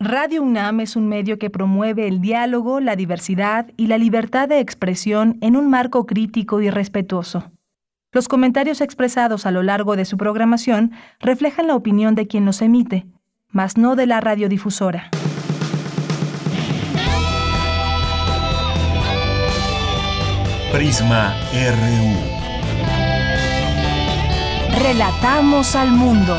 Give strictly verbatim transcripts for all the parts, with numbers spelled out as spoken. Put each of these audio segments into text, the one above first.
Radio UNAM es un medio que promueve el diálogo, la diversidad y la libertad de expresión en un marco crítico y respetuoso. Los comentarios expresados a lo largo de su programación reflejan la opinión de quien los emite, mas no de la radiodifusora. Prisma R U. Relatamos al mundo.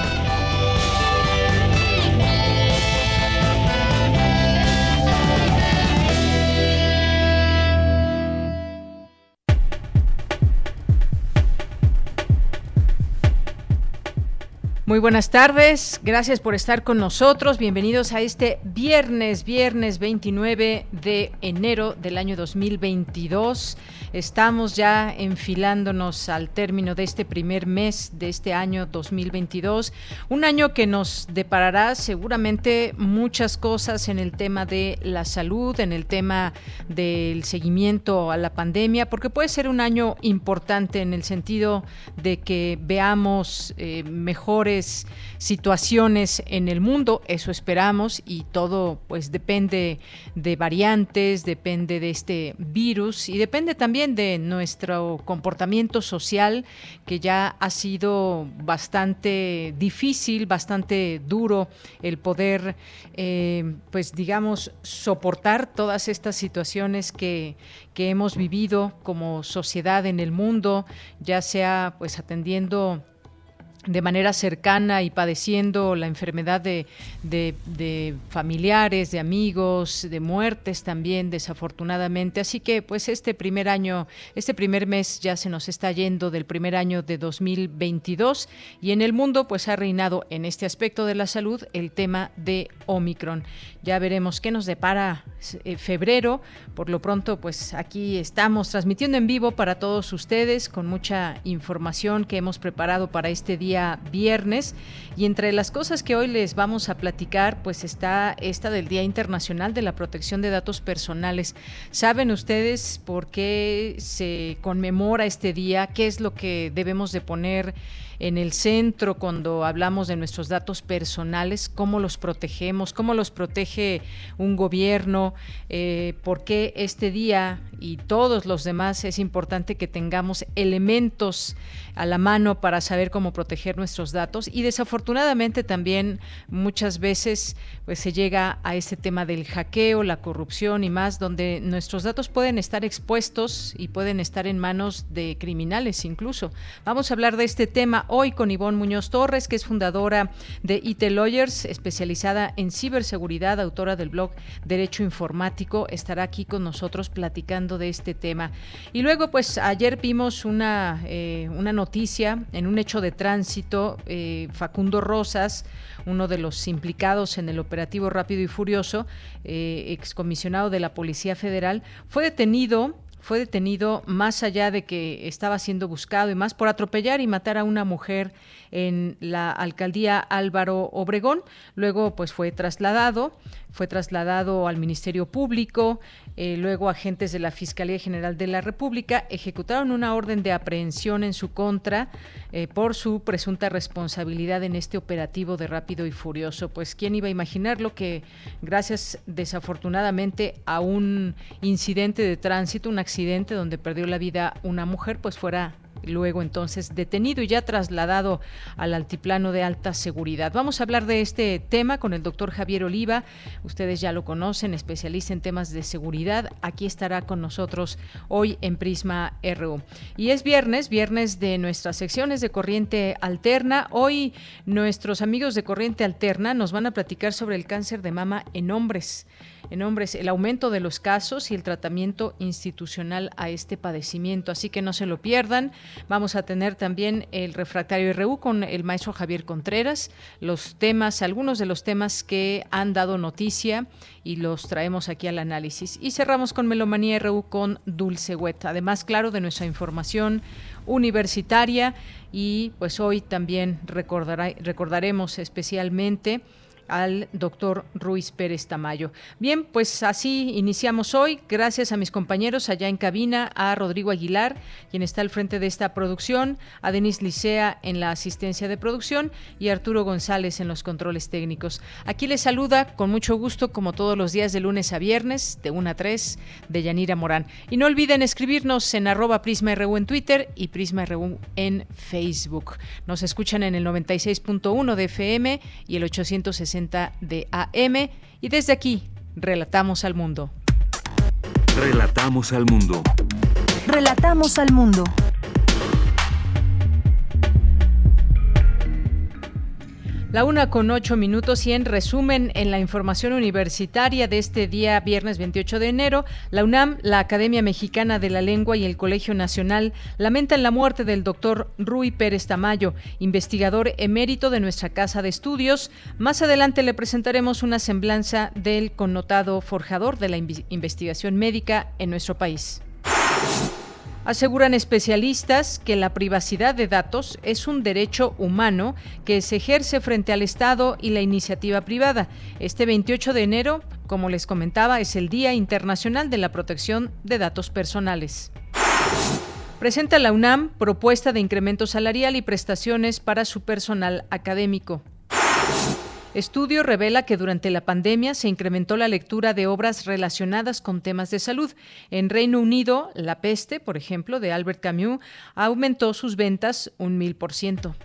Muy buenas tardes, gracias por estar con nosotros, bienvenidos a este viernes, viernes veintinueve de enero del año dos mil veintidós. Estamos ya enfilándonos al término de este primer mes de este año dos mil veintidós, un año que nos deparará seguramente muchas cosas en el tema de la salud, en el tema del seguimiento a la pandemia, porque puede ser un año importante en el sentido de que veamos eh, mejores situaciones en el mundo, eso esperamos, y todo pues depende de variantes, depende de este virus y depende también de nuestro comportamiento social, que ya ha sido bastante difícil, bastante duro el poder eh, pues digamos soportar todas estas situaciones que, que hemos vivido como sociedad en el mundo, ya sea pues atendiendo de manera cercana y padeciendo la enfermedad de, de, de familiares, de amigos, de muertes también, desafortunadamente. Así que pues este primer año, este primer mes ya se nos está yendo del primer año de dos mil veintidós, y en el mundo pues ha reinado en este aspecto de la salud el tema de Omicron. Ya veremos qué nos depara eh, febrero. Por lo pronto pues aquí estamos transmitiendo en vivo para todos ustedes con mucha información que hemos preparado para este día viernes, y entre las cosas que hoy les vamos a platicar pues está esta del Día Internacional de la Protección de Datos Personales. ¿Saben ustedes por qué se conmemora este día? ¿Qué es lo que debemos de poner en el centro cuando hablamos de nuestros datos personales? ¿Cómo los protegemos? ¿Cómo los protege un gobierno? Eh, ¿Por qué este día y todos los demás es importante que tengamos elementos a la mano para saber cómo proteger nuestros datos? Y desafortunadamente también muchas veces pues se llega a este tema del hackeo, la corrupción y más, donde nuestros datos pueden estar expuestos y pueden estar en manos de criminales incluso. Vamos a hablar de este tema hoy con Ivonne Muñoz Torres, que es fundadora de I T Lawyers, especializada en ciberseguridad, autora del blog Derecho Informático. Estará aquí con nosotros platicando de este tema. Y luego, pues ayer vimos una, eh, una noticia en un hecho de tránsito. eh, Facundo Rosas, uno de los implicados en el operativo Rápido y Furioso, eh, excomisionado de la Policía Federal, fue detenido Fue detenido más allá de que estaba siendo buscado y más por atropellar y matar a una mujer en la alcaldía Álvaro Obregón. Luego pues fue trasladado, fue trasladado al Ministerio Público, eh, luego agentes de la Fiscalía General de la República ejecutaron una orden de aprehensión en su contra eh, por su presunta responsabilidad en este operativo de Rápido y Furioso. Pues quién iba a imaginarlo, que gracias desafortunadamente a un incidente de tránsito, un accidente donde perdió la vida una mujer, pues fuera luego entonces detenido y ya trasladado al altiplano de alta seguridad. Vamos a hablar de este tema con el doctor Javier Oliva. Ustedes ya lo conocen, especialista en temas de seguridad. Aquí estará con nosotros hoy en Prisma R U. Y es viernes, viernes de nuestras secciones de Corriente Alterna. Hoy nuestros amigos de Corriente Alterna nos van a platicar sobre el cáncer de mama en hombres. En hombres, el aumento de los casos y el tratamiento institucional a este padecimiento. Así que no se lo pierdan. Vamos a tener también el Refractario R U con el maestro Javier Contreras, los temas, algunos de los temas que han dado noticia y los traemos aquí al análisis. Y cerramos con Melomanía R U con Dulce Wet. Además, claro, de nuestra información universitaria, y pues hoy también recordará, recordaremos especialmente al doctor Ruiz Pérez Tamayo. Bien, pues así iniciamos hoy. Gracias a mis compañeros allá en cabina, a Rodrigo Aguilar, quien está al frente de esta producción, a Denis Licea en la asistencia de producción y a Arturo González en los controles técnicos. Aquí les saluda con mucho gusto, como todos los días de lunes a viernes, de una a tres, Deyanira Morán. Y no olviden escribirnos en arroba Prisma R U en Twitter y Prisma R U en Facebook. Nos escuchan en el noventa y seis punto uno de F M y el ochocientos sesenta de A M, y desde aquí relatamos al mundo. Relatamos al mundo. Relatamos al mundo. La una con ocho minutos y en resumen en la información universitaria de este día viernes veintiocho de enero, la UNAM, la Academia Mexicana de la Lengua y el Colegio Nacional lamentan la muerte del doctor Ruy Pérez Tamayo, investigador emérito de nuestra casa de estudios. Más adelante le presentaremos una semblanza del connotado forjador de la investigación médica en nuestro país. Aseguran especialistas que la privacidad de datos es un derecho humano que se ejerce frente al Estado y la iniciativa privada. Este veintiocho de enero, como les comentaba, es el Día Internacional de la Protección de Datos Personales. Presenta la UNAM propuesta de incremento salarial y prestaciones para su personal académico. Estudio revela que durante la pandemia se incrementó la lectura de obras relacionadas con temas de salud. En Reino Unido, La peste, por ejemplo, de Albert Camus, aumentó sus ventas un mil por ciento.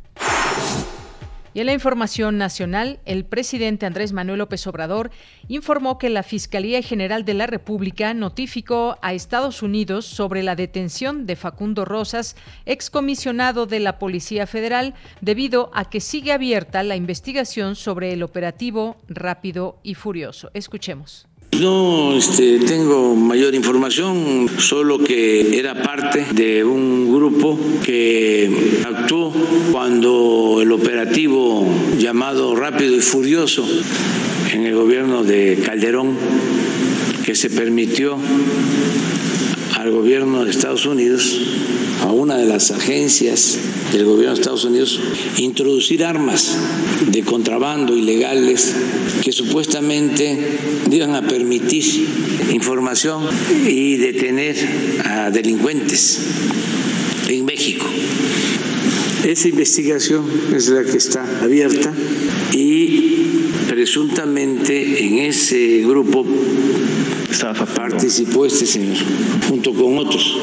Y en la información nacional, el presidente Andrés Manuel López Obrador informó que la Fiscalía General de la República notificó a Estados Unidos sobre la detención de Facundo Rosas, excomisionado de la Policía Federal, debido a que sigue abierta la investigación sobre el operativo Rápido y Furioso. Escuchemos. No este, tengo mayor información, solo que era parte de un grupo que actuó cuando el operativo llamado Rápido y Furioso en el gobierno de Calderón, que se permitió al gobierno de Estados Unidos, a una de las agencias del gobierno de Estados Unidos, introducir armas de contrabando ilegales que supuestamente iban a permitir información y detener a delincuentes en México. Esa investigación es la que está abierta y presuntamente en ese grupo participó este señor junto con otros.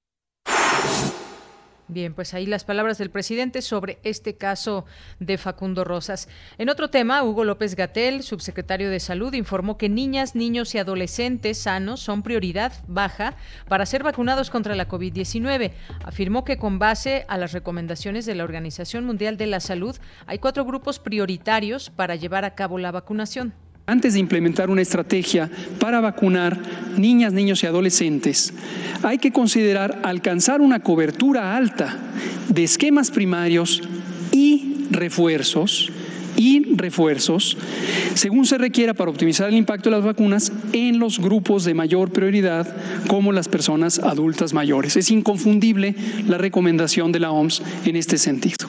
Bien, pues ahí las palabras del presidente sobre este caso de Facundo Rosas. En otro tema, Hugo López-Gatell, subsecretario de Salud, informó que niñas, niños y adolescentes sanos son prioridad baja para ser vacunados contra la COVID diecinueve. Afirmó que con base a las recomendaciones de la Organización Mundial de la Salud, hay cuatro grupos prioritarios para llevar a cabo la vacunación. Antes de implementar una estrategia para vacunar niñas, niños y adolescentes, hay que considerar alcanzar una cobertura alta de esquemas primarios y refuerzos, y refuerzos, según se requiera para optimizar el impacto de las vacunas en los grupos de mayor prioridad, como las personas adultas mayores. Es inconfundible la recomendación de la O M S en este sentido.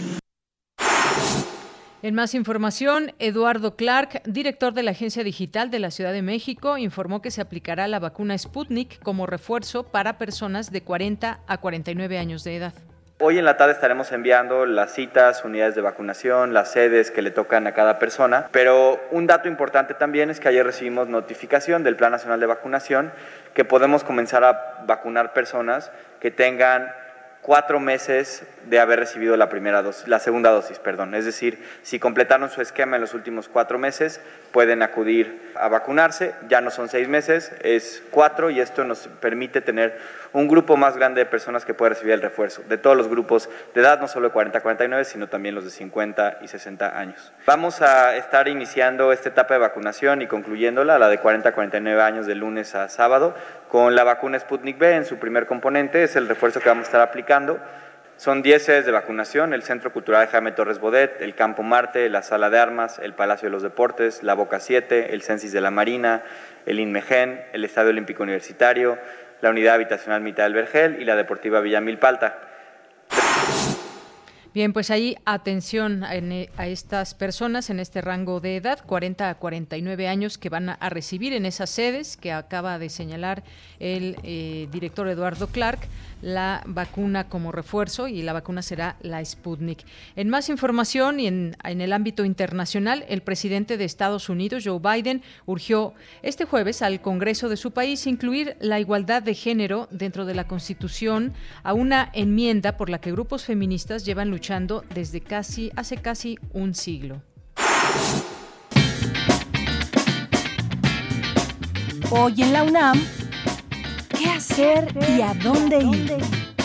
En más información, Eduardo Clark, director de la Agencia Digital de la Ciudad de México, informó que se aplicará la vacuna Sputnik como refuerzo para personas de cuarenta a cuarenta y nueve años de edad. Hoy en la tarde estaremos enviando las citas, unidades de vacunación, las sedes que le tocan a cada persona, pero un dato importante también es que ayer recibimos notificación del Plan Nacional de Vacunación que podemos comenzar a vacunar personas que tengan cuatro meses de haber recibido la primera dosis, la segunda dosis, perdón. Es decir, si completaron su esquema en los últimos cuatro meses, pueden acudir a vacunarse. Ya no son seis meses, es cuatro, y esto nos permite tener un grupo más grande de personas que puede recibir el refuerzo, de todos los grupos de edad, no solo de cuarenta a cuarenta y nueve, sino también los de cincuenta y sesenta años. Vamos a estar iniciando esta etapa de vacunación y concluyéndola, la de cuarenta a cuarenta y nueve años, de lunes a sábado, con la vacuna Sputnik V en su primer componente. Es el refuerzo que vamos a estar aplicando. Son diez sedes de vacunación: el Centro Cultural de Jaime Torres Bodet, el Campo Marte, la Sala de Armas, el Palacio de los Deportes, la Boca siete, el Censis de la Marina, el INMEGEN, el Estadio Olímpico Universitario, la Unidad Habitacional Mitad del Vergel y la Deportiva Villa Milpalta. Bien, pues ahí atención a estas personas en este rango de edad, cuarenta a cuarenta y nueve años, que van a recibir en esas sedes que acaba de señalar el eh, director Eduardo Clark, la vacuna como refuerzo, y la vacuna será la Sputnik. En más información y en, en el ámbito internacional, el presidente de Estados Unidos, Joe Biden, urgió este jueves al Congreso de su país incluir la igualdad de género dentro de la Constitución, a una enmienda por la que grupos feministas llevan luchando desde casi hace casi un siglo. Hoy en la UNAM, ¿qué hacer y a dónde ir?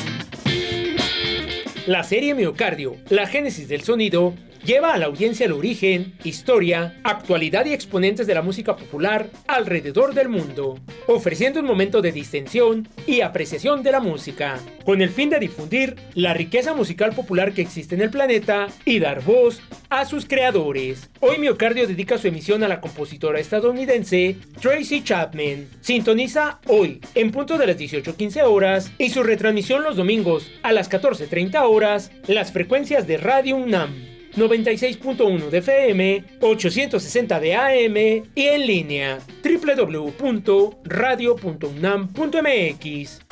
La serie Miocardio, la génesis del sonido, lleva a la audiencia el origen, historia, actualidad y exponentes de la música popular alrededor del mundo, ofreciendo un momento de distensión y apreciación de la música, con el fin de difundir la riqueza musical popular que existe en el planeta y dar voz a sus creadores. Hoy Miocardio dedica su emisión a la compositora estadounidense Tracy Chapman. Sintoniza hoy, en punto de las dieciocho quince horas, y su retransmisión los domingos a las catorce treinta horas, las frecuencias de Radio UNAM. noventa y seis punto uno de F M, ochocientos sesenta de A M y en línea doble u doble u doble u punto radio punto unam punto m x.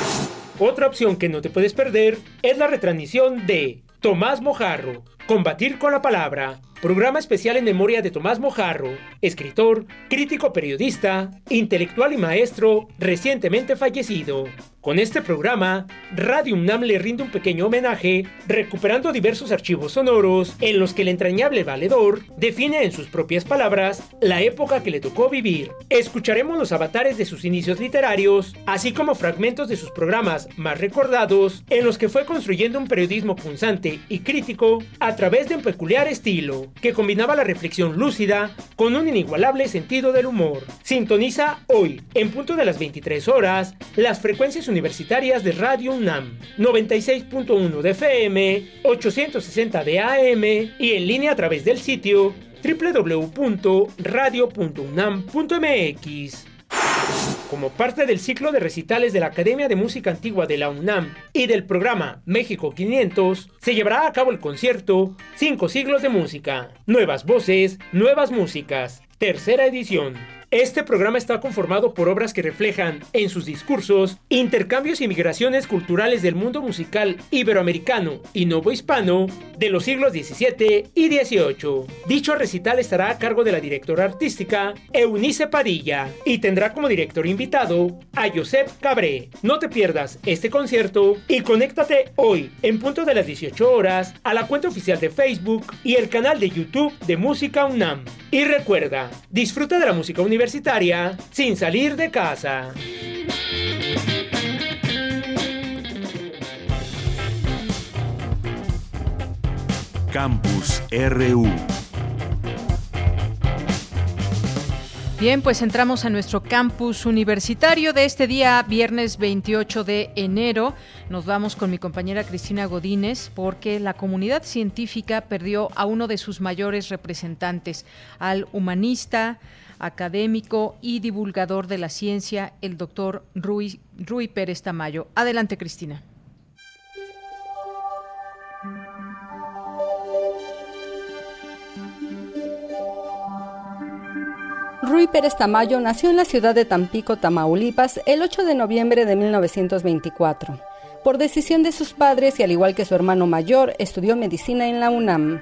Otra opción que no te puedes perder es la retransmisión de Tomás Mojarro, Combatir con la Palabra, programa especial en memoria de Tomás Mojarro, escritor, crítico periodista, intelectual y maestro recientemente fallecido. Con este programa, Radio UNAM le rinde un pequeño homenaje, recuperando diversos archivos sonoros en los que el entrañable valedor define en sus propias palabras la época que le tocó vivir. Escucharemos los avatares de sus inicios literarios, así como fragmentos de sus programas más recordados, en los que fue construyendo un periodismo punzante y crítico a través de un peculiar estilo, que combinaba la reflexión lúcida con un inigualable sentido del humor. Sintoniza hoy, en punto de las veintitrés horas, las frecuencias universitarias de Radio UNAM, noventa y seis punto uno de F M, ochocientos sesenta de A M y en línea a través del sitio doble u doble u doble u punto radio punto unam punto m x. Como parte del ciclo de recitales de la Academia de Música Antigua de la UNAM y del programa México quinientos, se llevará a cabo el concierto Cinco Siglos de Música, Nuevas Voces, Nuevas Músicas, tercera edición. Este programa está conformado por obras que reflejan, en sus discursos, intercambios y migraciones culturales del mundo musical iberoamericano y novohispano de los siglos diecisiete y dieciocho. Dicho recital estará a cargo de la directora artística Eunice Padilla y tendrá como director invitado a Josep Cabré. No te pierdas este concierto y conéctate hoy, en punto de las dieciocho horas, a la cuenta oficial de Facebook y el canal de YouTube de Música UNAM. Y recuerda, disfruta de la música universitaria universitaria sin salir de casa. Campus R U. Bien, pues entramos a nuestro campus universitario de este día, viernes veintiocho de enero. Nos vamos con mi compañera Cristina Godínez porque la comunidad científica perdió a uno de sus mayores representantes, al humanista, académico y divulgador de la ciencia, el doctor Rui, Rui Pérez Tamayo. Adelante, Cristina. Rui Pérez Tamayo nació en la ciudad de Tampico, Tamaulipas, el ocho de noviembre de mil novecientos veinticuatro. Por decisión de sus padres y al igual que su hermano mayor, estudió medicina en la UNAM.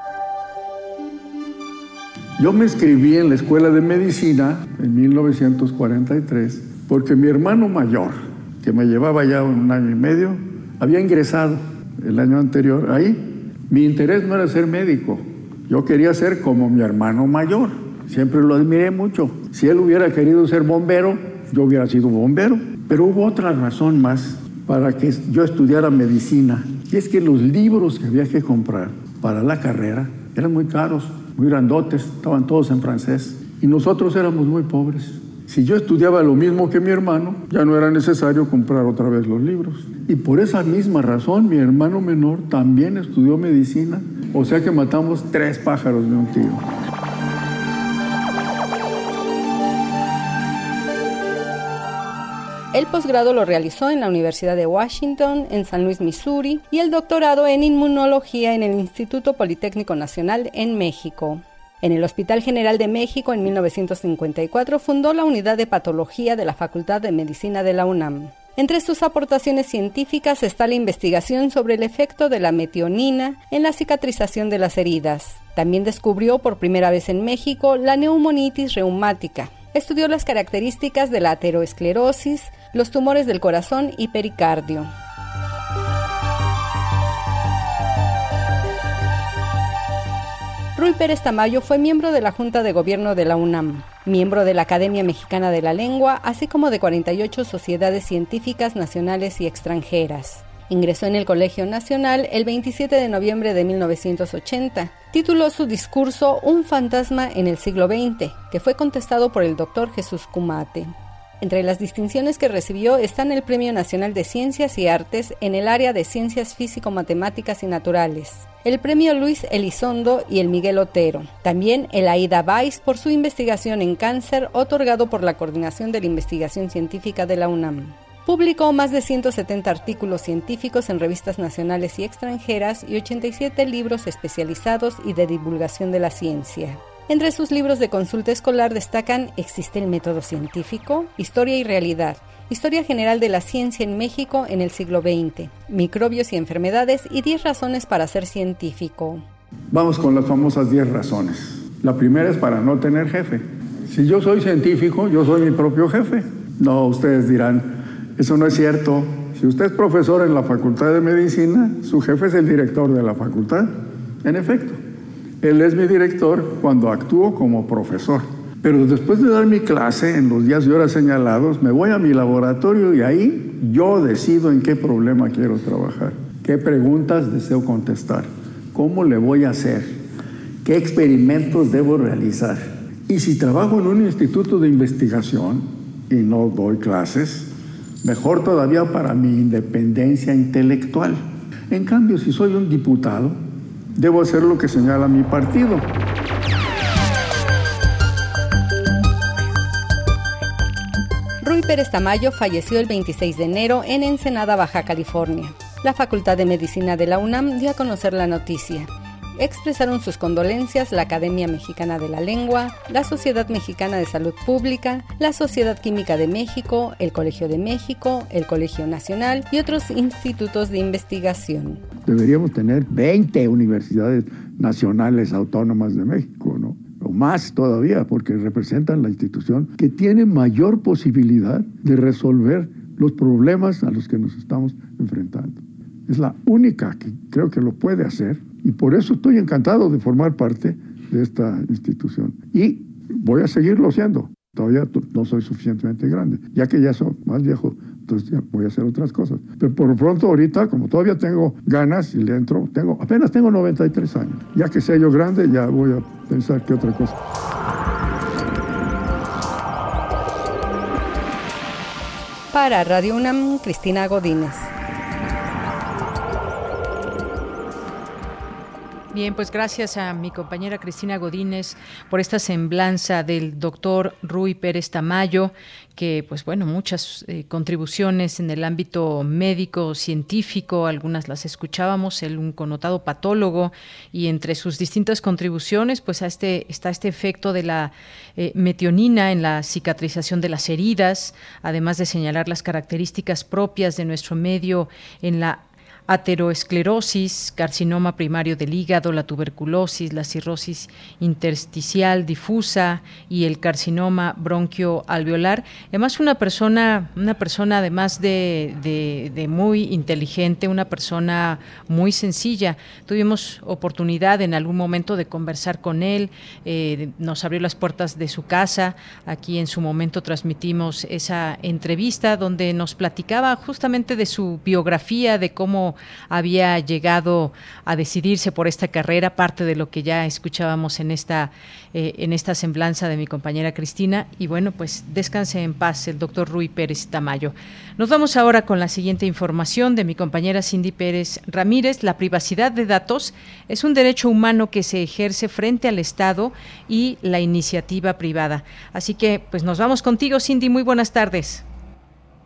Yo me inscribí en la Escuela de Medicina en mil novecientos cuarenta y tres porque mi hermano mayor, que me llevaba ya un año y medio, había ingresado el año anterior ahí. Mi interés no era ser médico, yo quería ser como mi hermano mayor, siempre lo admiré mucho. Si él hubiera querido ser bombero, yo hubiera sido bombero. Pero hubo otra razón más para que yo estudiara medicina, y es que los libros que había que comprar para la carrera eran muy caros, muy grandotes, estaban todos en francés, y nosotros éramos muy pobres. Si yo estudiaba lo mismo que mi hermano, ya no era necesario comprar otra vez los libros. Y por esa misma razón, mi hermano menor también estudió medicina, o sea que matamos tres pájaros de un tiro. El posgrado lo realizó en la Universidad de Washington, en San Luis, Missouri, y el doctorado en inmunología en el Instituto Politécnico Nacional en México. En el Hospital General de México, en mil novecientos cincuenta y cuatro, fundó la Unidad de Patología de la Facultad de Medicina de la UNAM. Entre sus aportaciones científicas está la investigación sobre el efecto de la metionina en la cicatrización de las heridas. También descubrió por primera vez en México la neumonitis reumática. Estudió las características de la ateroesclerosis, los tumores del corazón y pericardio. Ruy Pérez Tamayo fue miembro de la Junta de Gobierno de la UNAM, miembro de la Academia Mexicana de la Lengua, así como de cuarenta y ocho sociedades científicas nacionales y extranjeras. Ingresó en el Colegio Nacional el veintisiete de noviembre de mil novecientos ochenta. Tituló su discurso Un fantasma en el siglo veinte, que fue contestado por el doctor Jesús Cumate. Entre las distinciones que recibió están el Premio Nacional de Ciencias y Artes en el área de Ciencias Físico-Matemáticas y Naturales, el Premio Luis Elizondo y el Miguel Otero, también el Aida Weiss por su investigación en cáncer, otorgado por la Coordinación de la Investigación Científica de la UNAM. Publicó más de ciento setenta artículos científicos en revistas nacionales y extranjeras y ochenta y siete libros especializados y de divulgación de la ciencia. Entre sus libros de consulta escolar destacan ¿Existe el método científico?, Historia y realidad, Historia general de la ciencia en México en el siglo veinte, Microbios y enfermedades y diez razones para ser científico. Vamos con las famosas diez razones. La primera es para no tener jefe. Si yo soy científico, yo soy mi propio jefe. No, ustedes dirán, eso no es cierto. Si usted es profesor en la Facultad de Medicina, su jefe es el director de la facultad. En efecto. Él es mi director cuando actúo como profesor. Pero después de dar mi clase en los días y horas señalados, me voy a mi laboratorio y ahí yo decido en qué problema quiero trabajar, qué preguntas deseo contestar, cómo le voy a hacer, qué experimentos debo realizar. Y si trabajo en un instituto de investigación y no doy clases, mejor todavía para mi independencia intelectual. En cambio, si soy un diputado, debo hacer lo que señala mi partido. Ruy Pérez Tamayo falleció el veintiséis de enero en Ensenada, Baja California. La Facultad de Medicina de la UNAM dio a conocer la noticia. Expresaron sus condolencias la Academia Mexicana de la Lengua, la Sociedad Mexicana de Salud Pública, la Sociedad Química de México, el Colegio de México, el Colegio Nacional y otros institutos de investigación. Deberíamos tener veinte universidades nacionales autónomas de México, ¿no? O más todavía, porque representan la institución que tiene mayor posibilidad de resolver los problemas a los que nos estamos enfrentando. Es la única que creo que lo puede hacer y por eso estoy encantado de formar parte de esta institución. Y voy a seguirlo siendo. Todavía no soy suficientemente grande. Ya que ya soy más viejo, entonces ya voy a hacer otras cosas. Pero por lo pronto ahorita, como todavía tengo ganas y le entro, tengo, apenas tengo noventa y tres años. Ya que sea yo grande, ya voy a pensar qué otra cosa. Para Radio UNAM, Cristina Godínez. Bien, pues gracias a mi compañera Cristina Godínez por esta semblanza del doctor Ruy Pérez Tamayo, que pues bueno, muchas eh, contribuciones en el ámbito médico, científico, algunas las escuchábamos, él un connotado patólogo, y entre sus distintas contribuciones pues a este, está este efecto de la eh, metionina en la cicatrización de las heridas, además de señalar las características propias de nuestro medio en la ateroesclerosis, carcinoma primario del hígado, la tuberculosis, la cirrosis intersticial difusa y el carcinoma bronquioalveolar. Además, una persona, una persona además de, de, de muy inteligente, una persona muy sencilla. Tuvimos oportunidad en algún momento de conversar con él, eh, nos abrió las puertas de su casa. Aquí en su momento transmitimos esa entrevista donde nos platicaba justamente de su biografía, de cómo había llegado a decidirse por esta carrera, parte de lo que ya escuchábamos en esta, eh, en esta semblanza de mi compañera Cristina. Y bueno, pues descanse en paz el doctor Ruy Pérez Tamayo. Nos vamos ahora con la siguiente información de mi compañera Cindy Pérez Ramírez. La privacidad de datos es un derecho humano que se ejerce frente al Estado y la iniciativa privada. Así que pues nos vamos contigo, Cindy, muy buenas tardes.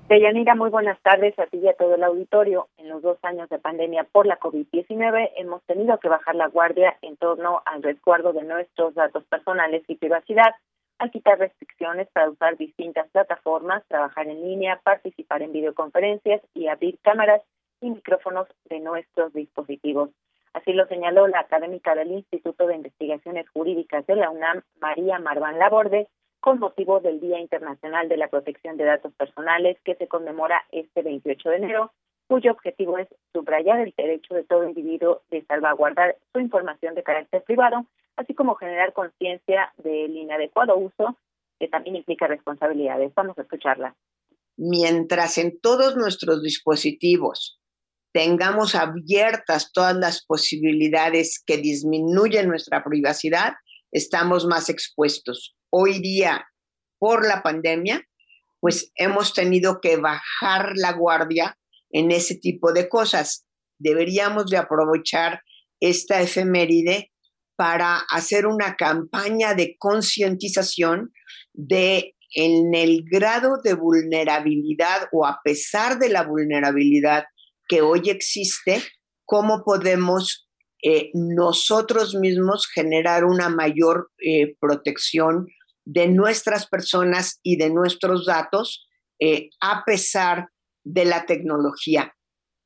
Deyanira, muy buenas tardes a ti y a todo el auditorio. En los dos años de pandemia por la COVID diecinueve hemos tenido que bajar la guardia en torno al resguardo de nuestros datos personales y privacidad, al quitar restricciones para usar distintas plataformas, trabajar en línea, participar en videoconferencias y abrir cámaras y micrófonos de nuestros dispositivos. Así lo señaló la académica del Instituto de Investigaciones Jurídicas de la UNAM, María Marván Laborde, con motivo del Día Internacional de la Protección de Datos Personales, que se conmemora este veintiocho de enero, cuyo objetivo es subrayar el derecho de todo individuo de salvaguardar su información de carácter privado, así como generar conciencia del inadecuado uso, que también implica responsabilidades. Vamos a escucharla. Mientras en todos nuestros dispositivos tengamos abiertas todas las posibilidades que disminuyen nuestra privacidad, estamos más expuestos. Hoy día, por la pandemia, pues hemos tenido que bajar la guardia en ese tipo de cosas. Deberíamos de aprovechar esta efeméride para hacer una campaña de concientización de en el grado de vulnerabilidad o a pesar de la vulnerabilidad que hoy existe, cómo podemos eh, nosotros mismos generar una mayor eh, protección de nuestras personas y de nuestros datos eh, a pesar de la tecnología.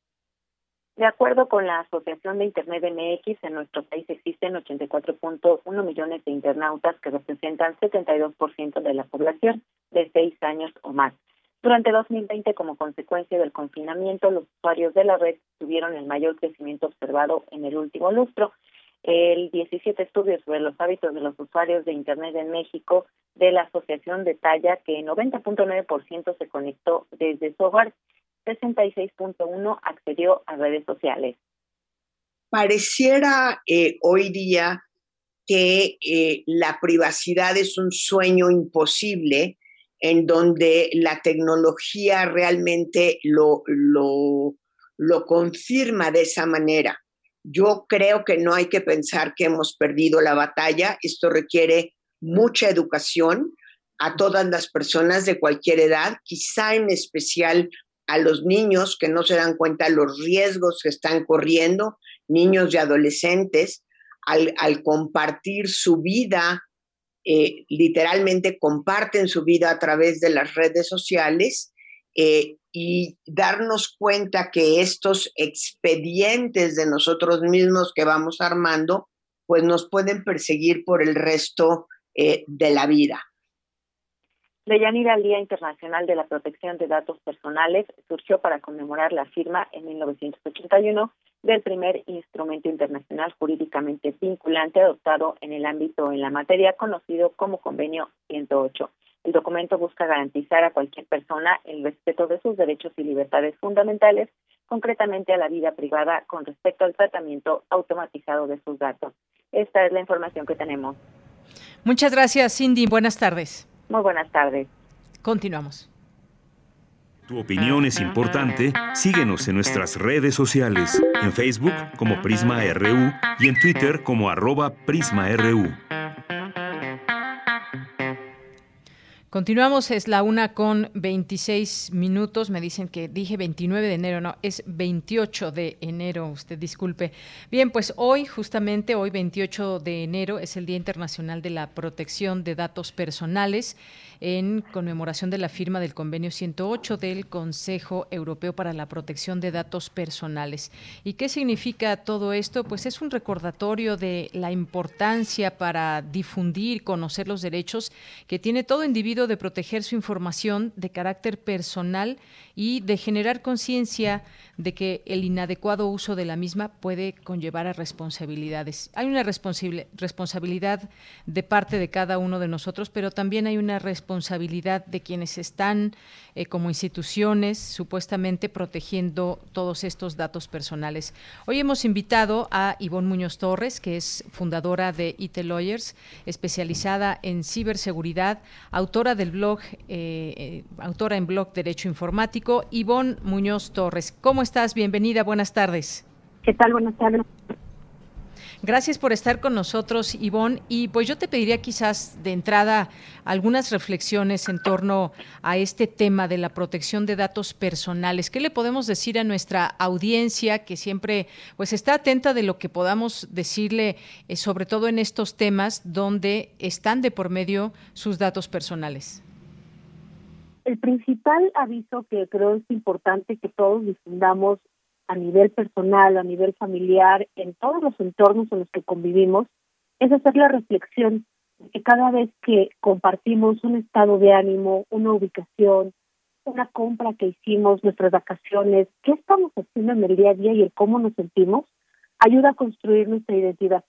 De acuerdo con la Asociación de Internet M X, en nuestro país existen ochenta y cuatro punto uno millones de internautas que representan setenta y dos por ciento de la población de seis años o más. Durante dos mil veinte, como consecuencia del confinamiento, los usuarios de la red tuvieron el mayor crecimiento observado en el último lustro. El diecisiete estudios sobre los hábitos de los usuarios de Internet en México de la asociación detalla que noventa punto nueve por ciento se conectó desde su hogar, sesenta y seis punto uno por ciento accedió a redes sociales. Pareciera eh, hoy día que eh, la privacidad es un sueño imposible en donde la tecnología realmente lo, lo, lo confirma de esa manera. Yo creo que no hay que pensar que hemos perdido la batalla. Esto requiere mucha educación a todas las personas de cualquier edad, quizá en especial a los niños que no se dan cuenta de los riesgos que están corriendo, niños y adolescentes, al, al compartir su vida, eh, literalmente comparten su vida a través de las redes sociales, eh, y darnos cuenta que estos expedientes de nosotros mismos que vamos armando, pues nos pueden perseguir por el resto eh, de la vida. Deyanira, el Día Internacional de la Protección de Datos Personales surgió para conmemorar la firma en mil novecientos ochenta y uno del primer instrumento internacional jurídicamente vinculante adoptado en el ámbito en la materia, conocido como Convenio ciento ocho. El documento busca garantizar a cualquier persona el respeto de sus derechos y libertades fundamentales, concretamente a la vida privada con respecto al tratamiento automatizado de sus datos. Esta es la información que tenemos. Muchas gracias, Cindy. Buenas tardes. Muy buenas tardes. Continuamos. Tu opinión es importante. Síguenos en nuestras redes sociales. En Facebook como Prisma R U y en Twitter como arroba Prisma R U. Continuamos, es la una con veintiséis minutos. Me dicen que dije veintinueve de enero, no, es veintiocho de enero, usted disculpe. Bien, pues hoy, justamente hoy, veintiocho de enero, es el Día Internacional de la Protección de Datos Personales, en conmemoración de la firma del Convenio ciento ocho del Consejo Europeo para la Protección de Datos Personales. ¿Y qué significa todo esto? Pues es un recordatorio de la importancia para difundir, conocer los derechos que tiene todo individuo de proteger su información de carácter personal y de generar conciencia de que el inadecuado uso de la misma puede conllevar a responsabilidades. Hay una responsabil- responsabilidad de parte de cada uno de nosotros, pero también hay una responsabilidad de quienes están eh, como instituciones supuestamente protegiendo todos estos datos personales. Hoy hemos invitado a Ivonne Muñoz Torres, que es fundadora de I T Lawyers, especializada en ciberseguridad, autora del blog, eh, eh, autora en blog Derecho Informático. Ivonne Muñoz Torres, ¿cómo estás? Bienvenida, buenas tardes. ¿Qué tal? Buenas tardes. Gracias por estar con nosotros, Ivonne. Y pues yo te pediría quizás de entrada algunas reflexiones en torno a este tema de la protección de datos personales. ¿Qué le podemos decir a nuestra audiencia que siempre pues está atenta de lo que podamos decirle, eh, sobre todo en estos temas donde están de por medio sus datos personales? El principal aviso que creo es importante que todos difundamos a nivel personal, a nivel familiar, en todos los entornos en los que convivimos, es hacer la reflexión de que cada vez que compartimos un estado de ánimo, una ubicación, una compra que hicimos, nuestras vacaciones, qué estamos haciendo en el día a día y el cómo nos sentimos, ayuda a construir nuestra identidad.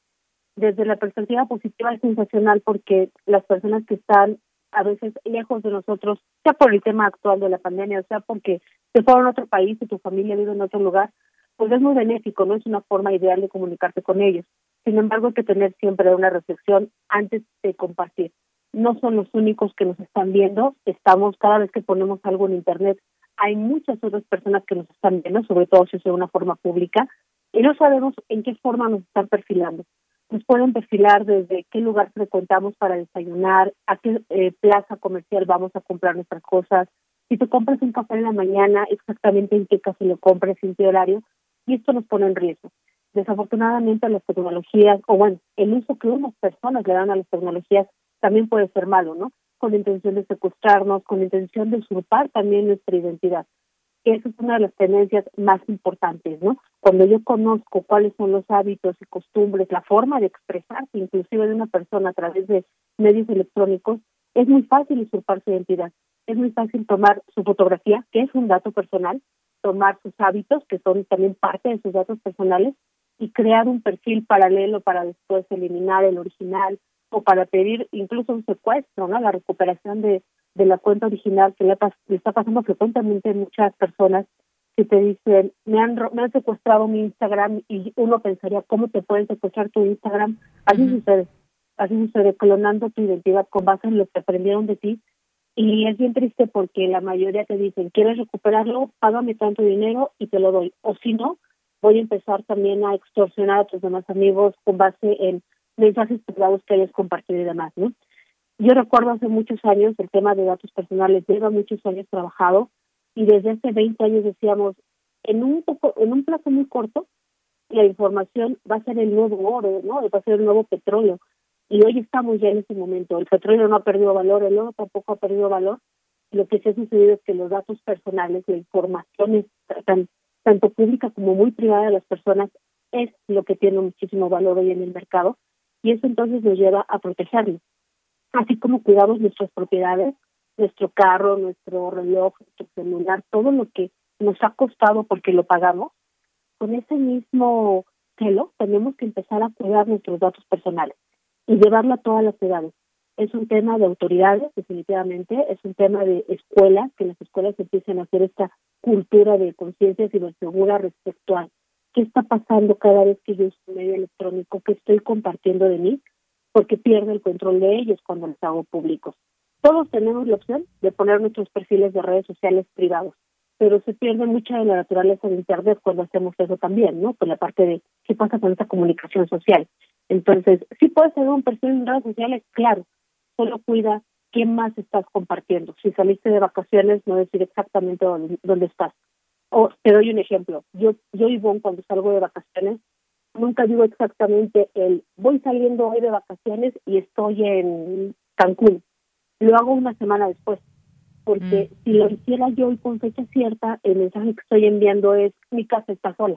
Desde la perspectiva positiva es sensacional porque las personas que están a veces lejos de nosotros, sea por el tema actual de la pandemia, o sea porque se fueron a otro país y tu familia vive en otro lugar, pues es muy benéfico, no es una forma ideal de comunicarte con ellos. Sin embargo, hay que tener siempre una reflexión antes de compartir. No son los únicos que nos están viendo, estamos, cada vez que ponemos algo en internet, hay muchas otras personas que nos están viendo, sobre todo si es de una forma pública, y no sabemos en qué forma nos están perfilando. Nos pueden perfilar desde qué lugar frecuentamos para desayunar, a qué eh, plaza comercial vamos a comprar nuestras cosas. Si tú compras un café en la mañana, exactamente en qué café lo compras, en qué horario, y esto nos pone en riesgo. Desafortunadamente las tecnologías, o bueno, el uso que unas personas le dan a las tecnologías también puede ser malo, ¿no? Con la intención de secuestrarnos, con la intención de usurpar también nuestra identidad. Esa es una de las tendencias más importantes, ¿no? Cuando yo conozco cuáles son los hábitos y costumbres, la forma de expresarse inclusive de una persona a través de medios electrónicos, es muy fácil usurpar su identidad. Es muy fácil tomar su fotografía, que es un dato personal, tomar sus hábitos, que son también parte de sus datos personales, y crear un perfil paralelo para después eliminar el original o para pedir incluso un secuestro, ¿no? La recuperación de de la cuenta original que le, pas- le está pasando frecuentemente a muchas personas que te dicen, me han ro- me han secuestrado mi Instagram, y uno pensaría, ¿cómo te pueden secuestrar tu Instagram? Así uh-huh. sucede, así sucede, clonando tu identidad con base en lo que aprendieron de ti, y es bien triste porque la mayoría te dicen, ¿quieres recuperarlo? Págame tanto dinero y te lo doy, o si no, voy a empezar también a extorsionar a tus demás amigos con base en mensajes privados que hayas compartido y demás, ¿no? Yo recuerdo hace muchos años el tema de datos personales, lleva muchos años trabajado, y desde hace veinte años decíamos, en un poco, en un plazo muy corto, la información va a ser el nuevo oro, ¿no? Va a ser el nuevo petróleo. Y hoy estamos ya en ese momento. El petróleo no ha perdido valor, el oro tampoco ha perdido valor. Lo que sí ha sucedido es que los datos personales, la información es tan, tanto pública como muy privada de las personas, es lo que tiene muchísimo valor hoy en el mercado, y eso entonces nos lleva a protegerlo. Así como cuidamos nuestras propiedades, nuestro carro, nuestro reloj, nuestro celular, todo lo que nos ha costado porque lo pagamos, con ese mismo celo tenemos que empezar a cuidar nuestros datos personales y llevarlo a todas las edades. Es un tema de autoridades, definitivamente, es un tema de escuelas, que las escuelas empiecen a hacer esta cultura de conciencia cibersegura respecto a qué está pasando cada vez que yo uso un medio electrónico, que estoy compartiendo de mí, porque pierdo el control de ellos cuando los hago públicos. Todos tenemos la opción de poner nuestros perfiles de redes sociales privados, pero se pierde mucha de la naturaleza de Internet cuando hacemos eso también, ¿no? Con la parte de qué pasa con esa comunicación social. Entonces, sí puedes tener un perfil en redes sociales, claro, solo cuida qué más estás compartiendo. Si saliste de vacaciones, no decir exactamente dónde, dónde estás. O te doy un ejemplo. Yo, yo Ivonne, cuando salgo de vacaciones, nunca digo exactamente el voy saliendo hoy de vacaciones y estoy en Cancún. Lo hago una semana después, porque mm. si lo hiciera yo y con fecha cierta, el mensaje que estoy enviando es mi casa está sola.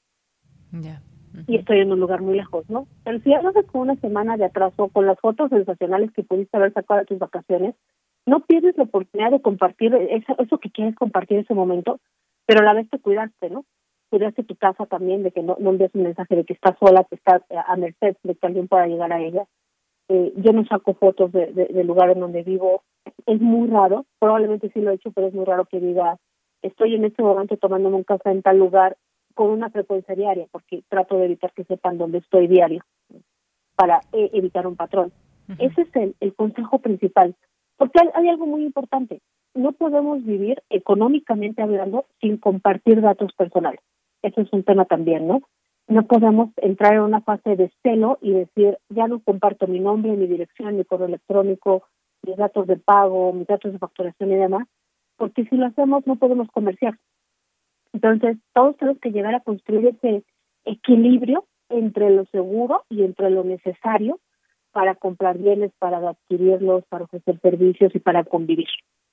Yeah. Uh-huh. Y estoy en un lugar muy lejos, ¿no? Pero si lo haces con una semana de atraso, con las fotos sensacionales que pudiste haber sacado de tus vacaciones, no pierdes la oportunidad de compartir eso, eso que quieres compartir en ese momento, pero a la vez te cuidaste, ¿no? Cuidaste tu casa también, de que no, no envíes un mensaje de que estás sola, que estás a merced de que alguien pueda llegar a ella. Eh, yo no saco fotos de, de, del lugar en donde vivo. Es muy raro, probablemente sí lo he hecho, pero es muy raro que diga, estoy en este momento tomándome un café en tal lugar con una frecuencia diaria, porque trato de evitar que sepan dónde estoy diario, para eh, evitar un patrón. Uh-huh. Ese es el, el consejo principal, porque hay, hay algo muy importante. No podemos vivir económicamente hablando sin compartir datos personales. Eso es un tema también, ¿no? No podemos entrar en una fase de celo y decir, ya no comparto mi nombre, mi dirección, mi correo electrónico, mis datos de pago, mis datos de facturación y demás, porque si lo hacemos no podemos comerciar. Entonces, todos tenemos que llegar a construir ese equilibrio entre lo seguro y entre lo necesario para comprar bienes, para adquirirlos, para ofrecer servicios y para convivir.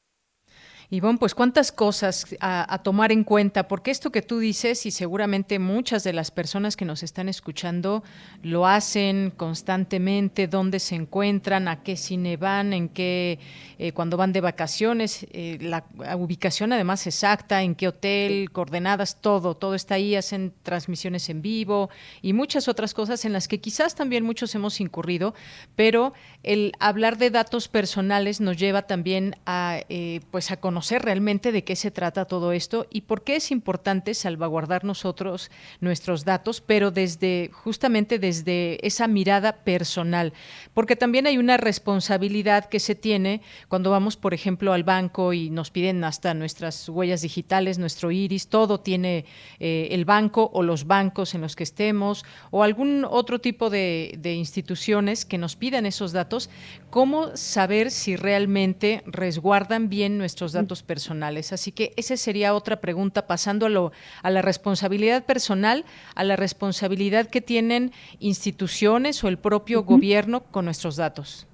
Ivonne, pues cuántas cosas a, a tomar en cuenta, porque esto que tú dices, y seguramente muchas de las personas que nos están escuchando lo hacen constantemente, dónde se encuentran, a qué cine van, en qué, eh, cuando van de vacaciones, eh, la ubicación además exacta, en qué hotel, coordenadas, todo, todo está ahí, hacen transmisiones en vivo y muchas otras cosas en las que quizás también muchos hemos incurrido, pero el hablar de datos personales nos lleva también a, eh, pues a conocer realmente de qué se trata todo esto y por qué es importante salvaguardar nosotros nuestros datos, pero desde justamente desde esa mirada personal, porque también hay una responsabilidad que se tiene cuando vamos, por ejemplo, al banco y nos piden hasta nuestras huellas digitales, nuestro iris, todo tiene eh, el banco o los bancos en los que estemos o algún otro tipo de, de instituciones que nos pidan esos datos. ¿Cómo saber si realmente resguardan bien nuestros datos personales? Así que esa sería otra pregunta, pasando a, lo, a la responsabilidad personal, a la responsabilidad que tienen instituciones o el propio uh-huh. gobierno con nuestros datos.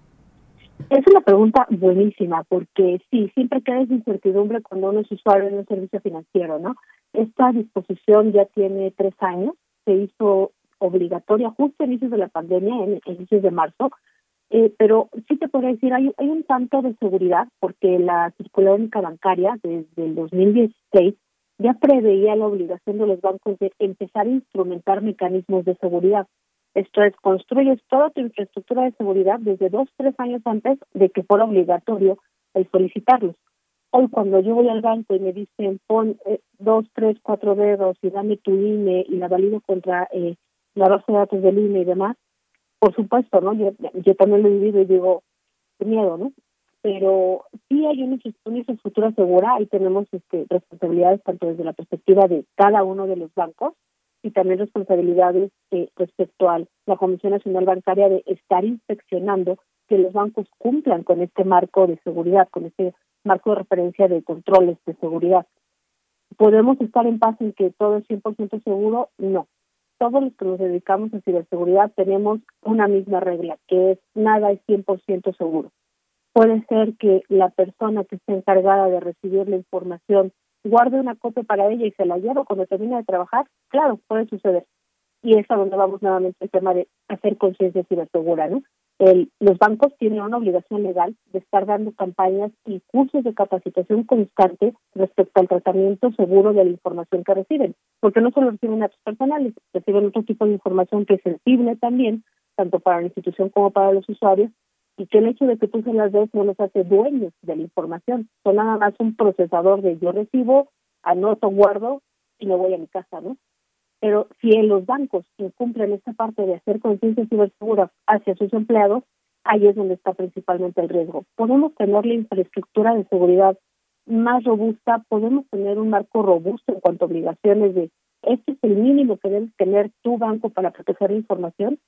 Es una pregunta buenísima, porque sí, siempre queda esa incertidumbre cuando uno es usuario de un servicio financiero, ¿no? Esta disposición ya tiene tres años, se hizo obligatoria justo a inicios de la pandemia, en, en inicios de marzo, Eh, pero sí te podría decir, hay, hay un tanto de seguridad, porque la circular única bancaria desde el dos mil dieciséis ya preveía la obligación de los bancos de empezar a instrumentar mecanismos de seguridad. Esto es, construyes toda tu infraestructura de seguridad desde dos, tres años antes de que fuera obligatorio el solicitarlos. Hoy cuando yo voy al banco y me dicen pon eh, dos, tres, cuatro dedos y dame tu I N E y la valido contra eh, la base de datos del I N E y demás, por supuesto, ¿no? Yo, yo también lo he vivido y digo, qué miedo, ¿no? Pero sí hay una, una infraestructura segura, ahí tenemos este, responsabilidades tanto desde la perspectiva de cada uno de los bancos y también responsabilidades eh, respecto a la Comisión Nacional Bancaria de estar inspeccionando que los bancos cumplan con este marco de seguridad, con este marco de referencia de controles de seguridad. ¿Podemos estar en paz en que todo es cien por ciento seguro? No. Todos los que nos dedicamos a ciberseguridad tenemos una misma regla, que es nada es cien por ciento seguro. Puede ser que la persona que esté encargada de recibir la información guarde una copia para ella y se la lleve cuando termine de trabajar. Claro, puede suceder. Y es a donde vamos nuevamente el tema de hacer conciencia cibersegura, ¿no? El, los bancos tienen una obligación legal de estar dando campañas y cursos de capacitación constante respecto al tratamiento seguro de la información que reciben, porque no solo reciben datos personales, reciben otro tipo de información que es sensible también, tanto para la institución como para los usuarios, y que el hecho de que tú se las des no los hace dueños de la información, son nada más un procesador de yo recibo, anoto, guardo y me voy a mi casa, ¿no? Pero si en los bancos incumplen esta parte de hacer conciencia cibersegura hacia sus empleados, ahí es donde está principalmente el riesgo. Podemos tener la infraestructura de seguridad más robusta, podemos tener un marco robusto en cuanto a obligaciones de este es el mínimo que debes tener tu banco para proteger la información,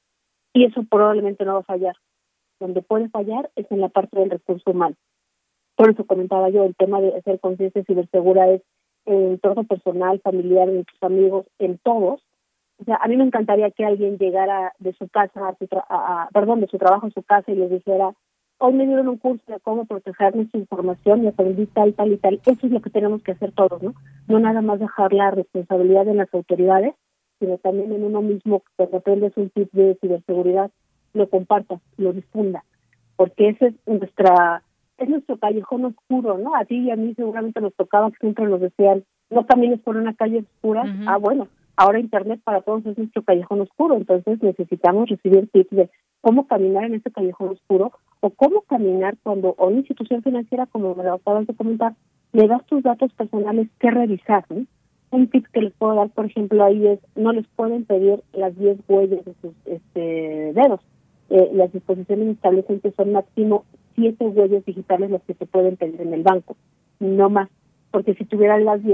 y eso probablemente no va a fallar. Donde puede fallar es en la parte del recurso humano. Por eso comentaba yo, el tema de hacer conciencia cibersegura es en el entorno personal, familiar, en tus amigos, en todos. O sea, a mí me encantaría que alguien llegara de su casa, a su tra- a, a, perdón, de su trabajo a su casa y les dijera, hoy me dieron un curso de cómo proteger nuestra información y aprendí tal, tal y tal. Eso es lo que tenemos que hacer todos, ¿no? No nada más dejar la responsabilidad en las autoridades, sino también en uno mismo, que cuando aprendes un tip de ciberseguridad, lo compartas, lo difunda, porque ese es nuestra... es nuestro callejón oscuro, ¿no? A ti y a mí seguramente nos tocaba que siempre nos decían, no camines por una calle oscura. Uh-huh. Ah, bueno, ahora Internet para todos es nuestro callejón oscuro, entonces necesitamos recibir tips de cómo caminar en ese callejón oscuro o cómo caminar cuando a una institución financiera, como me lo acabas de comentar, le das tus datos personales que revisar, ¿no? Un tip que les puedo dar, por ejemplo, ahí es, no les pueden pedir las diez huellas de sus este, dedos. Eh, las disposiciones establecen que son máximo siete huellas digitales las que se pueden pedir en el banco, no más, porque si tuvieran las diez,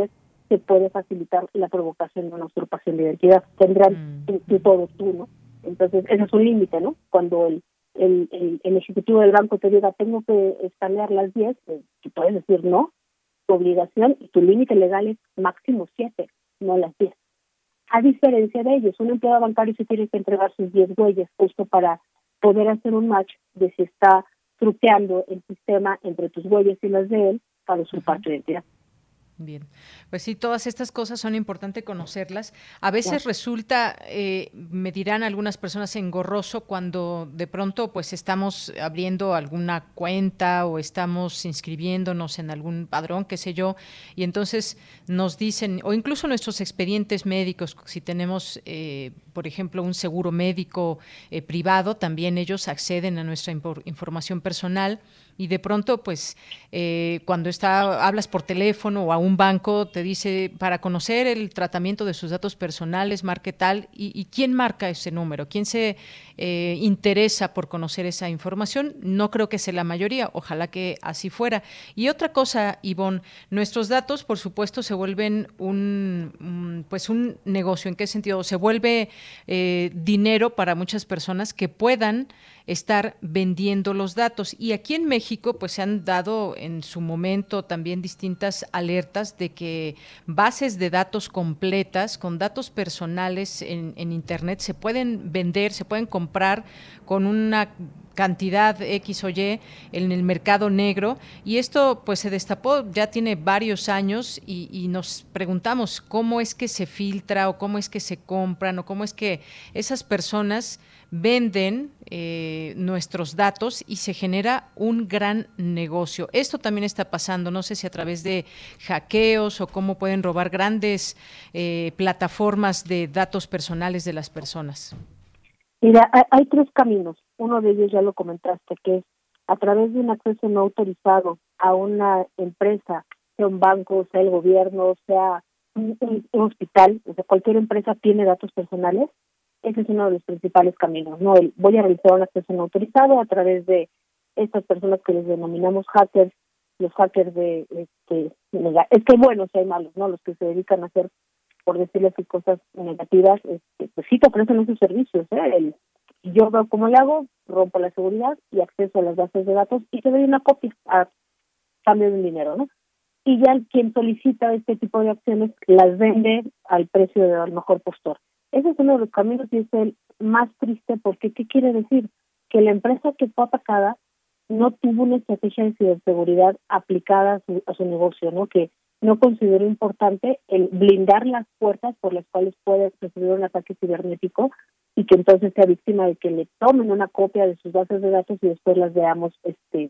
se puede facilitar la provocación de una usurpación de identidad. Tendrán mm. tú todo tú, ¿no? Entonces, ese es un límite, ¿no? Cuando el, el, el, el ejecutivo del banco te diga, tengo que escanear las diez, pues, tú puedes decir no, tu obligación y tu límite legal es máximo siete, no las diez. A diferencia de ellos, un empleado bancario se tiene que entregar sus diez huellas justo para poder hacer un match de si está truqueando el sistema entre tus huellas y las de él para usurpar tu identidad. Bien, pues sí, todas estas cosas son importantes conocerlas. A veces sí. resulta, eh, me dirán algunas personas, engorroso cuando de pronto pues estamos abriendo alguna cuenta o estamos inscribiéndonos en algún padrón, qué sé yo, y entonces nos dicen, o incluso nuestros expedientes médicos, si tenemos, eh, por ejemplo, un seguro médico eh, privado, también ellos acceden a nuestra impor- información personal. Y de pronto, pues, eh, cuando está hablas por teléfono o a un banco, te dice, para conocer el tratamiento de sus datos personales, marque tal, y, y ¿quién marca ese número? ¿Quién se eh, interesa por conocer esa información? No creo que sea la mayoría, ojalá que así fuera. Y otra cosa, Ivonne, nuestros datos, por supuesto, se vuelven un, un pues un negocio. ¿En qué sentido? Se vuelve eh, dinero para muchas personas que puedan estar vendiendo los datos. Y aquí en México, pues se han dado en su momento también distintas alertas de que bases de datos completas, con datos personales en, en Internet, se pueden vender, se pueden comprar con una cantidad X o Y en el mercado negro, y esto pues se destapó, ya tiene varios años, y, y nos preguntamos cómo es que se filtra o cómo es que se compran o cómo es que esas personas venden eh, nuestros datos y se genera un gran negocio. Esto también está pasando, no sé si a través de hackeos o cómo pueden robar grandes eh, plataformas de datos personales de las personas. Mira, hay tres caminos. Uno de ellos ya lo comentaste, que es a través de un acceso no autorizado a una empresa, sea un banco, sea el gobierno, sea un, un, un hospital, o sea, cualquier empresa tiene datos personales. Ese es uno de los principales caminos, ¿no? El, voy a realizar un acceso no autorizado a través de estas personas que les denominamos hackers, los hackers de, este, es que buenos y hay malos, ¿no? Los que se dedican a hacer, por decirles así, cosas negativas, este, pues sí te ofrecen esos servicios, ¿eh? El, yo veo cómo le hago, rompo la seguridad y acceso a las bases de datos y te doy una copia a cambio de un dinero, ¿no? Y ya quien solicita este tipo de acciones las vende al precio de al mejor postor. Ese es uno de los caminos y es el más triste, porque ¿qué quiere decir? Que la empresa que fue atacada no tuvo una estrategia de ciberseguridad aplicada a su, a su negocio, ¿no? Que no consideró importante el blindar las puertas por las cuales puede recibir un ataque cibernético y que entonces sea víctima de que le tomen una copia de sus bases de datos y después las veamos este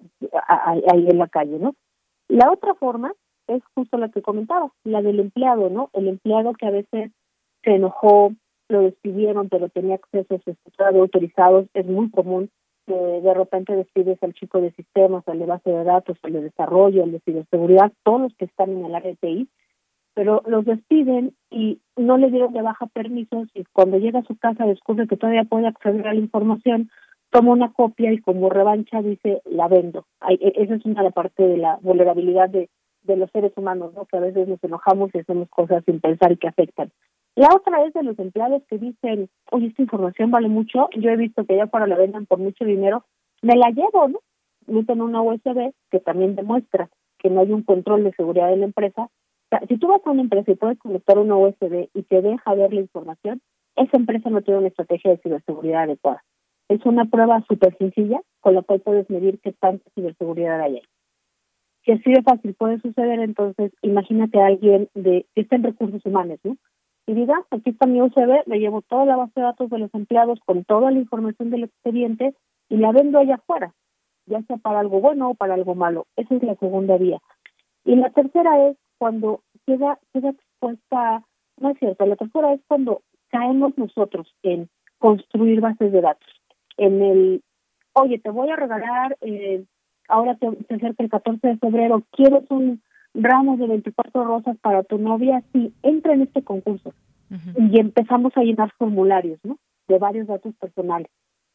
ahí en la calle, ¿no? La otra forma es justo la que comentaba, la del empleado, ¿no? El empleado que a veces se enojó, lo despidieron, pero tenía acceso a sus datos autorizados. Es muy común que de repente despides al chico de sistemas, al de base de datos, al de desarrollo, al de ciberseguridad, todos los que están en el área de T I, pero los despiden y no le dieron de baja permisos, y cuando llega a su casa descubre que todavía puede acceder a la información, toma una copia y como revancha dice, la vendo. Ay, esa es una parte de la vulnerabilidad de, de los seres humanos, ¿no? Que a veces nos enojamos y hacemos cosas sin pensar y que afectan. La otra es de los empleados que dicen, oye, esta información vale mucho, yo he visto que ya para la vendan por mucho dinero, me la llevo, ¿no? Meten una U S B que también demuestra que no hay un control de seguridad de la empresa. O sea, si tú vas a una empresa y puedes conectar una U S B y te deja ver la información, esa empresa no tiene una estrategia de ciberseguridad adecuada. Es una prueba súper sencilla con la cual puedes medir qué tanta ciberseguridad hay ahí. Si así de fácil puede suceder, entonces imagínate a alguien de que está en recursos humanos, ¿no? Y diga, aquí está mi U S B, me llevo toda la base de datos de los empleados con toda la información del expediente y la vendo allá afuera, ya sea para algo bueno o para algo malo. Esa es la segunda vía. Y la tercera es cuando queda, queda expuesta, no es cierto, la tercera es cuando caemos nosotros en construir bases de datos. En el, oye, te voy a regalar, eh, ahora te, te acerca el catorce de febrero, ¿quieres un ramos de veinticuatro rosas para tu novia? Sí, entra en este concurso. Uh-huh. Y empezamos a llenar formularios, ¿no? De varios datos personales.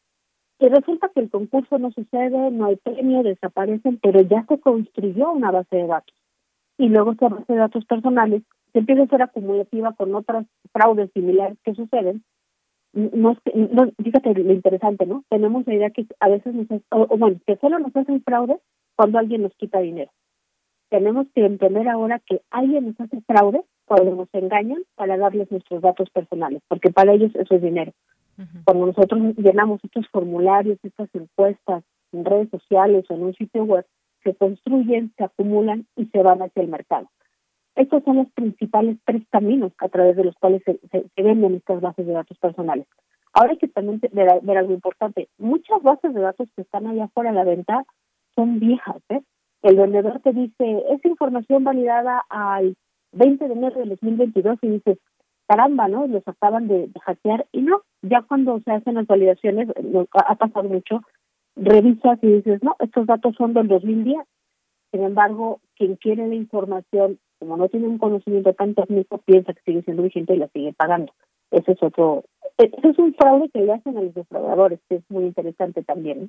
Y resulta que el concurso no sucede, no hay premio, desaparecen, pero ya se construyó una base de datos. Y luego esa base de datos personales se empieza a ser acumulativa con otras fraudes similares que suceden. No, no, fíjate lo interesante, ¿no? Tenemos la idea que a veces nos hace, o, o bueno, que solo nos hacen fraude cuando alguien nos quita dinero. Tenemos que entender ahora que alguien nos hace fraude cuando nos engañan para darles nuestros datos personales, porque para ellos eso es dinero. Uh-huh. Cuando nosotros llenamos estos formularios, estas encuestas en redes sociales o en un sitio web, se construyen, se acumulan y se van hacia el mercado. Estos son los principales tres caminos a través de los cuales se, se, se venden estas bases de datos personales. Ahora hay que también ver, ver algo importante. Muchas bases de datos que están allá afuera a la venta son viejas, ¿eh? El vendedor te dice, es información validada al veinte de enero del dos mil veintidós y dices, caramba, ¿no? Los acaban de, de hackear. Y no, ya cuando se hacen las validaciones, ha, ha pasado mucho, revisas y dices, no, estos datos son del dos mil diez. Sin embargo, quien quiere la información, como no tiene un conocimiento tan técnico, piensa que sigue siendo vigente y la sigue pagando. Ese es otro, ese es un fraude que le hacen a los defraudadores, que es muy interesante también, ¿eh?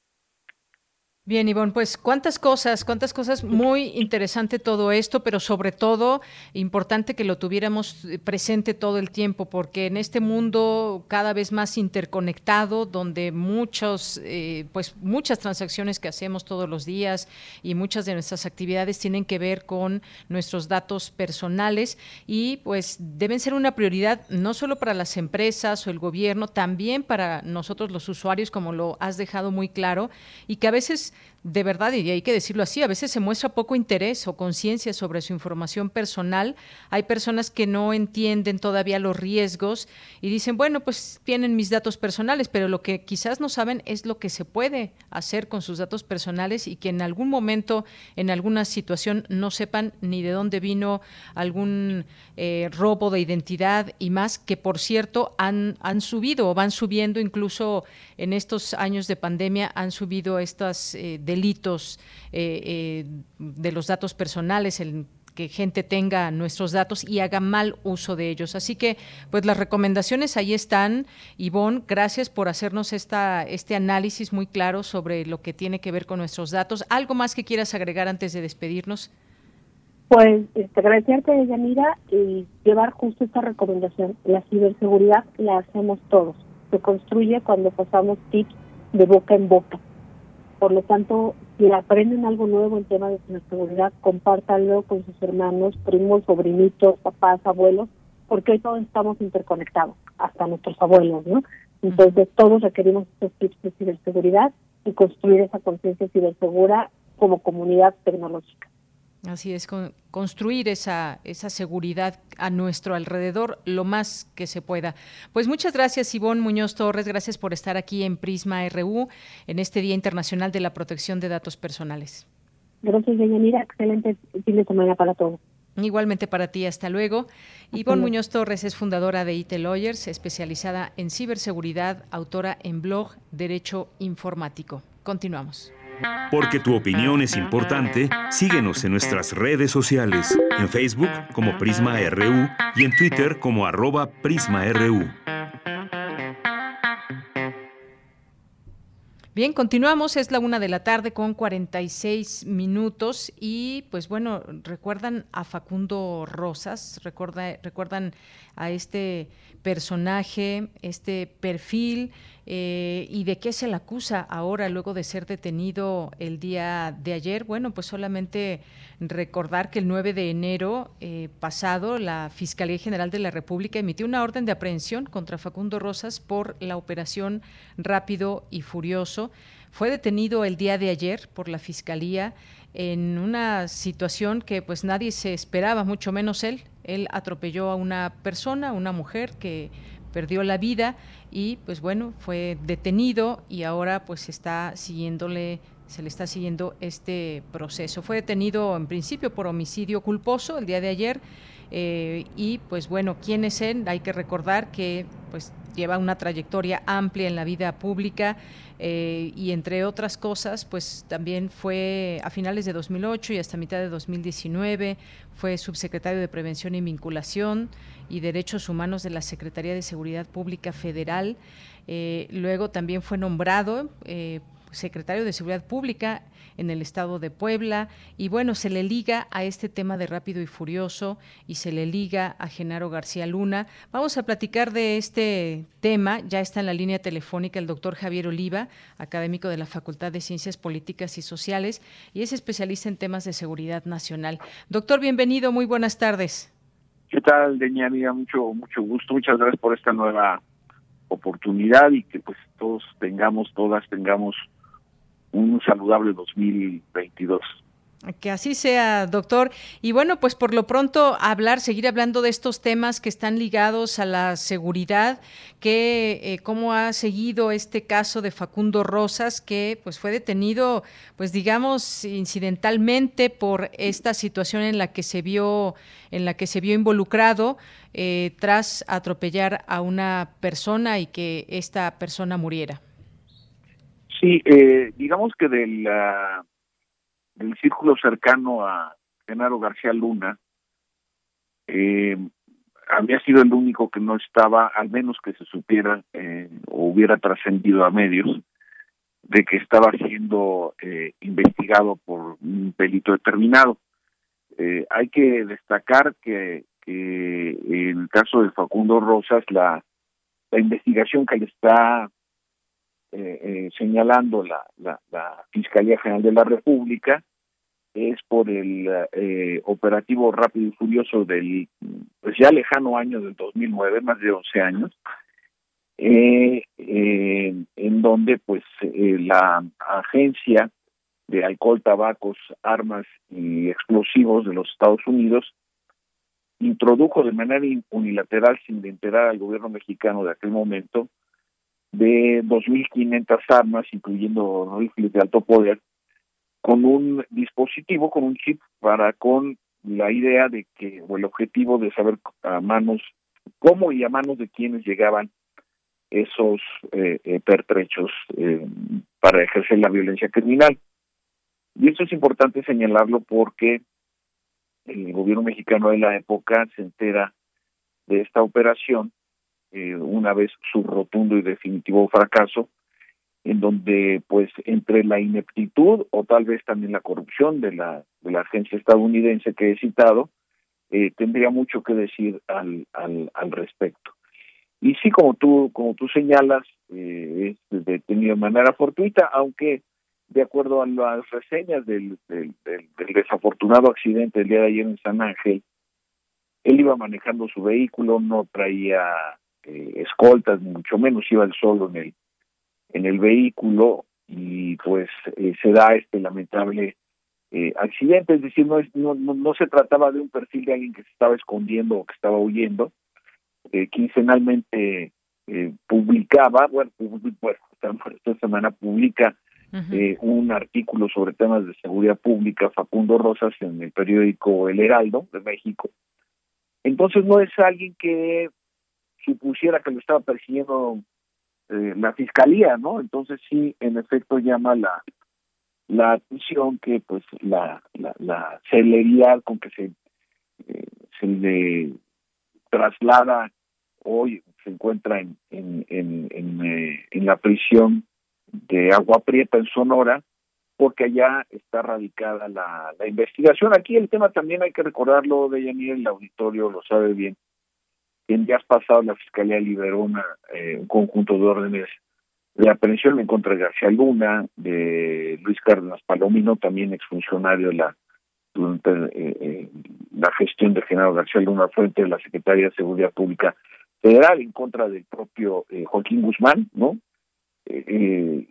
Bien, Ivonne, pues cuántas cosas, cuántas cosas, muy interesante todo esto, pero sobre todo importante que lo tuviéramos presente todo el tiempo, porque en este mundo cada vez más interconectado, donde muchos, eh, pues muchas transacciones que hacemos todos los días y muchas de nuestras actividades tienen que ver con nuestros datos personales y pues deben ser una prioridad no solo para las empresas o el gobierno, también para nosotros los usuarios, como lo has dejado muy claro, y que a veces de verdad, y hay que decirlo así, a veces se muestra poco interés o conciencia sobre su información personal. Hay personas que no entienden todavía los riesgos y dicen, bueno, pues tienen mis datos personales, pero lo que quizás no saben es lo que se puede hacer con sus datos personales y que en algún momento, en alguna situación, no sepan ni de dónde vino algún eh, robo de identidad y más, que por cierto han, han subido o van subiendo, incluso en estos años de pandemia han subido estas eh, delitos eh, eh, de los datos personales, el que gente tenga nuestros datos y haga mal uso de ellos. Así que, pues las recomendaciones ahí están. Ivonne, gracias por hacernos esta, este análisis muy claro sobre lo que tiene que ver con nuestros datos. ¿Algo más que quieras agregar antes de despedirnos? Pues este, agradecerte, Yanira, y llevar justo esta recomendación. La ciberseguridad la hacemos todos. Se construye cuando pasamos tips de boca en boca. Por lo tanto, si aprenden algo nuevo en tema de ciberseguridad, compártanlo con sus hermanos, primos, sobrinitos, papás, abuelos, porque hoy todos estamos interconectados, hasta nuestros abuelos, ¿no? Entonces, todos requerimos estos tips de ciberseguridad y construir esa conciencia cibersegura como comunidad tecnológica. Así es, con, construir esa, esa seguridad a nuestro alrededor lo más que se pueda. Pues muchas gracias, Ivonne Muñoz Torres, gracias por estar aquí en Prisma R U en este Día Internacional de la Protección de Datos Personales. Gracias, Yanira, excelente fin de semana para todos. Igualmente para ti, hasta luego. Hasta Ivonne luego. Muñoz Torres es fundadora de I T Lawyers, especializada en ciberseguridad, autora en blog Derecho Informático. Continuamos. Porque tu opinión es importante, síguenos en nuestras redes sociales, en Facebook como Prisma R U y en Twitter como arroba Prisma R U. Bien, continuamos, es la una de la tarde con cuarenta y seis minutos y pues bueno, recuerdan a Facundo Rosas, recuerda, recuerdan a este personaje, este perfil eh, y de qué se le acusa ahora luego de ser detenido el día de ayer. Bueno, pues solamente recordar que el nueve de enero eh, pasado la Fiscalía General de la República emitió una orden de aprehensión contra Facundo Rosas por la operación Rápido y Furioso. Fue detenido el día de ayer por la Fiscalía en una situación que pues nadie se esperaba, mucho menos él. Él atropelló a una persona, una mujer que perdió la vida y pues bueno, fue detenido y ahora pues está siguiéndole, se le está siguiendo este proceso. Fue detenido en principio por homicidio culposo el día de ayer eh, y pues bueno, ¿quién es él? Hay que recordar que pues lleva una trayectoria amplia en la vida pública eh, y entre otras cosas, pues también fue a finales de dos mil ocho y hasta mitad de dos mil diecinueve, fue subsecretario de Prevención y Vinculación y Derechos Humanos de la Secretaría de Seguridad Pública Federal. Eh, luego también fue nombrado eh, secretario de Seguridad Pública en el estado de Puebla, y bueno, se le liga a este tema de Rápido y Furioso y se le liga a Genaro García Luna. Vamos a platicar de este tema. Ya está en la línea telefónica el doctor Javier Oliva, académico de la Facultad de Ciencias Políticas y Sociales, y es especialista en temas de seguridad nacional. Doctor, bienvenido, muy buenas tardes. ¿Qué tal, Deñanía? Mucho, mucho gusto. Muchas gracias por esta nueva oportunidad y que pues todos tengamos, todas tengamos un saludable dos mil veintidós. Que así sea, doctor. Y bueno, pues por lo pronto hablar, seguir hablando de estos temas que están ligados a la seguridad, que eh, cómo ha seguido este caso de Facundo Rosas, que pues fue detenido, pues digamos, incidentalmente por esta situación en la que se vio, en la que se vio involucrado eh, tras atropellar a una persona y que esta persona muriera. Sí, eh, digamos que de la del círculo cercano a Genaro García Luna, eh, había sido el único que no estaba, al menos que se supiera eh, o hubiera trascendido a medios, de que estaba siendo eh, investigado por un delito determinado. Eh, hay que destacar que, que en el caso de Facundo Rosas, la, la investigación que le está Eh, eh, señalando la, la, la Fiscalía General de la República es por el eh, operativo Rápido y Furioso del pues ya lejano año del dos mil nueve, más de once años, eh, eh, en donde pues eh, la Agencia de Alcohol, Tabacos, Armas y Explosivos de los Estados Unidos introdujo de manera unilateral, sin enterar al gobierno mexicano de aquel momento, de dos mil quinientas armas, incluyendo rifles de alto poder, con un dispositivo, con un chip, para con la idea de que, o el objetivo de saber a manos, cómo y a manos de quienes llegaban esos eh, eh, pertrechos eh, para ejercer la violencia criminal. Y esto es importante señalarlo porque el gobierno mexicano de la época se entera de esta operación Eh, una vez su rotundo y definitivo fracaso, en donde pues entre la ineptitud o tal vez también la corrupción de la de la agencia estadounidense que he citado, eh, tendría mucho que decir al, al al respecto. Y sí, como tú como tú señalas, eh, es detenido de manera fortuita, aunque de acuerdo a las reseñas del, del, del, del desafortunado accidente el día de ayer en San Ángel, él iba manejando su vehículo, no traía Eh, escoltas, ni mucho menos, iba él solo en el en el vehículo y pues eh, se da este lamentable eh, accidente. Es decir, no, es, no, no no se trataba de un perfil de alguien que se estaba escondiendo o que estaba huyendo. Eh, quincenalmente eh, publicaba, bueno, pues, esta semana publica uh-huh. eh, un artículo sobre temas de seguridad pública, Facundo Rosas, en el periódico El Heraldo de México. Entonces no es alguien que supusiera que lo estaba persiguiendo eh, la fiscalía, ¿no? Entonces sí, en efecto llama la la atención que pues la la, la celeridad con que se eh, se le traslada hoy, se encuentra en en en en, eh, en la prisión de Agua Prieta en Sonora, porque allá está radicada la, la investigación. Aquí el tema también hay que recordarlo, Deyanira, el auditorio lo sabe bien. En días pasados la Fiscalía liberó una, eh, un conjunto de órdenes de aprehensión en contra de García Luna, de Luis Cárdenas Palomino, también exfuncionario de la durante eh, eh, la gestión de Genaro García Luna, frente de la Secretaría de Seguridad Pública Federal, en contra del propio eh, Joaquín Guzmán, ¿no? Eh, eh,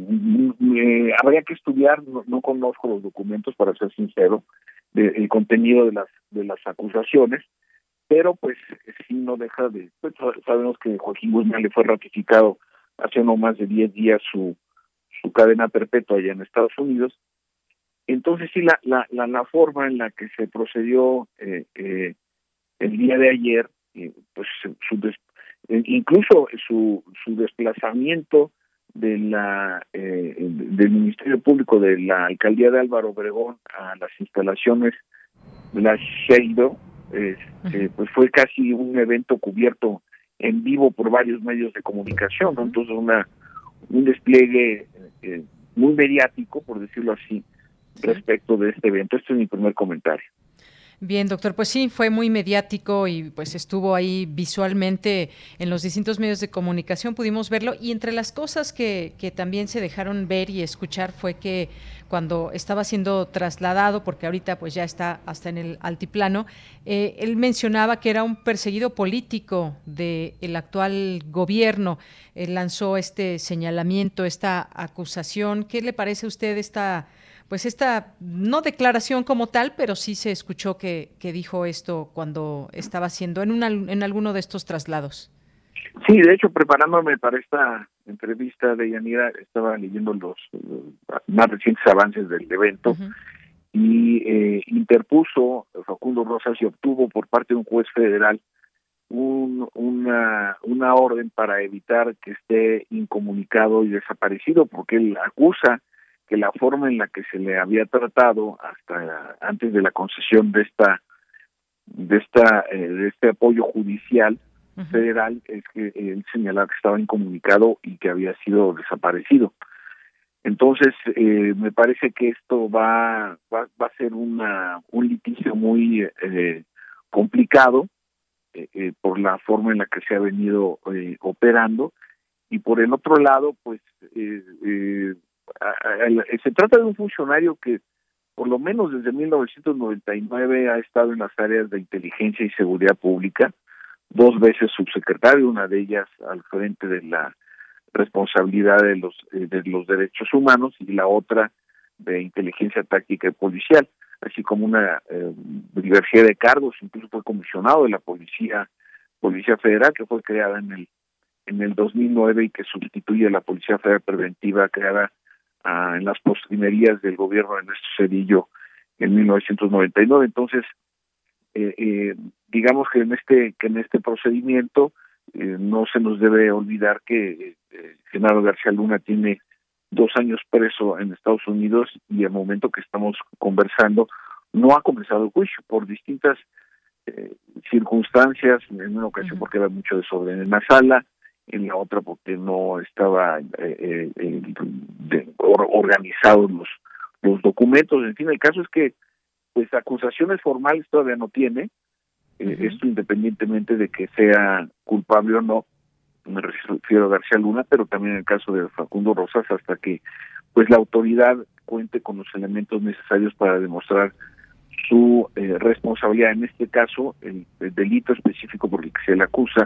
eh, habría que estudiar, no, no conozco los documentos, para ser sincero, de, el contenido de las de las acusaciones, pero pues sí no deja de, pues, sabemos que Joaquín Guzmán le fue ratificado hace no más de diez días su su cadena perpetua allá en Estados Unidos. Entonces sí, la la la, la forma en la que se procedió eh, eh, el día de ayer, eh, pues su des, eh, incluso su su desplazamiento de la eh, del Ministerio Público de la Alcaldía de Álvaro Obregón a las instalaciones de la Sheido, Este, pues fue casi un evento cubierto en vivo por varios medios de comunicación, ¿no? Entonces una un despliegue eh, muy mediático, por decirlo así, sí, respecto de este evento. Este es mi primer comentario. Bien, doctor, pues sí, fue muy mediático y pues estuvo ahí visualmente en los distintos medios de comunicación, pudimos verlo, y entre las cosas que, que también se dejaron ver y escuchar fue que cuando estaba siendo trasladado, porque ahorita pues ya está hasta en el altiplano, eh, él mencionaba que era un perseguido político del actual gobierno. Él lanzó este señalamiento, esta acusación. ¿Qué le parece a usted esta Pues esta, no declaración como tal, pero sí se escuchó que, que dijo esto cuando estaba haciendo en, una, en alguno de estos traslados? Sí, de hecho, preparándome para esta entrevista de Yanira, estaba leyendo los, los más recientes avances del evento, uh-huh, y eh, interpuso Facundo Rosas y obtuvo por parte de un juez federal un, una, una orden para evitar que esté incomunicado y desaparecido, porque él acusa que la forma en la que se le había tratado hasta antes de la concesión de esta de esta eh, de este apoyo judicial uh-huh, federal, es que él señalaba que estaba incomunicado y que había sido desaparecido. Entonces eh, me parece que esto va va, va a ser una un litigio muy eh, complicado eh, eh, por la forma en la que se ha venido eh, operando, y por el otro lado, pues eh, eh, se trata de un funcionario que por lo menos desde mil novecientos noventa y nueve ha estado en las áreas de inteligencia y seguridad pública, dos veces subsecretario, una de ellas al frente de la responsabilidad de los de los derechos humanos y la otra de inteligencia táctica y policial, así como una eh, diversidad de cargos. Incluso fue comisionado de la policía policía federal, que fue creada en el en el dos mil nueve y que sustituye a la Policía Federal Preventiva creada Uh, en las postrimerías del gobierno de Ernesto Zedillo en mil novecientos noventa y nueve. Entonces, eh, eh, digamos que en este que en este procedimiento eh, no se nos debe olvidar que eh, Genaro García Luna tiene dos años preso en Estados Unidos, y al momento que estamos conversando no ha comenzado el juicio por distintas eh, circunstancias. En una ocasión porque había mucho desorden en la sala, en la otra porque no estaba eh, eh, de, or, organizados los los documentos. En fin, el caso es que pues acusaciones formales todavía no tiene, eh, uh-huh, esto independientemente de que sea culpable o no, me refiero a García Luna, pero también en el caso de Facundo Rosas, hasta que pues la autoridad cuente con los elementos necesarios para demostrar su eh, responsabilidad. En este caso, el, el delito específico por el que se le acusa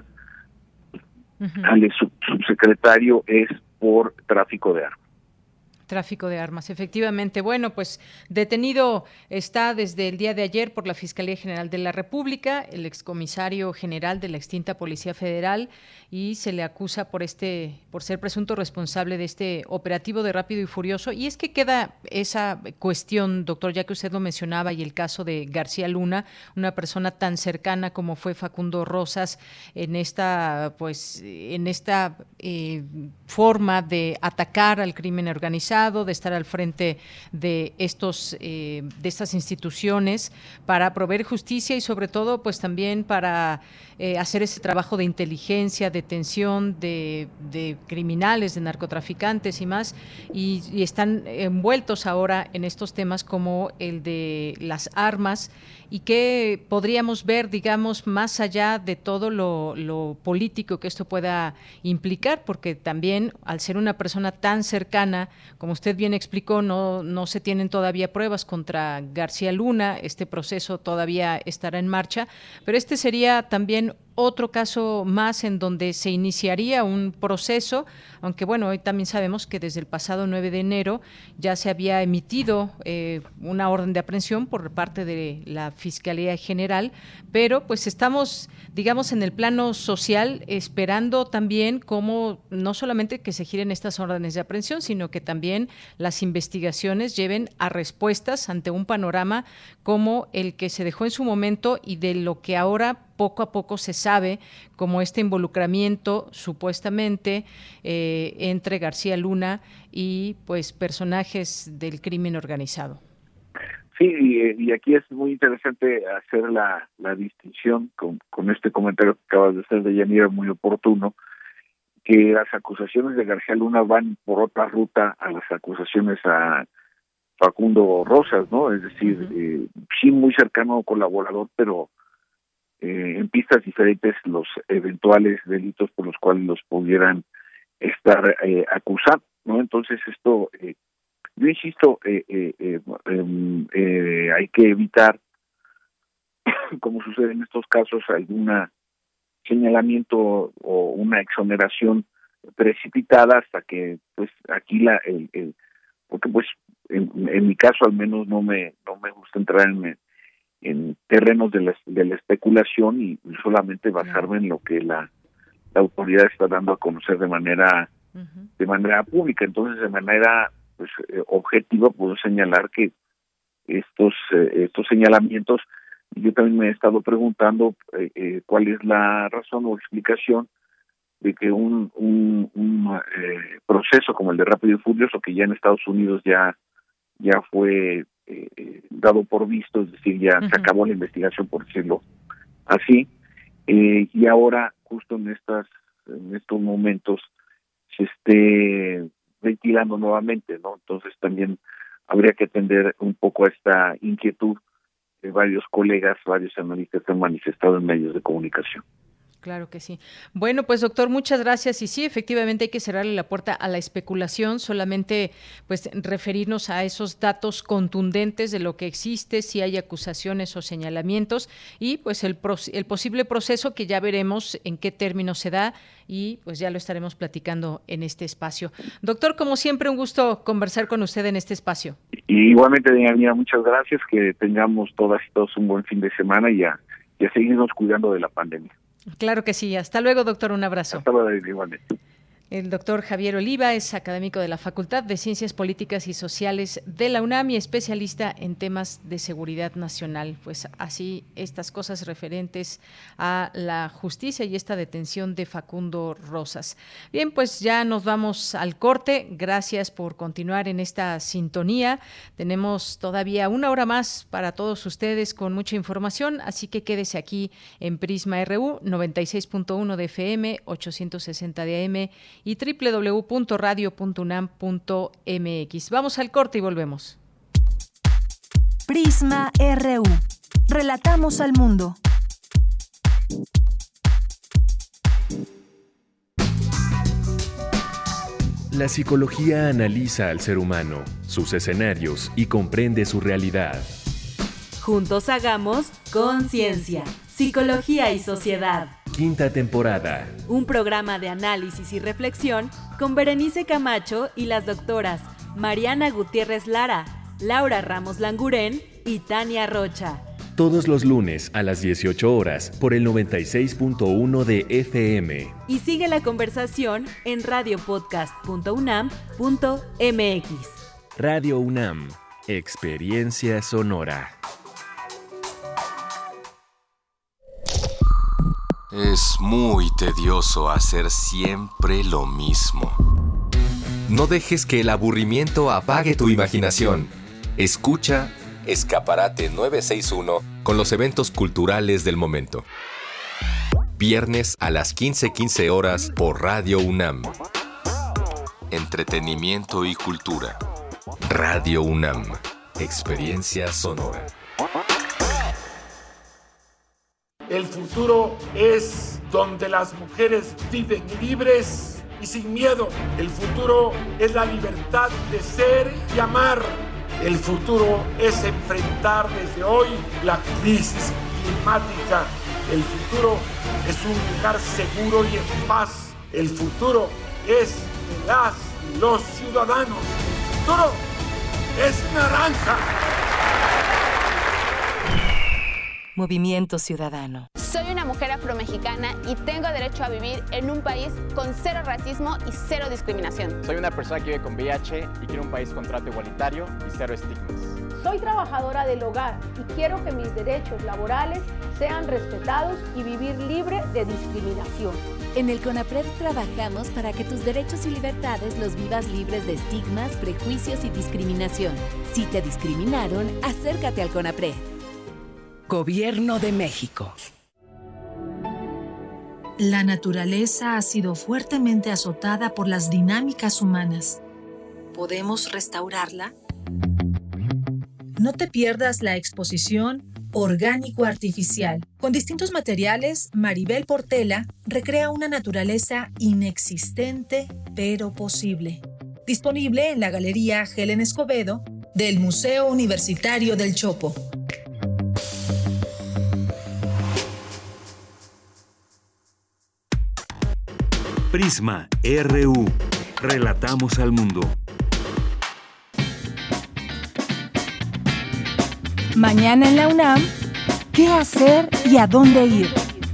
Uh-huh. al sub- subsecretario es por tráfico de armas. Tráfico de armas, efectivamente. Bueno, pues detenido está desde el día de ayer por la Fiscalía General de la República el excomisario general de la extinta Policía Federal, y se le acusa por este, por ser presunto responsable de este operativo de Rápido y Furioso. Y es que queda esa cuestión, doctor, ya que usted lo mencionaba, y el caso de García Luna, una persona tan cercana como fue Facundo Rosas en esta, pues, en esta eh, forma de atacar al crimen organizado, de estar al frente de estos eh, de estas instituciones para proveer justicia y sobre todo pues también para eh, hacer ese trabajo de inteligencia, detención de, de criminales, de narcotraficantes y más, y, y están envueltos ahora en estos temas como el de las armas, y que podríamos ver, digamos, más allá de todo lo, lo político que esto pueda implicar, porque también al ser una persona tan cercana, como usted bien explicó, no, no se tienen todavía pruebas contra García Luna, este proceso todavía estará en marcha, pero este sería también otro caso más en donde se iniciaría un proceso, aunque bueno, hoy también sabemos que desde el pasado nueve de enero ya se había emitido eh, una orden de aprehensión por parte de la Fiscalía General, pero pues estamos, digamos, en el plano social esperando también cómo no solamente que se giren estas órdenes de aprehensión, sino que también las investigaciones lleven a respuestas ante un panorama como el que se dejó en su momento y de lo que ahora poco a poco se sabe, como este involucramiento supuestamente eh, entre García Luna y pues personajes del crimen organizado. Sí, y, y aquí es muy interesante hacer la, la distinción con, con este comentario que acabas de hacer de Yanira, muy oportuno, que las acusaciones de García Luna van por otra ruta a las acusaciones a Facundo Rosas, ¿no? Es decir, uh-huh. eh, sí muy cercano colaborador, pero eh, en pistas diferentes los eventuales delitos por los cuales los pudieran estar eh, acusados, ¿no? Entonces esto, eh, yo insisto, eh, eh, eh, eh, eh, hay que evitar, como sucede en estos casos, algún señalamiento o una exoneración precipitada hasta que, pues, aquí la, el, el porque pues en, en mi caso al menos no me no me gusta entrar en, en terrenos de la, de la especulación y solamente basarme en lo que la, la autoridad está dando a conocer de manera uh-huh. de manera pública. Entonces, de manera pues eh, objetiva puedo señalar que estos eh, estos señalamientos, yo también me he estado preguntando eh, eh, cuál es la razón o explicación de que un, un, un eh, proceso como el de Rápido y Furioso, que ya en Estados Unidos ya ya fue eh, dado por visto, es decir, ya uh-huh. se acabó la investigación, por decirlo así, eh, y ahora justo en estas en estos momentos se esté ventilando nuevamente, ¿no? Entonces también habría que atender un poco a esta inquietud que varios colegas, varios analistas han manifestado en medios de comunicación. Claro que sí. Bueno, pues doctor, muchas gracias. Y sí, efectivamente hay que cerrarle la puerta a la especulación, solamente pues referirnos a esos datos contundentes de lo que existe, si hay acusaciones o señalamientos y pues el, el posible proceso que ya veremos en qué términos se da y pues ya lo estaremos platicando en este espacio. Doctor, como siempre, un gusto conversar con usted en este espacio. Y igualmente, doña Mía, muchas gracias, que tengamos todas y todos un buen fin de semana y a, y a seguirnos cuidando de la pandemia. Claro que sí. Hasta luego, doctor. Un abrazo. Hasta luego, igualmente. El doctor Javier Oliva es académico de la Facultad de Ciencias Políticas y Sociales de la UNAM y especialista en temas de seguridad nacional. Pues así estas cosas referentes a la justicia y esta detención de Facundo Rosas. Bien, pues ya nos vamos al corte. Gracias por continuar en esta sintonía. Tenemos todavía una hora más para todos ustedes con mucha información, así que quédese aquí en Prisma R U, noventa y seis punto uno de F M, ochocientos sesenta de A M y doble u doble u doble u punto radio punto unam punto m x. Vamos al corte y volvemos. Prisma R U. Relatamos al mundo. La psicología analiza al ser humano, sus escenarios y comprende su realidad. Juntos hagamos Conciencia, Psicología y Sociedad. Quinta temporada. Un programa de análisis y reflexión con Berenice Camacho y las doctoras Mariana Gutiérrez Lara, Laura Ramos Langurén y Tania Rocha. Todos los lunes a las dieciocho horas por el noventa y seis punto uno de F M. Y sigue la conversación en radio podcast punto unam punto m x. Radio UNAM, experiencia sonora. Es muy tedioso hacer siempre lo mismo. No dejes que el aburrimiento apague tu imaginación. Escucha Escaparate novecientos sesenta y uno con los eventos culturales del momento. Viernes a las quince quince horas por Radio UNAM. Entretenimiento y cultura. Radio UNAM. Experiencia sonora. El futuro es donde las mujeres viven libres y sin miedo. El futuro es la libertad de ser y amar. El futuro es enfrentar desde hoy la crisis climática. El futuro es un lugar seguro y en paz. El futuro es de las y los ciudadanos. El futuro es naranja. Movimiento Ciudadano. Soy una mujer afromexicana y tengo derecho a vivir en un país con cero racismo y cero discriminación. Soy una persona que vive con V I H y quiero un país con trato igualitario y cero estigmas. Soy trabajadora del hogar y quiero que mis derechos laborales sean respetados y vivir libre de discriminación. En el CONAPRED trabajamos para que tus derechos y libertades los vivas libres de estigmas, prejuicios y discriminación. Si te discriminaron, acércate al CONAPRED. Gobierno de México. La naturaleza ha sido fuertemente azotada por las dinámicas humanas. ¿Podemos restaurarla? No te pierdas la exposición Orgánico Artificial. Con distintos materiales, Maribel Portela recrea una naturaleza inexistente pero posible. Disponible en la Galería Helen Escobedo del Museo Universitario del Chopo. Prisma R U. Relatamos al mundo. Mañana en la UNAM, ¿qué hacer y a dónde ir?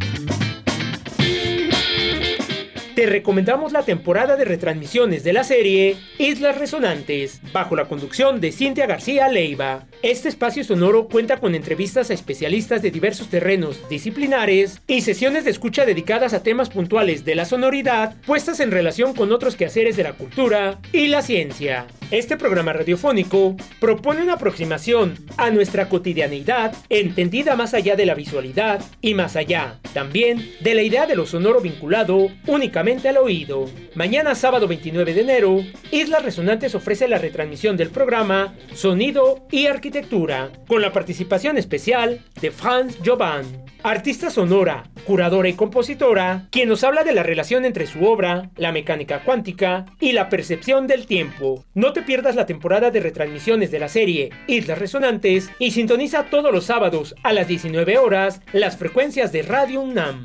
Te recomendamos la temporada de retransmisiones de la serie Islas Resonantes, bajo la conducción de Cintia García Leiva. Este espacio sonoro cuenta con entrevistas a especialistas de diversos terrenos disciplinares y sesiones de escucha dedicadas a temas puntuales de la sonoridad, puestas en relación con otros quehaceres de la cultura y la ciencia. Este programa radiofónico propone una aproximación a nuestra cotidianeidad entendida más allá de la visualidad y más allá, también, de la idea de lo sonoro vinculado únicamente al oído. Mañana sábado veintinueve de enero, Islas Resonantes ofrece la retransmisión del programa Sonido y Arquitectura, con la participación especial de Franz Jovan, artista sonora, curadora y compositora, quien nos habla de la relación entre su obra, la mecánica cuántica y la percepción del tiempo. No te pierdas la temporada de retransmisiones de la serie Islas Resonantes y sintoniza todos los sábados a las diecinueve horas las frecuencias de Radio UNAM.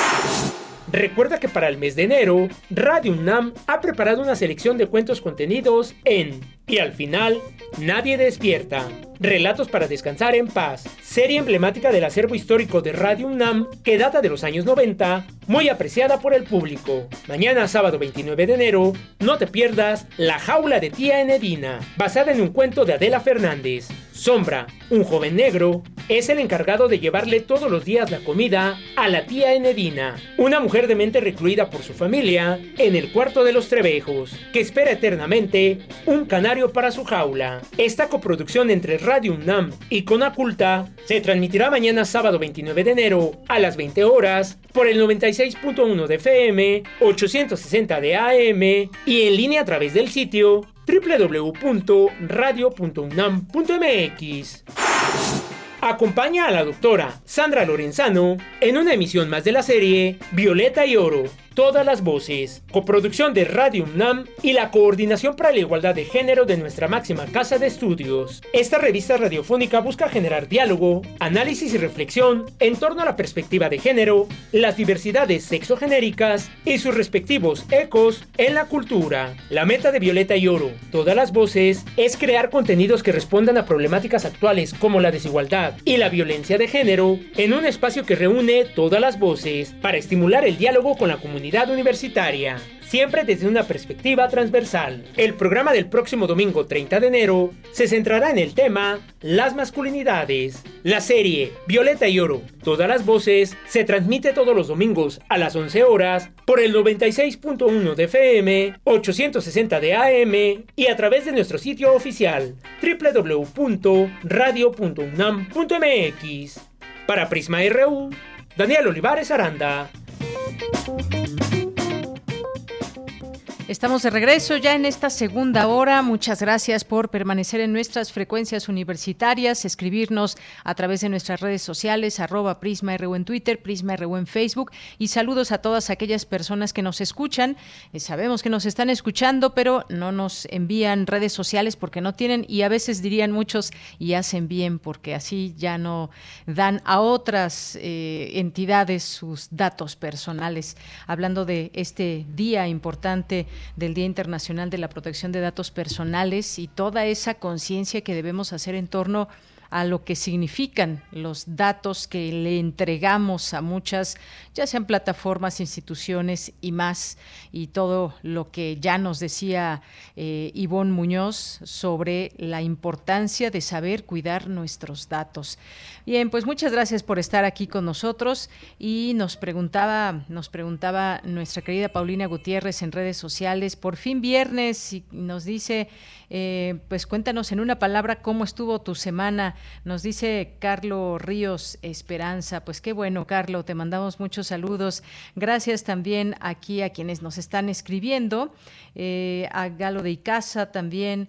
Recuerda que para el mes de enero, Radio UNAM ha preparado una selección de cuentos contenidos en Y al final, nadie despierta. Relatos para descansar en paz, serie emblemática del acervo histórico de Radio UNAM que data de los años noventa, muy apreciada por el público. Mañana, sábado veintinueve de enero, no te pierdas La jaula de tía Enedina, basada en un cuento de Adela Fernández. Sombra, un joven negro, es el encargado de llevarle todos los días la comida a la tía Enedina, una mujer de mente recluida por su familia en el cuarto de los Trevejos, que espera eternamente un canario para su jaula. Esta coproducción entre Radio UNAM y Conaculta se transmitirá mañana sábado veintinueve de enero a las veinte horas por el noventa y seis punto uno de F M, ochocientos sesenta de A M y en línea a través del sitio doble u doble u doble u punto radio punto unam punto m x. Acompaña a la doctora Sandra Lorenzano en una emisión más de la serie Violeta y Oro, todas las voces, coproducción de Radio UNAM y la Coordinación para la Igualdad de Género de nuestra máxima casa de estudios. Esta revista radiofónica busca generar diálogo, análisis y reflexión en torno a la perspectiva de género, las diversidades sexogenéricas y sus respectivos ecos en la cultura. La meta de Violeta y Oro, todas las voces, es crear contenidos que respondan a problemáticas actuales como la desigualdad y la violencia de género en un espacio que reúne todas las voces para estimular el diálogo con la comunidad universitaria, siempre desde una perspectiva transversal. El programa del próximo domingo treinta de enero se centrará en el tema Las masculinidades. La serie Violeta y Oro, todas las voces, se transmite todos los domingos a las once horas por el noventa y seis punto uno de F M, ochocientos sesenta de A M y a través de nuestro sitio oficial doble u doble u doble u punto radio punto unam punto m x. Para Prisma R U, Daniel Olivares Aranda. Estamos de regreso ya en esta segunda hora. Muchas gracias por permanecer en nuestras frecuencias universitarias, escribirnos a través de nuestras redes sociales, arroba Prisma R U en Twitter, Prisma R U en Facebook, y saludos a todas aquellas personas que nos escuchan. Eh, sabemos que nos están escuchando, pero no nos envían redes sociales porque no tienen, y a veces dirían muchos, y hacen bien, porque así ya no dan a otras eh, entidades sus datos personales. Hablando de este día importante del Día Internacional de la Protección de Datos Personales y toda esa conciencia que debemos hacer en torno a lo que significan los datos que le entregamos a muchas, ya sean plataformas, instituciones y más, y todo lo que ya nos decía eh, Ivonne Muñoz sobre la importancia de saber cuidar nuestros datos. Bien, pues muchas gracias por estar aquí con nosotros, y nos preguntaba, nos preguntaba nuestra querida Paulina Gutiérrez en redes sociales, por fin viernes, y nos dice, eh, pues cuéntanos en una palabra cómo estuvo tu semana Nos dice Carlos Ríos Esperanza. Pues qué bueno, Carlos, te mandamos muchos saludos. Gracias también aquí a quienes nos están escribiendo, eh, a Galo de Icaza también.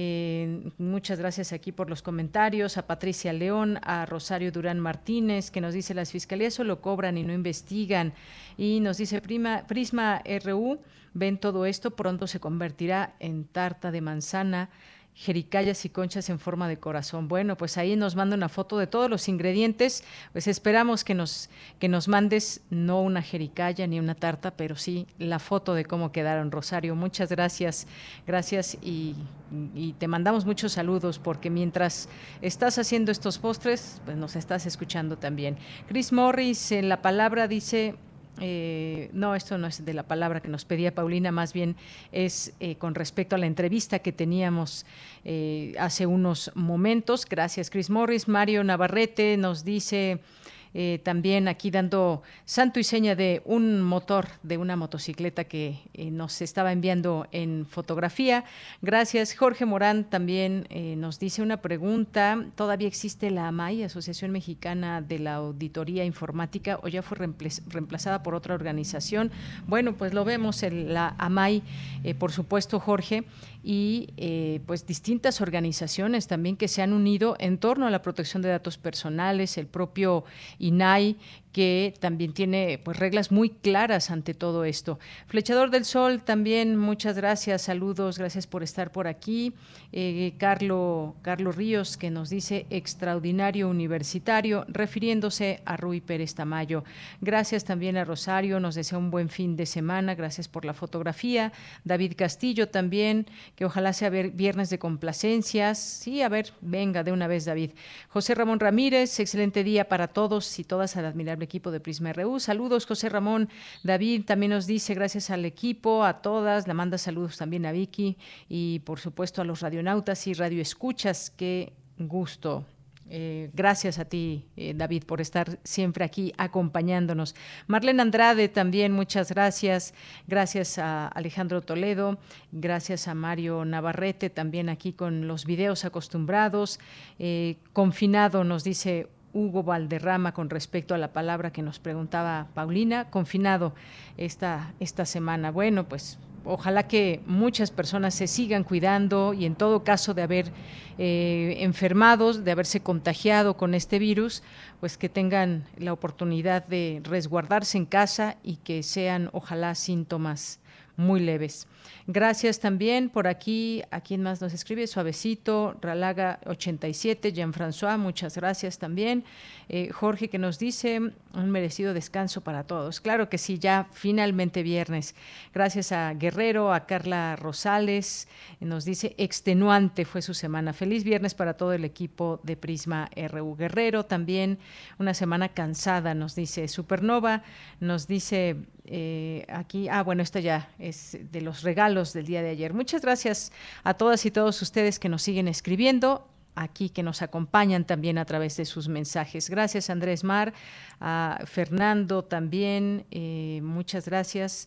Eh, muchas gracias aquí por los comentarios, a Patricia León, a Rosario Durán Martínez, que nos dice: las fiscalías solo cobran y no investigan, y nos dice Prima, Prisma R U, ven todo esto, pronto se convertirá en tarta de manzana, jericayas y conchas en forma de corazón. Bueno, pues ahí nos manda una foto de todos los ingredientes. Pues esperamos que nos que nos mandes no una jericaya ni una tarta, pero sí la foto de cómo quedaron, Rosario. Muchas gracias, gracias y, y te mandamos muchos saludos, porque mientras estás haciendo estos postres, pues nos estás escuchando también. Chris Morris en la palabra dice... Eh, no, esto no es de la palabra que nos pedía Paulina, más bien es eh, con respecto a la entrevista que teníamos eh, hace unos momentos. Gracias, Chris Morris. Mario Navarrete nos dice... Eh, también aquí dando santo y seña de un motor de una motocicleta que eh, nos estaba enviando en fotografía. Gracias. Jorge Morán también eh, nos dice una pregunta: ¿todavía existe la A M A I, Asociación Mexicana de la Auditoría Informática, o ya fue reemplazada por otra organización? Bueno, pues lo vemos en la A M A I, eh, por supuesto, Jorge, y eh, pues distintas organizaciones también que se han unido en torno a la protección de datos personales, el propio I N A I, que también tiene pues reglas muy claras ante todo esto. Flechador del Sol también, muchas gracias, saludos, gracias por estar por aquí. Eh, Carlo, Carlos Ríos, que nos dice extraordinario universitario, refiriéndose a Rui Pérez Tamayo. Gracias también a Rosario, nos desea un buen fin de semana, gracias por la fotografía. David Castillo también, que ojalá sea viernes de complacencias. Sí, a ver, venga de una vez, David. José Ramón Ramírez, excelente día para todos y todas al admirable equipo de Prisma R U. Saludos, José Ramón. David también nos dice gracias al equipo, a todas, le manda saludos también a Vicky y por supuesto a los radionautas y radioescuchas. Qué gusto. Eh, gracias a ti, eh, David, por estar siempre aquí acompañándonos. Marlene Andrade también, muchas gracias. Gracias a Alejandro Toledo, gracias a Mario Navarrete, también aquí con los videos acostumbrados. Eh, confinado, nos dice Hugo Valderrama con respecto a la palabra que nos preguntaba Paulina, confinado esta, esta semana. Bueno, pues ojalá que muchas personas se sigan cuidando y en todo caso de haber eh, enfermados, de haberse contagiado con este virus, pues que tengan la oportunidad de resguardarse en casa y que sean ojalá síntomas muy leves. Gracias también por aquí, a quien más nos escribe, Suavecito, Ralaga ochenta y siete, Jean-François, muchas gracias también. Eh, Jorge, que nos dice un merecido descanso para todos. Claro que sí, ya finalmente viernes. Gracias a Guerrero, a Carla Rosales, nos dice extenuante fue su semana. Feliz viernes para todo el equipo de Prisma R U. Guerrero también, una semana cansada, nos dice Supernova, nos dice eh, aquí, ah bueno, esta ya es de los regalos del día de ayer. Muchas gracias a todas y todos ustedes que nos siguen escribiendo aquí, que nos acompañan también a través de sus mensajes. Gracias, Andrés Mar, a Fernando también, eh, muchas gracias.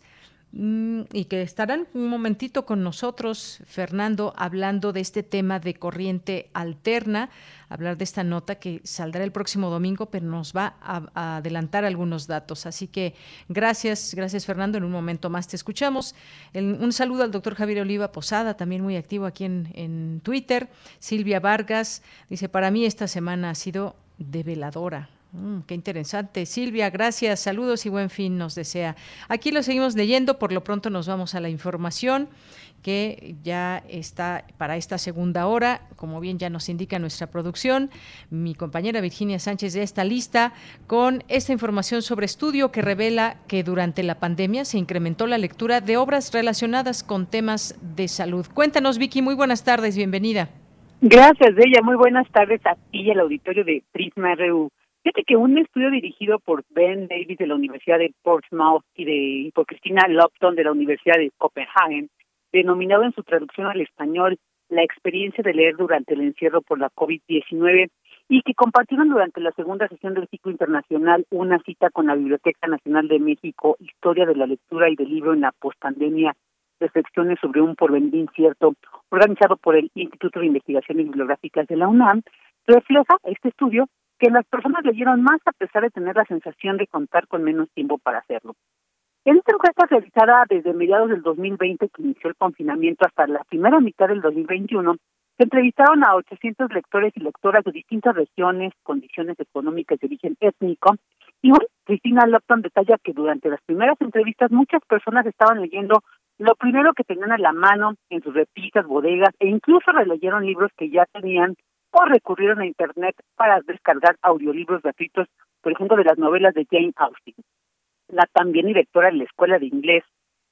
Y que estarán un momentito con nosotros, Fernando, hablando de este tema de corriente alterna, hablar de esta nota que saldrá el próximo domingo, pero nos va a, a adelantar algunos datos. Así que gracias, gracias Fernando, en un momento más te escuchamos. El, un saludo al doctor Javier Oliva Posada, también muy activo aquí en, en Twitter. Silvia Vargas dice, para mí esta semana ha sido develadora. Mm, qué interesante. Silvia, gracias, saludos y buen fin nos desea. Aquí lo seguimos leyendo, por lo pronto nos vamos a la información que ya está para esta segunda hora, como bien ya nos indica nuestra producción. Mi compañera Virginia Sánchez ya está lista con esta información sobre estudio que revela que durante la pandemia se incrementó la lectura de obras relacionadas con temas de salud. Cuéntanos, Vicky, muy buenas tardes, bienvenida. Gracias, Bella, muy buenas tardes a ti y al auditorio de Prisma R U. Fíjate que un estudio dirigido por Ben Davis de la Universidad de Portsmouth y, de, y por Cristina Lupton de la Universidad de Copenhagen, denominado en su traducción al español La experiencia de leer durante el encierro por la COVID diecinueve, y que compartieron durante la segunda sesión del ciclo internacional una cita con la Biblioteca Nacional de México, Historia de la Lectura y del Libro en la Postpandemia, reflexiones sobre un porvenir incierto, organizado por el Instituto de Investigaciones Bibliográficas de la UNAM. Refleja este estudio que las personas leyeron más a pesar de tener la sensación de contar con menos tiempo para hacerlo. En esta encuesta realizada desde mediados del dos mil veinte, que inició el confinamiento, hasta la primera mitad del dos mil veintiuno, se entrevistaron a ochocientos lectores y lectoras de distintas regiones, condiciones económicas de origen étnico, y hoy Cristina Lupton detalla que durante las primeras entrevistas muchas personas estaban leyendo lo primero que tenían a la mano en sus repisas, bodegas, e incluso releyeron libros que ya tenían o recurrieron a Internet para descargar audiolibros gratuitos, por ejemplo, de las novelas de Jane Austen. La también directora de la Escuela de Inglés,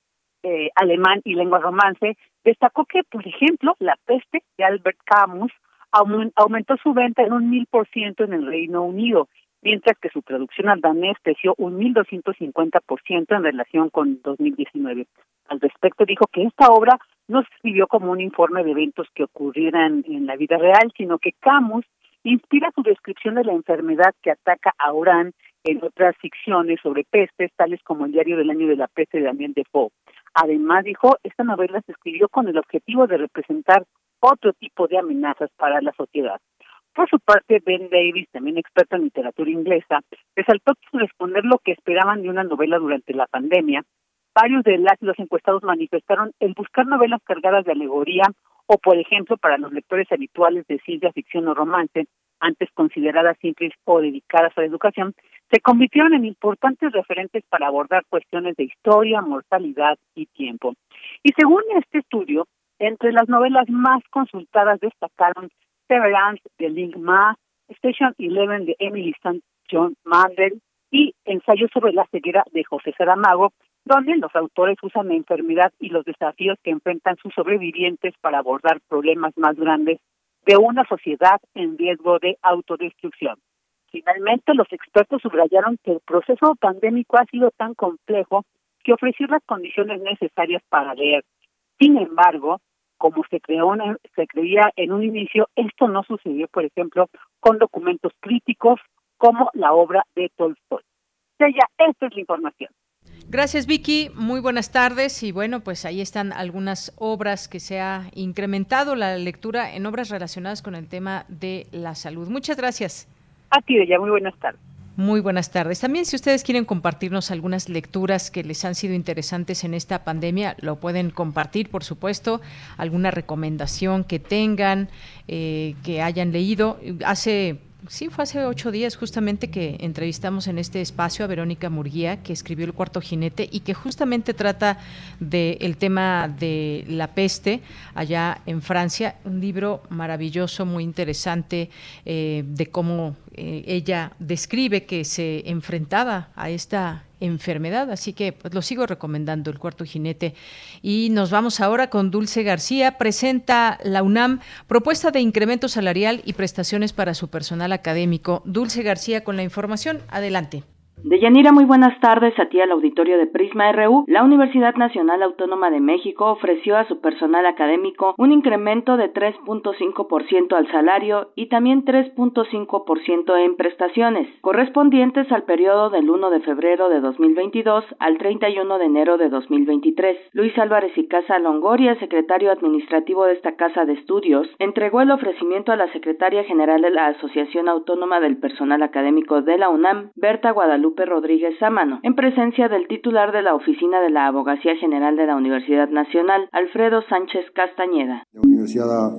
eh, Alemán y Lengua Romance destacó que, por ejemplo, La peste de Albert Camus aumentó su venta en un mil por ciento en el Reino Unido, mientras que su traducción al danés creció un mil doscientos cincuenta por ciento en relación con dos mil diecinueve. Al respecto dijo que esta obra no se escribió como un informe de eventos que ocurrieran en la vida real, sino que Camus inspira su descripción de la enfermedad que ataca a Orán en otras ficciones sobre pestes, tales como El diario del año de la peste de Daniel Defoe. Además, dijo, esta novela se escribió con el objetivo de representar otro tipo de amenazas para la sociedad. Por su parte, Ben Davis, también experto en literatura inglesa, resaltó que sin responder lo que esperaban de una novela durante la pandemia, varios de las los encuestados manifestaron el buscar novelas cargadas de alegoría o, por ejemplo, para los lectores habituales de ciencia ficción o romance, antes consideradas simples o dedicadas a la educación, se convirtieron en importantes referentes para abordar cuestiones de historia, mortalidad y tiempo. Y según este estudio, entre las novelas más consultadas destacaron Severance de Ling Ma, Station Eleven de Emily St. John Mandel y Ensayo sobre la ceguera de José Saramago, donde los autores usan la enfermedad y los desafíos que enfrentan sus sobrevivientes para abordar problemas más grandes de una sociedad en riesgo de autodestrucción. Finalmente, los expertos subrayaron que el proceso pandémico ha sido tan complejo que ofreció las condiciones necesarias para leer. Sin embargo, como se creó una, se creía en un inicio, esto no sucedió, por ejemplo, con documentos críticos como la obra de Tolstoy. Ella, esta es la información. Gracias, Vicky. Muy buenas tardes. Y bueno, pues ahí están algunas obras que se ha incrementado la lectura en obras relacionadas con el tema de la salud. Muchas gracias. A ti, Bella. Muy buenas tardes. Muy buenas tardes. También, si ustedes quieren compartirnos algunas lecturas que les han sido interesantes en esta pandemia, lo pueden compartir, por supuesto. Alguna recomendación que tengan, eh, que hayan leído. Hace... Sí, fue hace ocho días justamente que entrevistamos en este espacio a Verónica Murguía, que escribió El Cuarto Jinete y que justamente trata del tema de la peste allá en Francia. Un libro maravilloso, muy interesante, eh, de cómo eh, ella describe que se enfrentaba a esta enfermedad, así que pues lo sigo recomendando, El Cuarto Jinete. Y nos vamos ahora con Dulce García. Presenta la UNAM propuesta de incremento salarial y prestaciones para su personal académico. Dulce García con la información, adelante. Deyanira, muy buenas tardes a ti al auditorio de Prisma R U. La Universidad Nacional Autónoma de México ofreció a su personal académico un incremento de tres punto cinco por ciento al salario y también tres punto cinco por ciento en prestaciones, correspondientes al periodo del primero de febrero de dos mil veintidós al treinta y uno de enero de dos mil veintitrés. Luis Álvarez y Casa Longoria, secretario administrativo de esta casa de estudios, entregó el ofrecimiento a la secretaria general de la Asociación Autónoma del Personal Académico de la UNAM, Berta Guadalupe Rodríguez Sámano, en presencia del titular de la Oficina de la Abogacía General de la Universidad Nacional, Alfredo Sánchez Castañeda. La universidad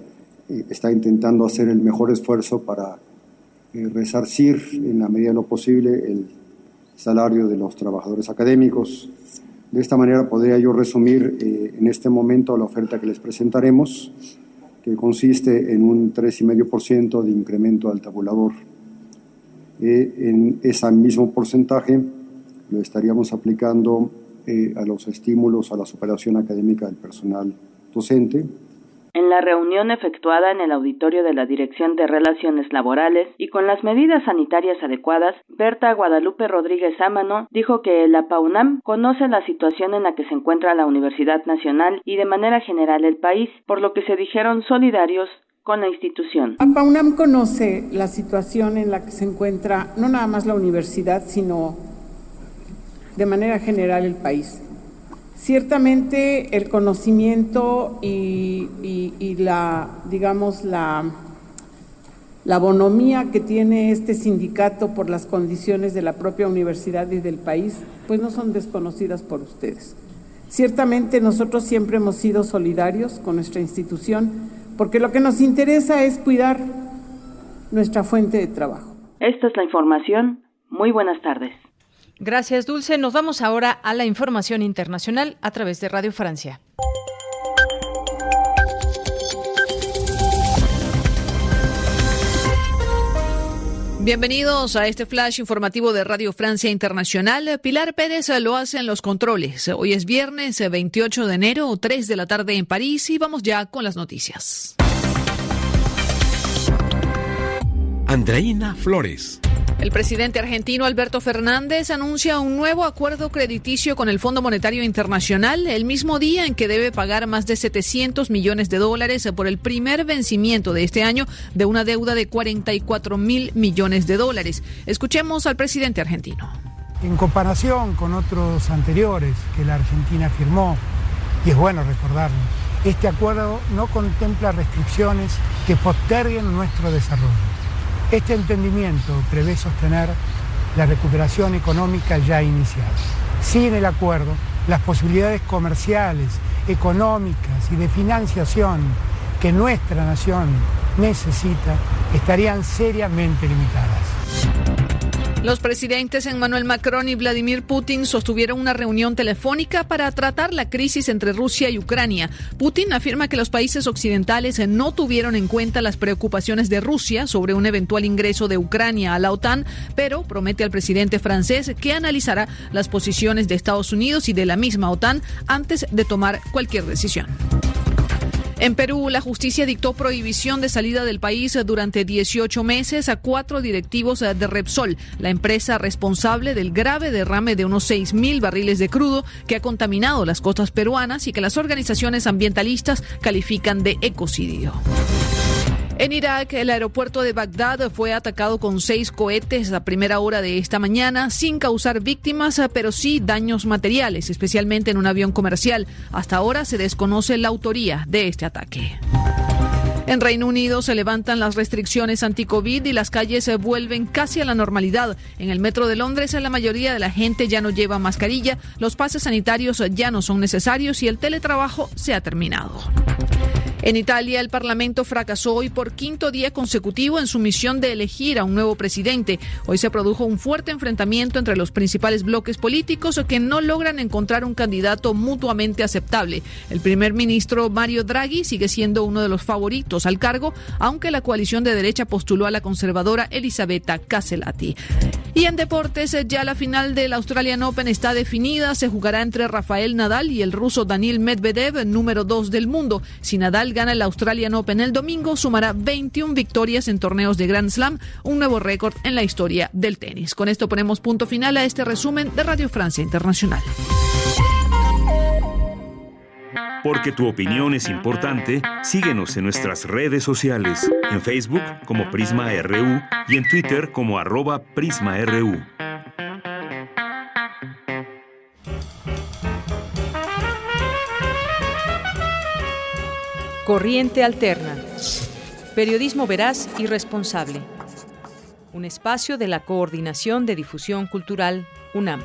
eh, está intentando hacer el mejor esfuerzo para eh, resarcir en la medida de lo posible el salario de los trabajadores académicos. De esta manera podría yo resumir eh, en este momento la oferta que les presentaremos, que consiste en un tres coma cinco por ciento de incremento al tabulador. Eh, en ese mismo porcentaje lo estaríamos aplicando eh, a los estímulos a la superación académica del personal docente. En la reunión efectuada en el auditorio de la Dirección de Relaciones Laborales y con las medidas sanitarias adecuadas, Berta Guadalupe Rodríguez Sámano dijo que la PAUNAM conoce la situación en la que se encuentra la Universidad Nacional y de manera general el país, por lo que se dijeron solidarios con la institución. APAUNAM conoce la situación en la que se encuentra no nada más la universidad, sino de manera general el país. Ciertamente el conocimiento y, y, y la, digamos, la La bonomía que tiene este sindicato por las condiciones de la propia universidad y del país, pues no son desconocidas por ustedes. Ciertamente nosotros siempre hemos sido solidarios con nuestra institución, porque lo que nos interesa es cuidar nuestra fuente de trabajo. Esta es la información. Muy buenas tardes. Gracias, Dulce. Nos vamos ahora a la información internacional a través de Radio Francia. Bienvenidos a este flash informativo de Radio Francia Internacional. Pilar Pérez lo hace en los controles. Hoy es viernes veintiocho de enero, tres de la tarde en París, y vamos ya con las noticias. Andreina Flores. El presidente argentino Alberto Fernández anuncia un nuevo acuerdo crediticio con el Fondo Monetario Internacional el mismo día en que debe pagar más de setecientos millones de dólares por el primer vencimiento de este año de una deuda de cuarenta y cuatro mil millones de dólares. Escuchemos al presidente argentino. En comparación con otros anteriores que la Argentina firmó, y es bueno recordarlo, este acuerdo no contempla restricciones que posterguen nuestro desarrollo. Este entendimiento prevé sostener la recuperación económica ya iniciada. Sin el acuerdo, las posibilidades comerciales, económicas y de financiación que nuestra nación necesita estarían seriamente limitadas. Los presidentes Emmanuel Macron y Vladimir Putin sostuvieron una reunión telefónica para tratar la crisis entre Rusia y Ucrania. Putin afirma que los países occidentales no tuvieron en cuenta las preocupaciones de Rusia sobre un eventual ingreso de Ucrania a la OTAN, pero promete al presidente francés que analizará las posiciones de Estados Unidos y de la misma OTAN antes de tomar cualquier decisión. En Perú, la justicia dictó prohibición de salida del país durante dieciocho meses a cuatro directivos de Repsol, la empresa responsable del grave derrame de unos seis mil barriles de crudo que ha contaminado las costas peruanas y que las organizaciones ambientalistas califican de ecocidio. En Irak, el aeropuerto de Bagdad fue atacado con seis cohetes a primera hora de esta mañana, sin causar víctimas, pero sí daños materiales, especialmente en un avión comercial. Hasta ahora se desconoce la autoría de este ataque. En Reino Unido se levantan las restricciones anti-COVID y las calles se vuelven casi a la normalidad. En el metro de Londres la mayoría de la gente ya no lleva mascarilla, los pases sanitarios ya no son necesarios y el teletrabajo se ha terminado. En Italia, el Parlamento fracasó hoy por quinto día consecutivo en su misión de elegir a un nuevo presidente. Hoy se produjo un fuerte enfrentamiento entre los principales bloques políticos que no logran encontrar un candidato mutuamente aceptable. El primer ministro Mario Draghi sigue siendo uno de los favoritos al cargo, aunque la coalición de derecha postuló a la conservadora Elisabetta Casellati. Y en deportes, ya la final del Australian Open está definida. Se jugará entre Rafael Nadal y el ruso Daniil Medvedev, número dos del mundo. Si Nadal gana el Australian Open el domingo, sumará veintiuna victorias en torneos de Grand Slam, un nuevo récord en la historia del tenis. Con esto ponemos punto final a este resumen de Radio Francia Internacional. Porque tu opinión es importante, síguenos en nuestras redes sociales, en Facebook como Prisma R U y en Twitter como arroba PrismaRU. Corriente Alterna. Periodismo veraz y responsable. Un espacio de la Coordinación de Difusión Cultural, UNAM.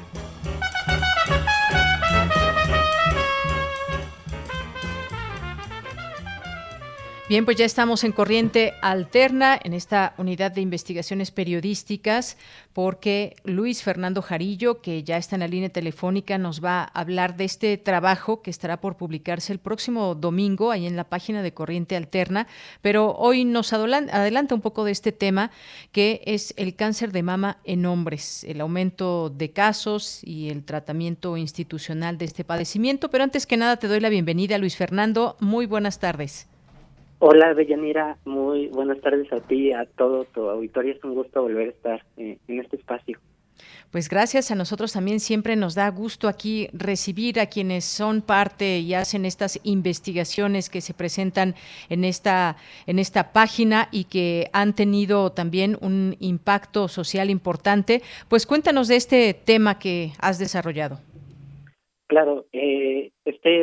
Bien, pues ya estamos en Corriente Alterna, en esta unidad de investigaciones periodísticas, porque Luis Fernando Jarillo, que ya está en la línea telefónica, nos va a hablar de este trabajo que estará por publicarse el próximo domingo, ahí en la página de Corriente Alterna, pero hoy nos adelanta un poco de este tema, que es el cáncer de mama en hombres, el aumento de casos y el tratamiento institucional de este padecimiento. Pero antes que nada te doy la bienvenida, Luis Fernando, muy buenas tardes. Hola, Deyanira, muy buenas tardes a ti y a todo tu auditorio. Es un gusto volver a estar eh, en este espacio. Pues gracias, a nosotros también siempre nos da gusto aquí recibir a quienes son parte y hacen estas investigaciones que se presentan en esta, en esta página y que han tenido también un impacto social importante. Pues cuéntanos de este tema que has desarrollado. Claro, eh, este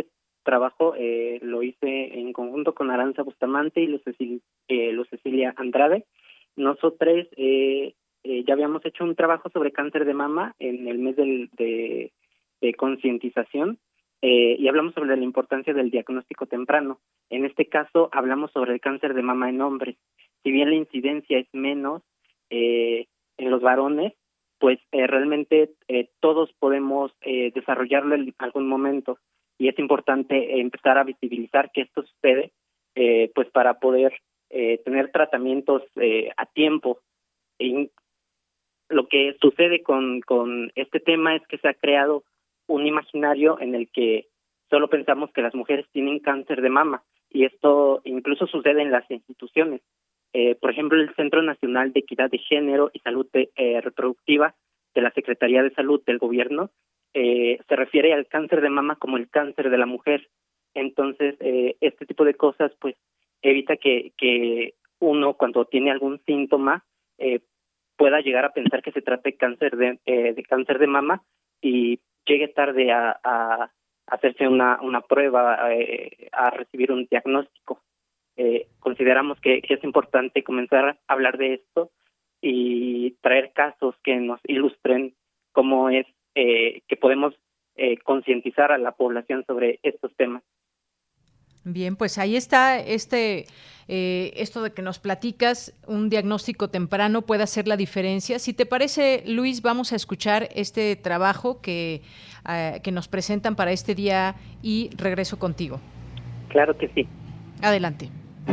trabajo eh, lo hice en conjunto con Aranza Bustamante y Luz Cecilia, eh, Luz Cecilia Andrade. Nosotros eh, eh, ya habíamos hecho un trabajo sobre cáncer de mama en el mes del, de, de concientización eh, y hablamos sobre la importancia del diagnóstico temprano. En este caso hablamos sobre el cáncer de mama en hombres. Si bien la incidencia es menos eh, en los varones, pues eh, realmente eh, todos podemos eh, desarrollarlo en algún momento y es importante eh, empezar a visibilizar que esto sucede eh, pues para poder eh, tener tratamientos eh, a tiempo. Y lo que sucede con, con este tema es que se ha creado un imaginario en el que solo pensamos que las mujeres tienen cáncer de mama y esto incluso sucede en las instituciones. Eh, por ejemplo, el Centro Nacional de Equidad de Género y Salud de, eh, Reproductiva de la Secretaría de Salud del Gobierno eh, se refiere al cáncer de mama como el cáncer de la mujer. Entonces, eh, este tipo de cosas pues evita que, que uno cuando tiene algún síntoma eh, pueda llegar a pensar que se trata de cáncer de, eh, de cáncer de mama y llegue tarde a, a hacerse una, una prueba, eh, a recibir un diagnóstico. Eh, consideramos que, que es importante comenzar a hablar de esto y traer casos que nos ilustren cómo es eh, que podemos eh, concientizar a la población sobre estos temas. Bien, pues ahí está este eh, esto de que nos platicas, un diagnóstico temprano puede hacer la diferencia. Si te parece, Luis, vamos a escuchar este trabajo que, uh, que nos presentan para este día y regreso contigo. Claro que sí. Adelante.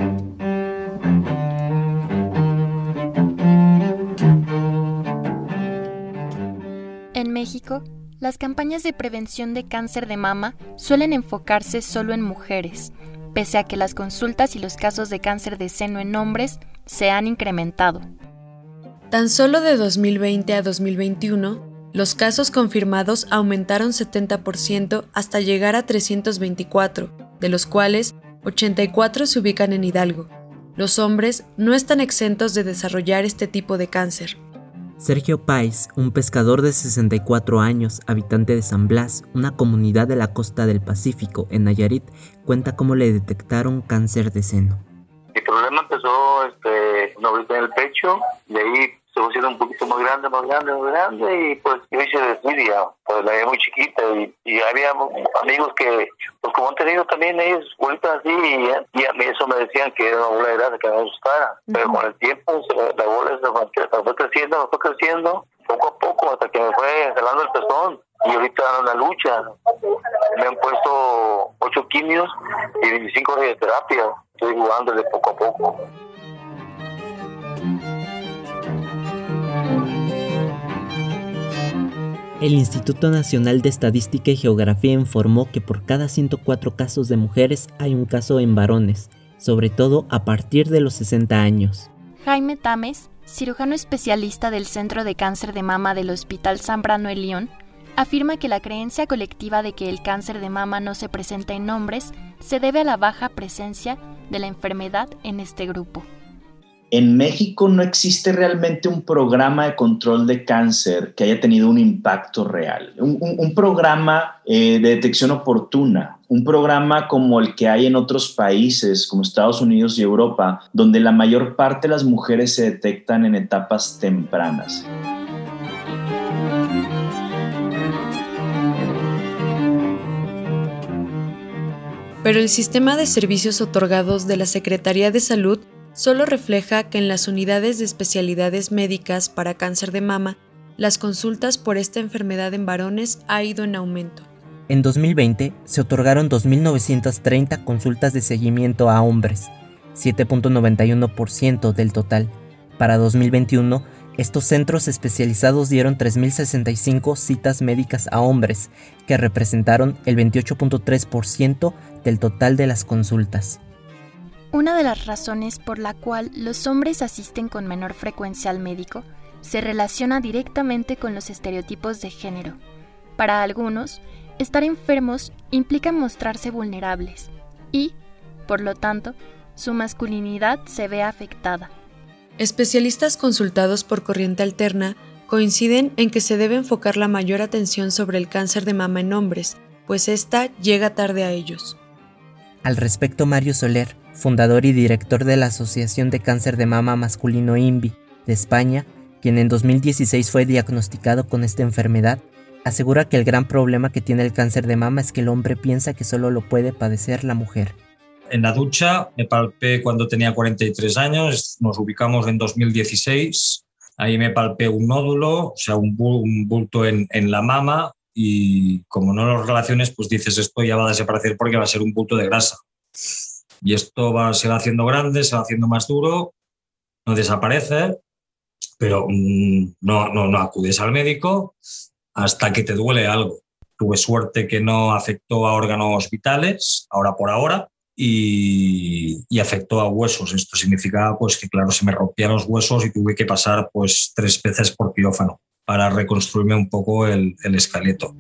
En México, las campañas de prevención de cáncer de mama suelen enfocarse solo en mujeres, pese a que las consultas y los casos de cáncer de seno en hombres se han incrementado. Tan solo de dos mil veinte a dos mil veintiuno, los casos confirmados aumentaron setenta por ciento hasta llegar a trescientos veinticuatro, de los cuales ochenta y cuatro se ubican en Hidalgo. Los hombres no están exentos de desarrollar este tipo de cáncer. Sergio Páez, un pescador de sesenta y cuatro años, habitante de San Blas, una comunidad de la costa del Pacífico, en Nayarit, cuenta cómo le detectaron cáncer de seno. El problema empezó este, una bolita en el pecho, de ahí se fue haciendo un poquito más grande, más grande, más grande, y pues yo hice desidia, pues la veía muy chiquita, y, y había amigos que, pues como han tenido también ellos bolitas así, y, y a mí eso me decían que era una bola de grasa que no me gustara, uh-huh. Pero con el tiempo se, la bola se fue, se fue creciendo, me fue creciendo, poco a poco, hasta que me fue jalando el pezón, y ahorita en la lucha, me han puesto ocho quimios y veinticinco de terapia, estoy jugándole poco a poco. El Instituto Nacional de Estadística y Geografía informó que por cada ciento cuatro casos de mujeres hay un caso en varones, sobre todo a partir de los sesenta años. Jaime Tames, cirujano especialista del Centro de Cáncer de Mama del Hospital Zambrano El León, afirma que la creencia colectiva de que el cáncer de mama no se presenta en hombres se debe a la baja presencia de la enfermedad en este grupo. En México no existe realmente un programa de control de cáncer que haya tenido un impacto real. Un, un, un programa eh, de detección oportuna, un programa como el que hay en otros países como Estados Unidos y Europa, donde la mayor parte de las mujeres se detectan en etapas tempranas. Pero el sistema de servicios otorgados de la Secretaría de Salud solo refleja que en las unidades de especialidades médicas para cáncer de mama, las consultas por esta enfermedad en varones ha ido en aumento. En dos mil veinte se otorgaron dos mil novecientas treinta consultas de seguimiento a hombres, siete punto noventa y uno por ciento del total. Para dos mil veintiuno, estos centros especializados dieron tres mil sesenta y cinco citas médicas a hombres, que representaron el veintiocho punto tres por ciento del total de las consultas. Una de las razones por la cual los hombres asisten con menor frecuencia al médico se relaciona directamente con los estereotipos de género. Para algunos, estar enfermos implica mostrarse vulnerables y, por lo tanto, su masculinidad se ve afectada. Especialistas consultados por Corriente Alterna coinciden en que se debe enfocar la mayor atención sobre el cáncer de mama en hombres, pues esta llega tarde a ellos. Al respecto, Mario Soler, fundador y director de la Asociación de Cáncer de Mama Masculino I N V I de España, quien en dos mil dieciséis fue diagnosticado con esta enfermedad, asegura que el gran problema que tiene el cáncer de mama es que el hombre piensa que solo lo puede padecer la mujer. En la ducha me palpé cuando tenía cuarenta y tres años, nos ubicamos en dos mil dieciséis, ahí me palpé un nódulo, o sea, un, bul- un bulto en, en la mama, y como no lo relaciones, pues dices, esto ya va a desaparecer porque va a ser un bulto de grasa. Y esto va, se va haciendo grande, se va haciendo más duro, no desaparece, pero mmm, no, no, no acudes al médico hasta que te duele algo. Tuve suerte que no afectó a órganos vitales, ahora por ahora, y, y afectó a huesos. Esto significaba pues, que, claro, se me rompían los huesos y tuve que pasar pues, tres veces por quirófano para reconstruirme un poco el, el esqueleto.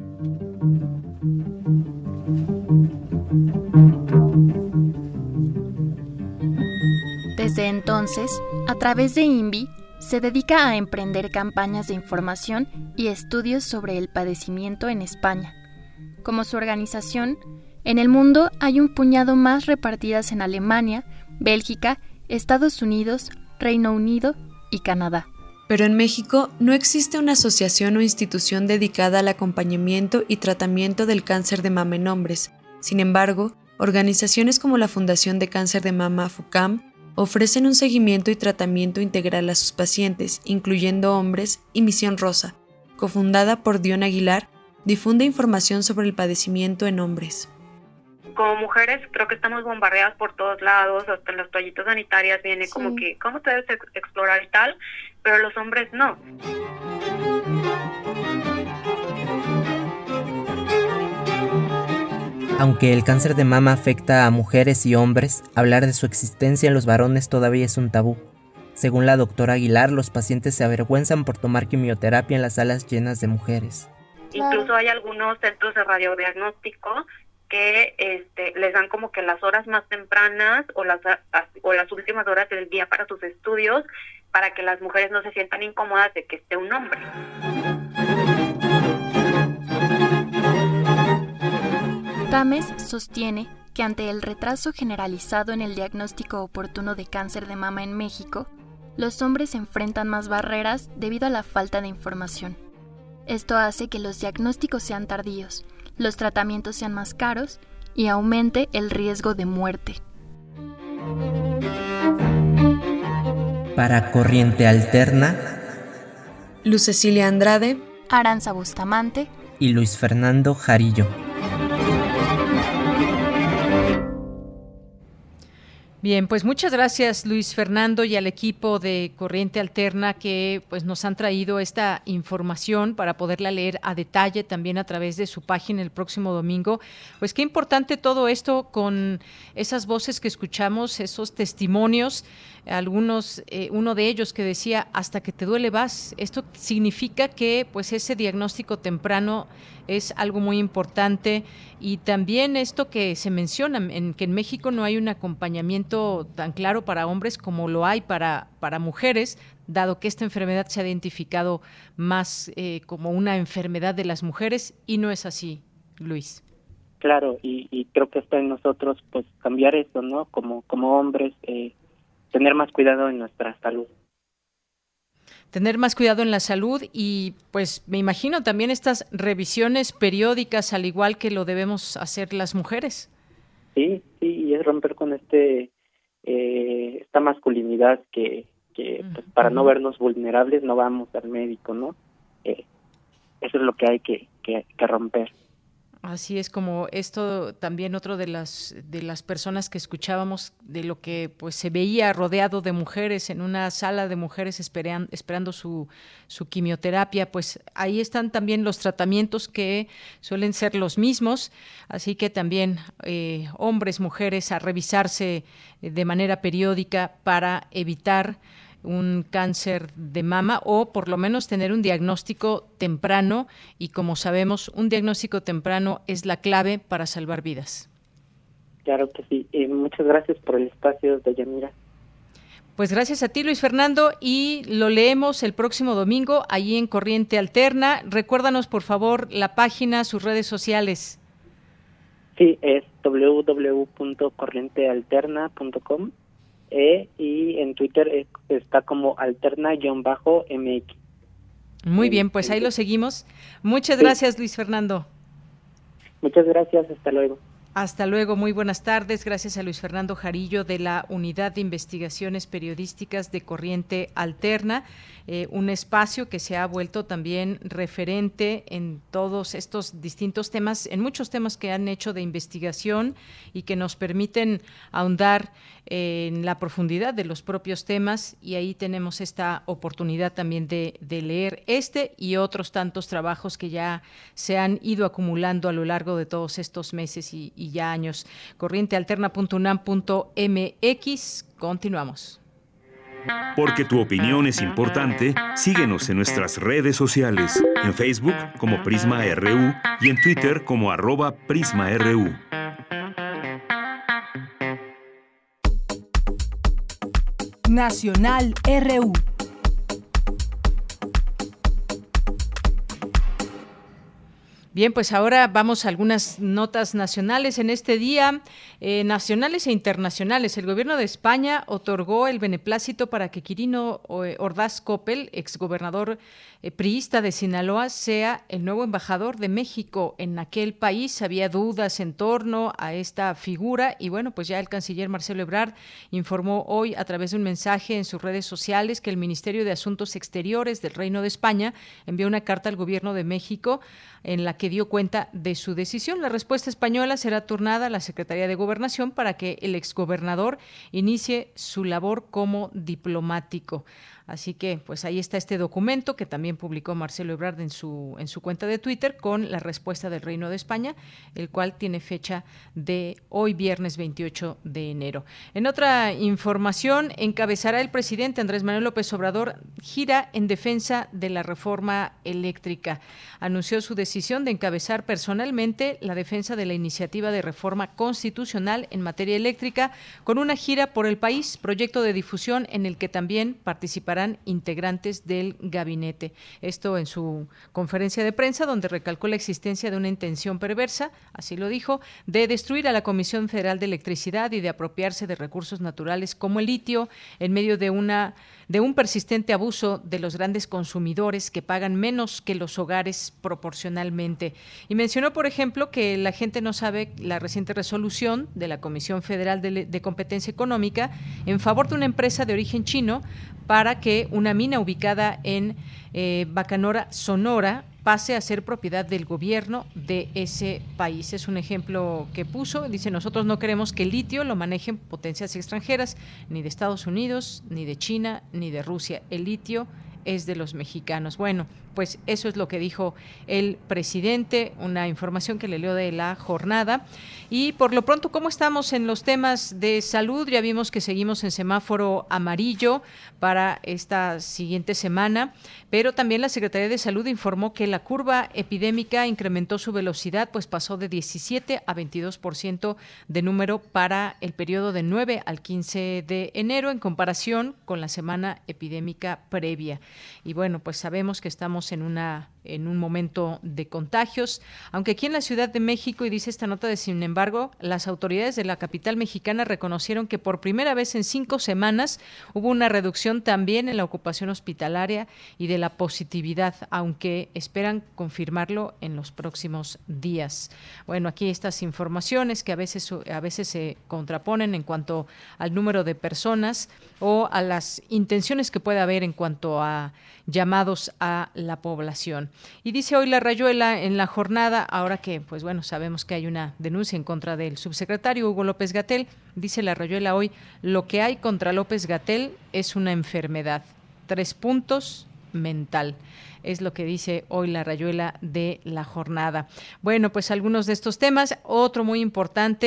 Desde entonces, a través de I N V I, se dedica a emprender campañas de información y estudios sobre el padecimiento en España. Como su organización, en el mundo hay un puñado más repartidas en Alemania, Bélgica, Estados Unidos, Reino Unido y Canadá. Pero en México no existe una asociación o institución dedicada al acompañamiento y tratamiento del cáncer de mama en hombres. Sin embargo, organizaciones como la Fundación de Cáncer de Mama FUCAM ofrecen un seguimiento y tratamiento integral a sus pacientes, incluyendo hombres, y Misión Rosa, cofundada por Dion Aguilar, difunde información sobre el padecimiento en hombres. Como mujeres creo que estamos bombardeadas por todos lados, hasta en las toallitas sanitarias viene sí. como que, ¿cómo te debes explorar y tal? Pero los hombres no. Aunque el cáncer de mama afecta a mujeres y hombres, hablar de su existencia en los varones todavía es un tabú. Según la doctora Aguilar, los pacientes se avergüenzan por tomar quimioterapia en las salas llenas de mujeres. Incluso hay algunos centros de radiodiagnóstico que este, les dan como que las horas más tempranas o las, o las últimas horas del día para sus estudios, para que las mujeres no se sientan incómodas de que esté un hombre. Tames sostiene que ante el retraso generalizado en el diagnóstico oportuno de cáncer de mama en México, los hombres enfrentan más barreras debido a la falta de información. Esto hace que los diagnósticos sean tardíos, los tratamientos sean más caros y aumente el riesgo de muerte. Para Corriente Alterna, Luz Cecilia Andrade, Aranza Bustamante y Luis Fernando Jarillo. Bien, pues muchas gracias Luis Fernando y al equipo de Corriente Alterna que pues nos han traído esta información para poderla leer a detalle también a través de su página el próximo domingo. Pues qué importante todo esto con esas voces que escuchamos, esos testimonios, algunos, eh, uno de ellos que decía hasta que te duele vas. Esto significa que pues ese diagnóstico temprano es algo muy importante y también esto que se menciona en que en México no hay un acompañamiento tan claro para hombres como lo hay para, para mujeres, dado que esta enfermedad se ha identificado más eh, como una enfermedad de las mujeres y no es así, Luis. Claro, y, y creo que está en nosotros pues cambiar eso, ¿no? Como, como hombres, eh, tener más cuidado en nuestra salud. Tener más cuidado en la salud y pues me imagino también estas revisiones periódicas al igual que lo debemos hacer las mujeres. Sí, sí, y es romper con este eh, esta masculinidad que, que pues, para no vernos vulnerables no vamos al médico, ¿no? Eh, eso es lo que hay que, que, que romper. Así es, como esto también otro de las de las personas que escuchábamos de lo que pues se veía rodeado de mujeres en una sala de mujeres esperan, esperando su su quimioterapia, pues ahí están también los tratamientos que suelen ser los mismos, así que también eh, hombres, mujeres a revisarse de manera periódica para evitar un cáncer de mama o por lo menos tener un diagnóstico temprano y como sabemos un diagnóstico temprano es la clave para salvar vidas. Claro que sí, y muchas gracias por el espacio, Deyanira. Pues gracias a ti Luis Fernando y lo leemos el próximo domingo allí en Corriente Alterna. Recuérdanos por favor la página, sus redes sociales. Sí, es doble u doble u doble u punto corriente alterna punto com eh, y en Twitter es, está como alterna-M X. Muy bien, pues ahí lo seguimos. Muchas gracias, Luis Fernando. Muchas gracias, hasta luego. Hasta luego, muy buenas tardes. Gracias a Luis Fernando Jarillo de la Unidad de Investigaciones Periodísticas de Corriente Alterna, eh, un espacio que se ha vuelto también referente en todos estos distintos temas, en muchos temas que han hecho de investigación y que nos permiten ahondar en la profundidad de los propios temas, y ahí tenemos esta oportunidad también de, de leer este y otros tantos trabajos que ya se han ido acumulando a lo largo de todos estos meses y, y ya años. corriente alterna punto unam punto m x. Continuamos. Porque tu opinión es importante, síguenos en nuestras redes sociales, en Facebook como Prisma R U y en Twitter como arroba Prisma R U. Nacional R U. Bien, pues ahora vamos a algunas notas nacionales en este día, eh, nacionales e internacionales. El gobierno de España otorgó el beneplácito para que Quirino Ordaz Coppel, exgobernador eh, priista de Sinaloa, sea el nuevo embajador de México en aquel país. Había dudas en torno a esta figura y bueno, pues ya el canciller Marcelo Ebrard informó hoy a través de un mensaje en sus redes sociales que el Ministerio de Asuntos Exteriores del Reino de España envió una carta al gobierno de México en la que dio cuenta de su decisión. La respuesta española será turnada a la Secretaría de Gobernación para que el exgobernador inicie su labor como diplomático. Así que, pues ahí está este documento que también publicó Marcelo Ebrard en su en su cuenta de Twitter con la respuesta del Reino de España, el cual tiene fecha de hoy viernes veintiocho de enero. En otra información, encabezará el presidente Andrés Manuel López Obrador gira en defensa de la reforma eléctrica. Anunció su decisión de encabezar personalmente la defensa de la iniciativa de reforma constitucional en materia eléctrica con una gira por el país, proyecto de difusión en el que también participará integrantes del gabinete. Esto en su conferencia de prensa, donde recalcó la existencia de una intención perversa, así lo dijo, de destruir a la Comisión Federal de Electricidad y de apropiarse de recursos naturales como el litio en medio de una de un persistente abuso de los grandes consumidores que pagan menos que los hogares proporcionalmente. Y mencionó, por ejemplo, que la gente no sabe la reciente resolución de la Comisión Federal de, de Competencia Económica en favor de una empresa de origen chino para que una mina ubicada en eh, Bacanora, Sonora, pase a ser propiedad del gobierno de ese país. Es un ejemplo que puso. Dice, nosotros no queremos que el litio lo manejen potencias extranjeras, ni de Estados Unidos, ni de China, ni de Rusia. El litio es de los mexicanos. Bueno, pues eso es lo que dijo el presidente, una información que le leo de La Jornada. Y por lo pronto, ¿cómo estamos en los temas de salud? Ya vimos que seguimos en semáforo amarillo para esta siguiente semana, pero también la Secretaría de Salud informó que la curva epidémica incrementó su velocidad, pues pasó de diecisiete a veintidós por ciento de número para el periodo de nueve al quince de enero en comparación con la semana epidémica previa. Y bueno, pues sabemos que estamos en una en un momento de contagios, aunque aquí en la Ciudad de México, y dice esta nota de sin embargo, las autoridades de la capital mexicana reconocieron que por primera vez en cinco semanas hubo una reducción también en la ocupación hospitalaria y de la positividad, aunque esperan confirmarlo en los próximos días. Bueno, aquí estas informaciones que a veces a veces se contraponen en cuanto al número de personas o a las intenciones que puede haber en cuanto a llamados a la población. Y dice hoy La Rayuela en La Jornada, ahora que, pues bueno, sabemos que hay una denuncia en contra del subsecretario Hugo López-Gatell, dice La Rayuela hoy, lo que hay contra López-Gatell es una enfermedad, tres puntos, mental. Es lo que dice hoy La Rayuela de La Jornada. Bueno, pues algunos de estos temas. Otro muy importante,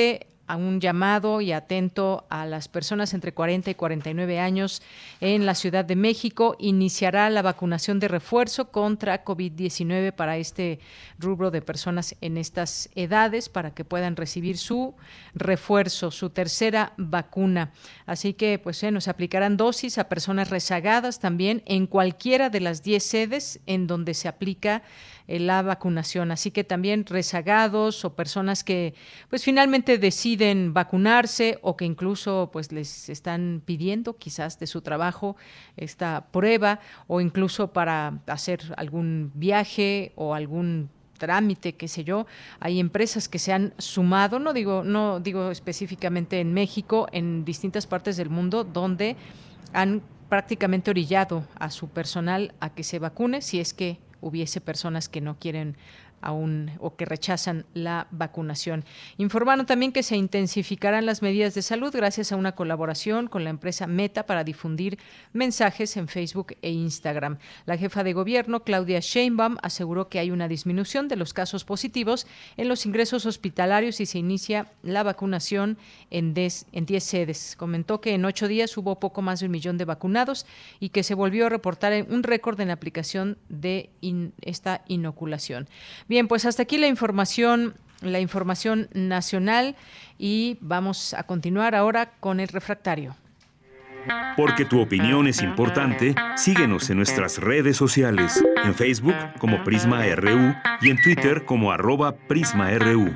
a un llamado y atento a las personas entre cuarenta y cuarenta y nueve años en la Ciudad de México. Iniciará la vacunación de refuerzo contra COVID diecinueve para este rubro de personas en estas edades, para que puedan recibir su refuerzo, su tercera vacuna. Así que pues eh, nos aplicarán dosis a personas rezagadas también en cualquiera de las diez sedes en donde se aplica la vacunación, así que también rezagados o personas que pues finalmente deciden vacunarse o que incluso pues les están pidiendo quizás de su trabajo esta prueba, o incluso para hacer algún viaje o algún trámite, qué sé yo. Hay empresas que se han sumado, no digo no digo específicamente en México, en distintas partes del mundo, donde han prácticamente orillado a su personal a que se vacune si es que hubiese personas que no quieren aún o que rechazan la vacunación. Informaron también que se intensificarán las medidas de salud gracias a una colaboración con la empresa Meta para difundir mensajes en Facebook e Instagram. La jefa de gobierno, Claudia Sheinbaum, aseguró que hay una disminución de los casos positivos en los ingresos hospitalarios y se inicia la vacunación en diez sedes. Comentó que en ocho días hubo poco más de un millón de vacunados y que se volvió a reportar un récord en la aplicación de in, esta inoculación. Bien, pues hasta aquí la información, la información nacional, y vamos a continuar ahora con el refractario. Porque tu opinión es importante, síguenos en nuestras redes sociales, en Facebook como Prisma R U y en Twitter como arroba Prisma R U.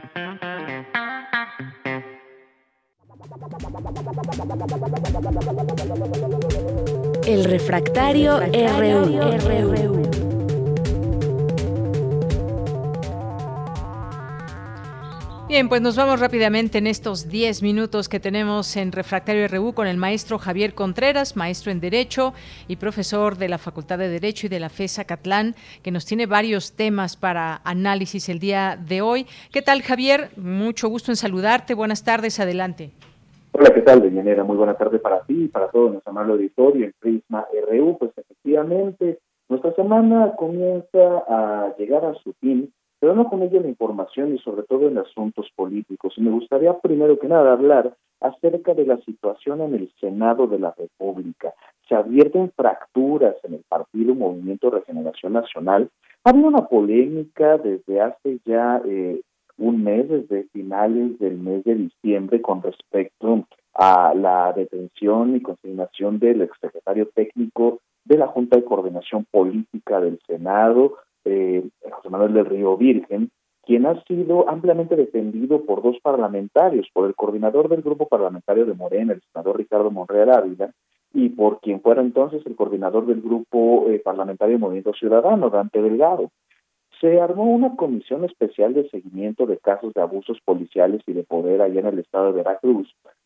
El refractario R U. Bien, pues nos vamos rápidamente en estos diez minutos que tenemos en Refractario R U con el maestro Javier Contreras, maestro en Derecho y profesor de la Facultad de Derecho y de la FES Zacatlán, que nos tiene varios temas para análisis el día de hoy. ¿Qué tal, Javier? Mucho gusto en saludarte. Buenas tardes, adelante. Hola, ¿qué tal, Deyanira? Muy buena tarde para ti y para todo nuestro amable auditorio en Prisma R U. Pues efectivamente, nuestra semana comienza a llegar a su fin, pero no con ello la información y sobre todo en asuntos políticos. Y me gustaría primero que nada hablar acerca de la situación en el Senado de la República. Se advierten fracturas en el partido Movimiento Regeneración Nacional. Ha habido una polémica desde hace ya eh, un mes, desde finales del mes de diciembre, con respecto a la detención y consignación del exsecretario técnico de la Junta de Coordinación Política del Senado, Eh, José Manuel del Río Virgen, quien ha sido ampliamente defendido por dos parlamentarios, por el coordinador del grupo parlamentario de Morena, el senador Ricardo Monreal Ávila, y por quien fuera entonces el coordinador del grupo eh, parlamentario de Movimiento Ciudadano, Dante Delgado. Se armó una comisión especial de seguimiento de casos de abusos policiales y de poder allá en el estado de Veracruz,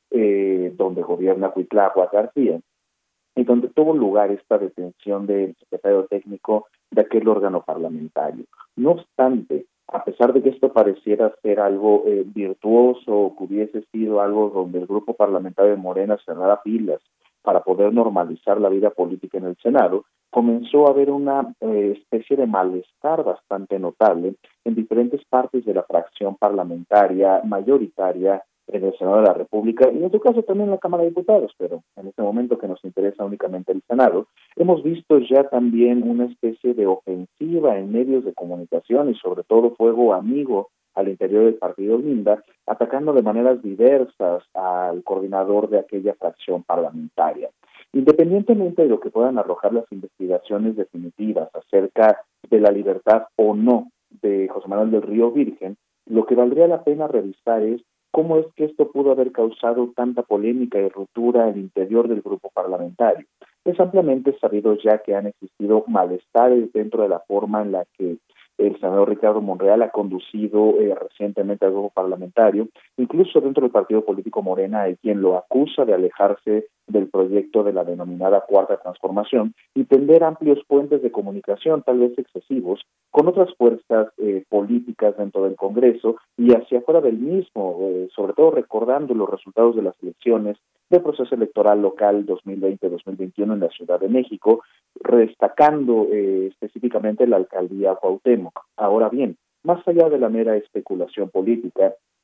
eh, donde gobierna Cuitláhuac García, y donde tuvo lugar esta detención del secretario técnico de aquel órgano parlamentario. No obstante, a pesar de que esto pareciera ser algo eh, virtuoso, o que hubiese sido algo donde el grupo parlamentario de Morena cerrara filas para poder normalizar la vida política en el Senado, comenzó a haber una eh, especie de malestar bastante notable en diferentes partes de la fracción parlamentaria mayoritaria en el Senado de la República, y en su caso también en la Cámara de Diputados, pero en este momento que nos interesa únicamente el Senado, hemos visto ya también una especie de ofensiva en medios de comunicación y sobre todo fuego amigo al interior del partido Linda, atacando de maneras diversas al coordinador de aquella fracción parlamentaria. Independientemente de lo que puedan arrojar las investigaciones definitivas acerca de la libertad o no de José Manuel del Río Virgen, lo que valdría la pena revisar es cómo es que esto pudo haber causado tanta polémica y ruptura al interior del grupo parlamentario. Es ampliamente sabido ya que han existido malestares dentro de la forma en la que el senador Ricardo Monreal ha conducido eh, recientemente al grupo parlamentario, incluso dentro del partido político Morena hay quien lo acusa de alejarse del proyecto de la denominada Cuarta Transformación y tender amplios puentes de comunicación, tal vez excesivos, con otras fuerzas eh, políticas dentro del Congreso y hacia afuera del mismo, eh, sobre todo recordando los resultados de las elecciones del proceso electoral local dos mil veinte dos mil veintiuno en la Ciudad de México, destacando eh, específicamente la alcaldía Cuauhtémoc. Ahora bien, más allá de la mera especulación política,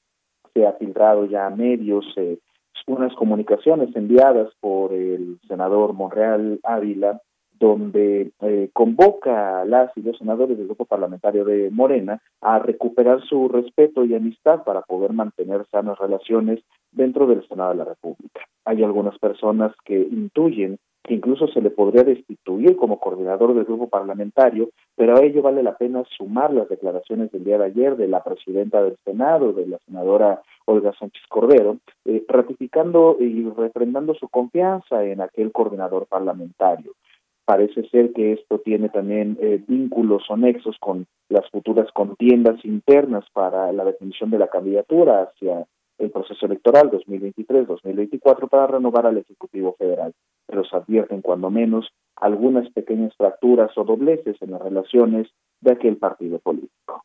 se ha filtrado ya a medios eh, unas comunicaciones enviadas por el senador Monreal Ávila, donde eh, convoca a las y los senadores del grupo parlamentario de Morena a recuperar su respeto y amistad para poder mantener sanas relaciones dentro del Senado de la República. Hay algunas personas que intuyen que incluso se le podría destituir como coordinador del grupo parlamentario, pero a ello vale la pena sumar las declaraciones del día de ayer de la presidenta del Senado, de la senadora Olga Sánchez Cordero, eh, ratificando y refrendando su confianza en aquel coordinador parlamentario. Parece ser que esto tiene también eh, vínculos o nexos con las futuras contiendas internas para la definición de la candidatura hacia el proceso electoral dos mil veintitrés dos mil veinticuatro para renovar al Ejecutivo Federal. Pero se advierten cuando menos algunas pequeñas fracturas o dobleces en las relaciones de aquel partido político.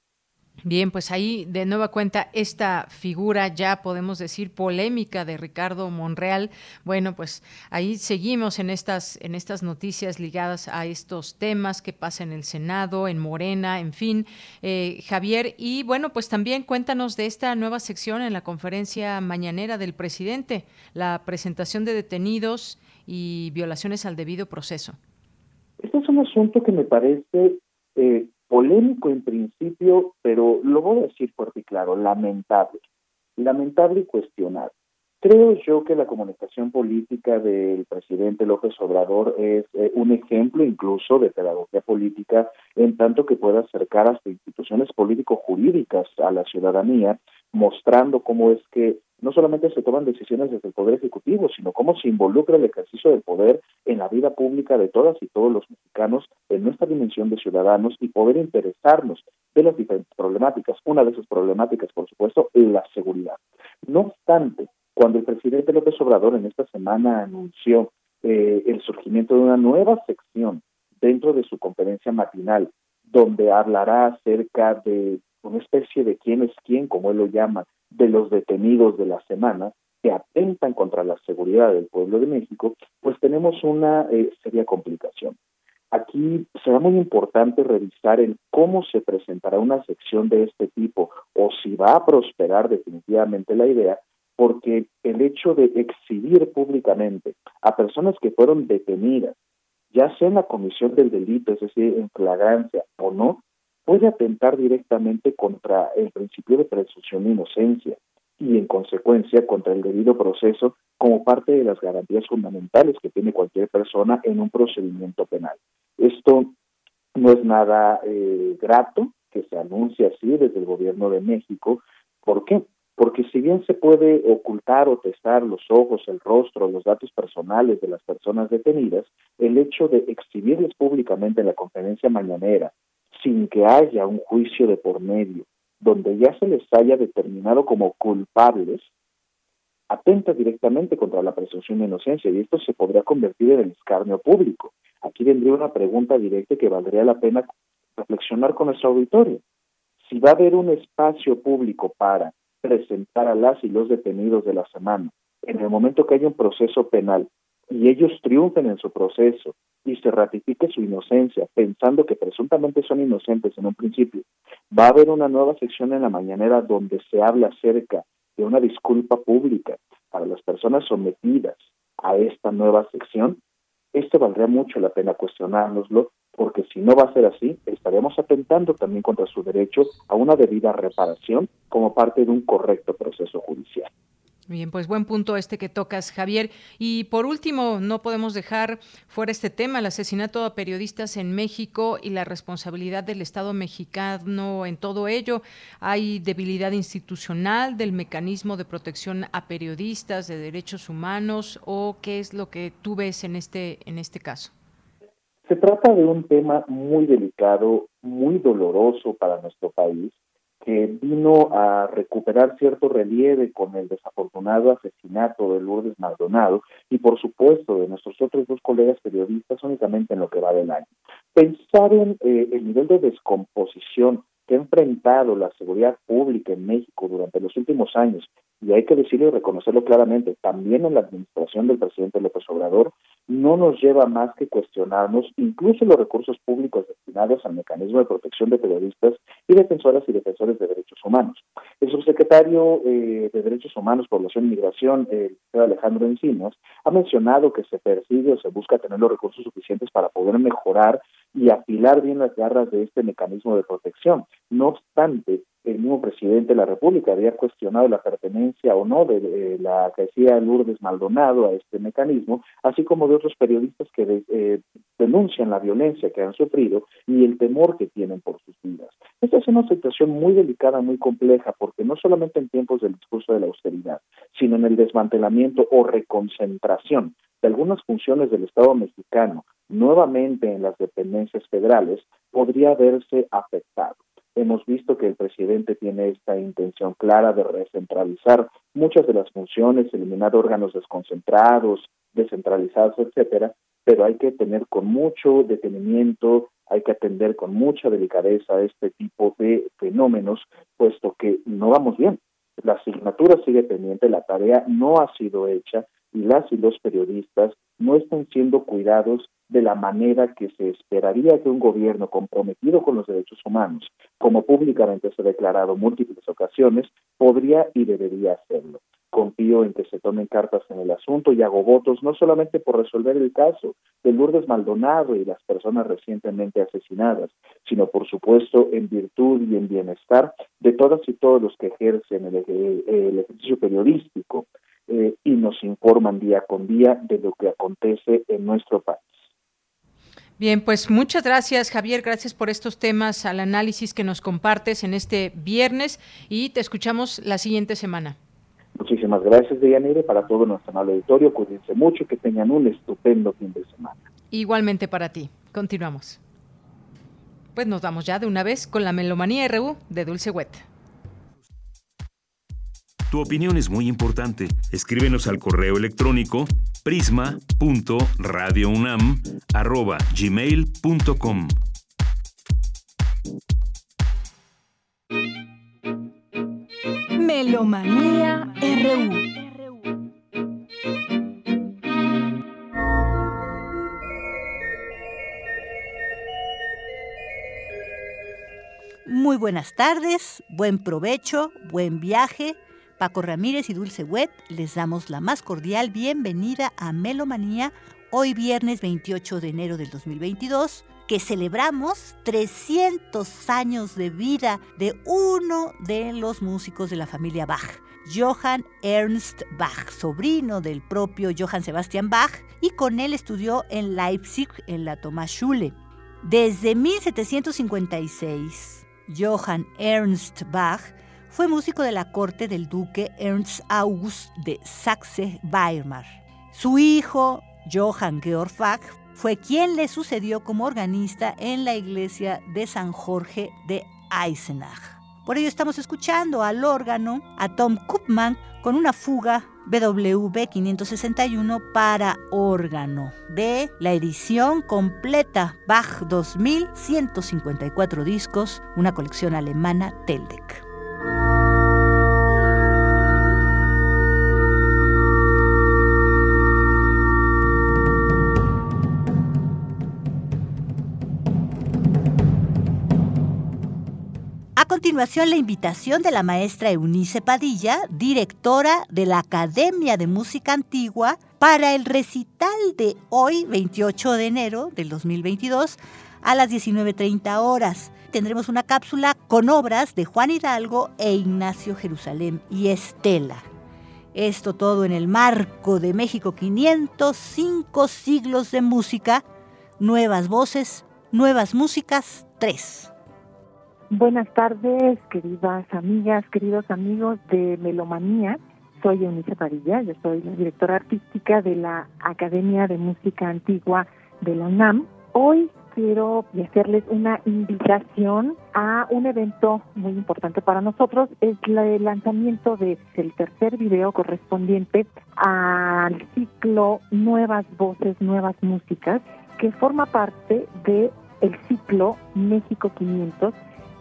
Bien, pues ahí de nueva cuenta esta figura ya podemos decir polémica de Ricardo Monreal. Bueno, pues ahí seguimos en estas en estas noticias ligadas a estos temas que pasa en el Senado, en Morena, en fin, eh, Javier. Y bueno, pues también cuéntanos de esta nueva sección en la conferencia mañanera del presidente, la presentación de detenidos y violaciones al debido proceso. Este es un asunto que me parece eh, polémico en principio, pero lo voy a decir fuerte y claro, lamentable, lamentable y cuestionable. Creo yo que la comunicación política del presidente López Obrador es eh, un ejemplo incluso de pedagogía política, en tanto que puede acercar hasta instituciones político-jurídicas a la ciudadanía, mostrando cómo es que no solamente se toman decisiones desde el Poder Ejecutivo, sino cómo se involucra el ejercicio del poder en la vida pública de todas y todos los mexicanos en nuestra dimensión de ciudadanos y poder interesarnos de las diferentes problemáticas. Una de esas problemáticas, por supuesto, es la seguridad. No obstante, cuando el presidente López Obrador en esta semana anunció eh, el surgimiento de una nueva sección dentro de su conferencia matinal, donde hablará acerca de una especie de quién es quién, como él lo llama, de los detenidos de la semana que atentan contra la seguridad del pueblo de México, pues tenemos una eh, seria complicación. Aquí será muy importante revisar el cómo se presentará una sección de este tipo o si va a prosperar definitivamente la idea, porque el hecho de exhibir públicamente a personas que fueron detenidas, ya sea en la comisión del delito, es decir, en flagrancia o no, puede atentar directamente contra el principio de presunción de inocencia y, en consecuencia, contra el debido proceso como parte de las garantías fundamentales que tiene cualquier persona en un procedimiento penal. Esto no es nada eh, grato que se anuncie así desde el gobierno de México. ¿Por qué? Porque si bien se puede ocultar o testar los ojos, el rostro, los datos personales de las personas detenidas, el hecho de exhibirles públicamente en la conferencia mañanera, sin que haya un juicio de por medio, donde ya se les haya determinado como culpables, atenta directamente contra la presunción de inocencia y esto se podría convertir en el escarnio público. Aquí vendría una pregunta directa que valdría la pena reflexionar con nuestro auditorio. Si va a haber un espacio público para presentar a las y los detenidos de la semana, en el momento que haya un proceso penal y ellos triunfen en su proceso y se ratifique su inocencia, pensando que presuntamente son inocentes en un principio, va a haber una nueva sección en la mañanera donde se habla acerca de una disculpa pública para las personas sometidas a esta nueva sección. Esto valdría mucho la pena cuestionárnoslo, porque si no va a ser así, estaremos atentando también contra su derecho a una debida reparación como parte de un correcto proceso judicial. Bien, pues buen punto este que tocas, Javier. Y por último, no podemos dejar fuera este tema, el asesinato a periodistas en México y la responsabilidad del Estado mexicano en todo ello. ¿Hay debilidad institucional del mecanismo de protección a periodistas, de derechos humanos, o qué es lo que tú ves en este, en este caso? Se trata de un tema muy delicado, muy doloroso para nuestro país, que vino a recuperar cierto relieve con el desafortunado asesinato de Lourdes Maldonado y, por supuesto, de nuestros otros dos colegas periodistas únicamente en lo que va del año. Pensar en eh, el nivel de descomposición que ha enfrentado la seguridad pública en México durante los últimos años, y hay que decirlo y reconocerlo claramente, también en la administración del presidente López Obrador, no nos lleva más que cuestionarnos incluso los recursos públicos destinados al mecanismo de protección de periodistas y defensoras y defensores de derechos humanos. El subsecretario eh, de Derechos Humanos, Población y Migración, el doctor Alejandro Encinas, ha mencionado que se persigue o se busca tener los recursos suficientes para poder mejorar y afilar bien las garras de este mecanismo de protección. No obstante, el mismo presidente de la República había cuestionado la pertenencia o no de, de la que decía Lourdes Maldonado a este mecanismo, así como de otros periodistas que de, eh, denuncian la violencia que han sufrido y el temor que tienen por sus vidas. Esta es una situación muy delicada, muy compleja, porque no solamente en tiempos del discurso de la austeridad, sino en el desmantelamiento o reconcentración de algunas funciones del Estado mexicano, nuevamente en las dependencias federales, podría verse afectado. Hemos visto que el presidente tiene esta intención clara de recentralizar muchas de las funciones, eliminar órganos desconcentrados, descentralizados, etcétera, pero hay que tener con mucho detenimiento, hay que atender con mucha delicadeza este tipo de fenómenos, puesto que no vamos bien. La asignatura sigue pendiente, la tarea no ha sido hecha y las y los periodistas no están siendo cuidados de la manera que se esperaría que un gobierno comprometido con los derechos humanos, como públicamente se ha declarado múltiples ocasiones, podría y debería hacerlo. Confío en que se tomen cartas en el asunto y hago votos no solamente por resolver el caso de Lourdes Maldonado y las personas recientemente asesinadas, sino por supuesto en virtud y en bienestar de todas y todos los que ejercen el, el ejercicio periodístico eh, y nos informan día con día de lo que acontece en nuestro país. Bien, pues muchas gracias, Javier, gracias por estos temas, al análisis que nos compartes en este viernes y te escuchamos la siguiente semana. Muchísimas gracias, Deyanire, para todo nuestro amable auditorio, cuídense mucho, que tengan un estupendo fin de semana. Igualmente para ti, continuamos. Pues nos vamos ya de una vez con la Melomanía R U de Dulce Wet. Tu opinión es muy importante. Escríbenos al correo electrónico prisma punto radio unam arroba gmail punto com. Melomanía R U. Muy buenas tardes, buen provecho, buen viaje. Paco Ramírez y Dulce Wet les damos la más cordial bienvenida a Melomanía, hoy viernes veintiocho de enero del dos mil veintidós, que celebramos trescientos años de vida de uno de los músicos de la familia Bach, Johann Ernst Bach, sobrino del propio Johann Sebastian Bach, y con él estudió en Leipzig en la Thomasschule. Desde mil setecientos cincuenta y seis, Johann Ernst Bach fue músico de la corte del duque Ernst August de Saxe-Weimar. Su hijo, Johann Georg Bach, fue quien le sucedió como organista en la iglesia de San Jorge de Eisenach. Por ello estamos escuchando al órgano a Tom Koopman con una fuga B W V quinientos sesenta y uno para órgano de la edición completa Bach dos mil ciento cincuenta y cuatro discos, una colección alemana Teldec. A continuación, la invitación de la maestra Eunice Padilla, directora de la Academia de Música Antigua, para el recital de hoy, veintiocho de enero del dos mil veintidós, a las diecinueve treinta horas. Tendremos una cápsula con obras de Juan Hidalgo e Ignacio Jerusalén y Estela. Esto todo en el marco de México quinientos cinco siglos de música, nuevas voces, nuevas músicas, tres. Buenas tardes, queridas amigas, queridos amigos de Melomanía. Soy Eunice Padilla, yo soy la directora artística de la Academia de Música Antigua de la UNAM. Hoy quiero hacerles una invitación a un evento muy importante para nosotros. Es el lanzamiento del tercer video correspondiente al ciclo Nuevas Voces, Nuevas Músicas, que forma parte del ciclo México quinientos,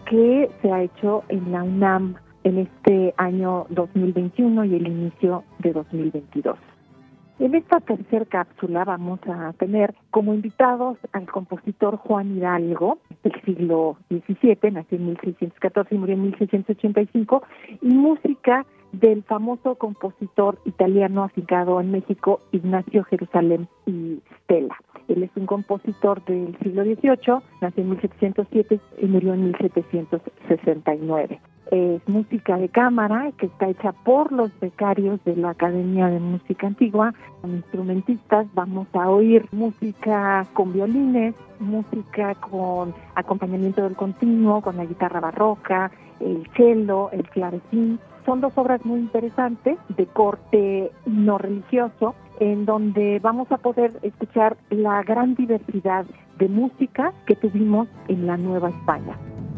que se ha hecho en la UNAM en este año dos mil veintiuno y el inicio de dos mil veintidós. En esta tercera cápsula vamos a tener como invitados al compositor Juan Hidalgo, del siglo diecisiete, nació en mil seiscientos catorce y murió en mil seiscientos ochenta y cinco, y música del famoso compositor italiano afincado en México, Ignacio Jerusalén y Stella. Él es un compositor del siglo dieciocho, nació en mil setecientos siete y murió en mil setecientos sesenta y nueve. Es música de cámara que está hecha por los becarios de la Academia de Música Antigua. Como instrumentistas vamos a oír música con violines, música con acompañamiento del continuo, con la guitarra barroca, el cello, el clavecín. Son dos obras muy interesantes de corte no religioso, en donde vamos a poder escuchar la gran diversidad de música que tuvimos en la Nueva España.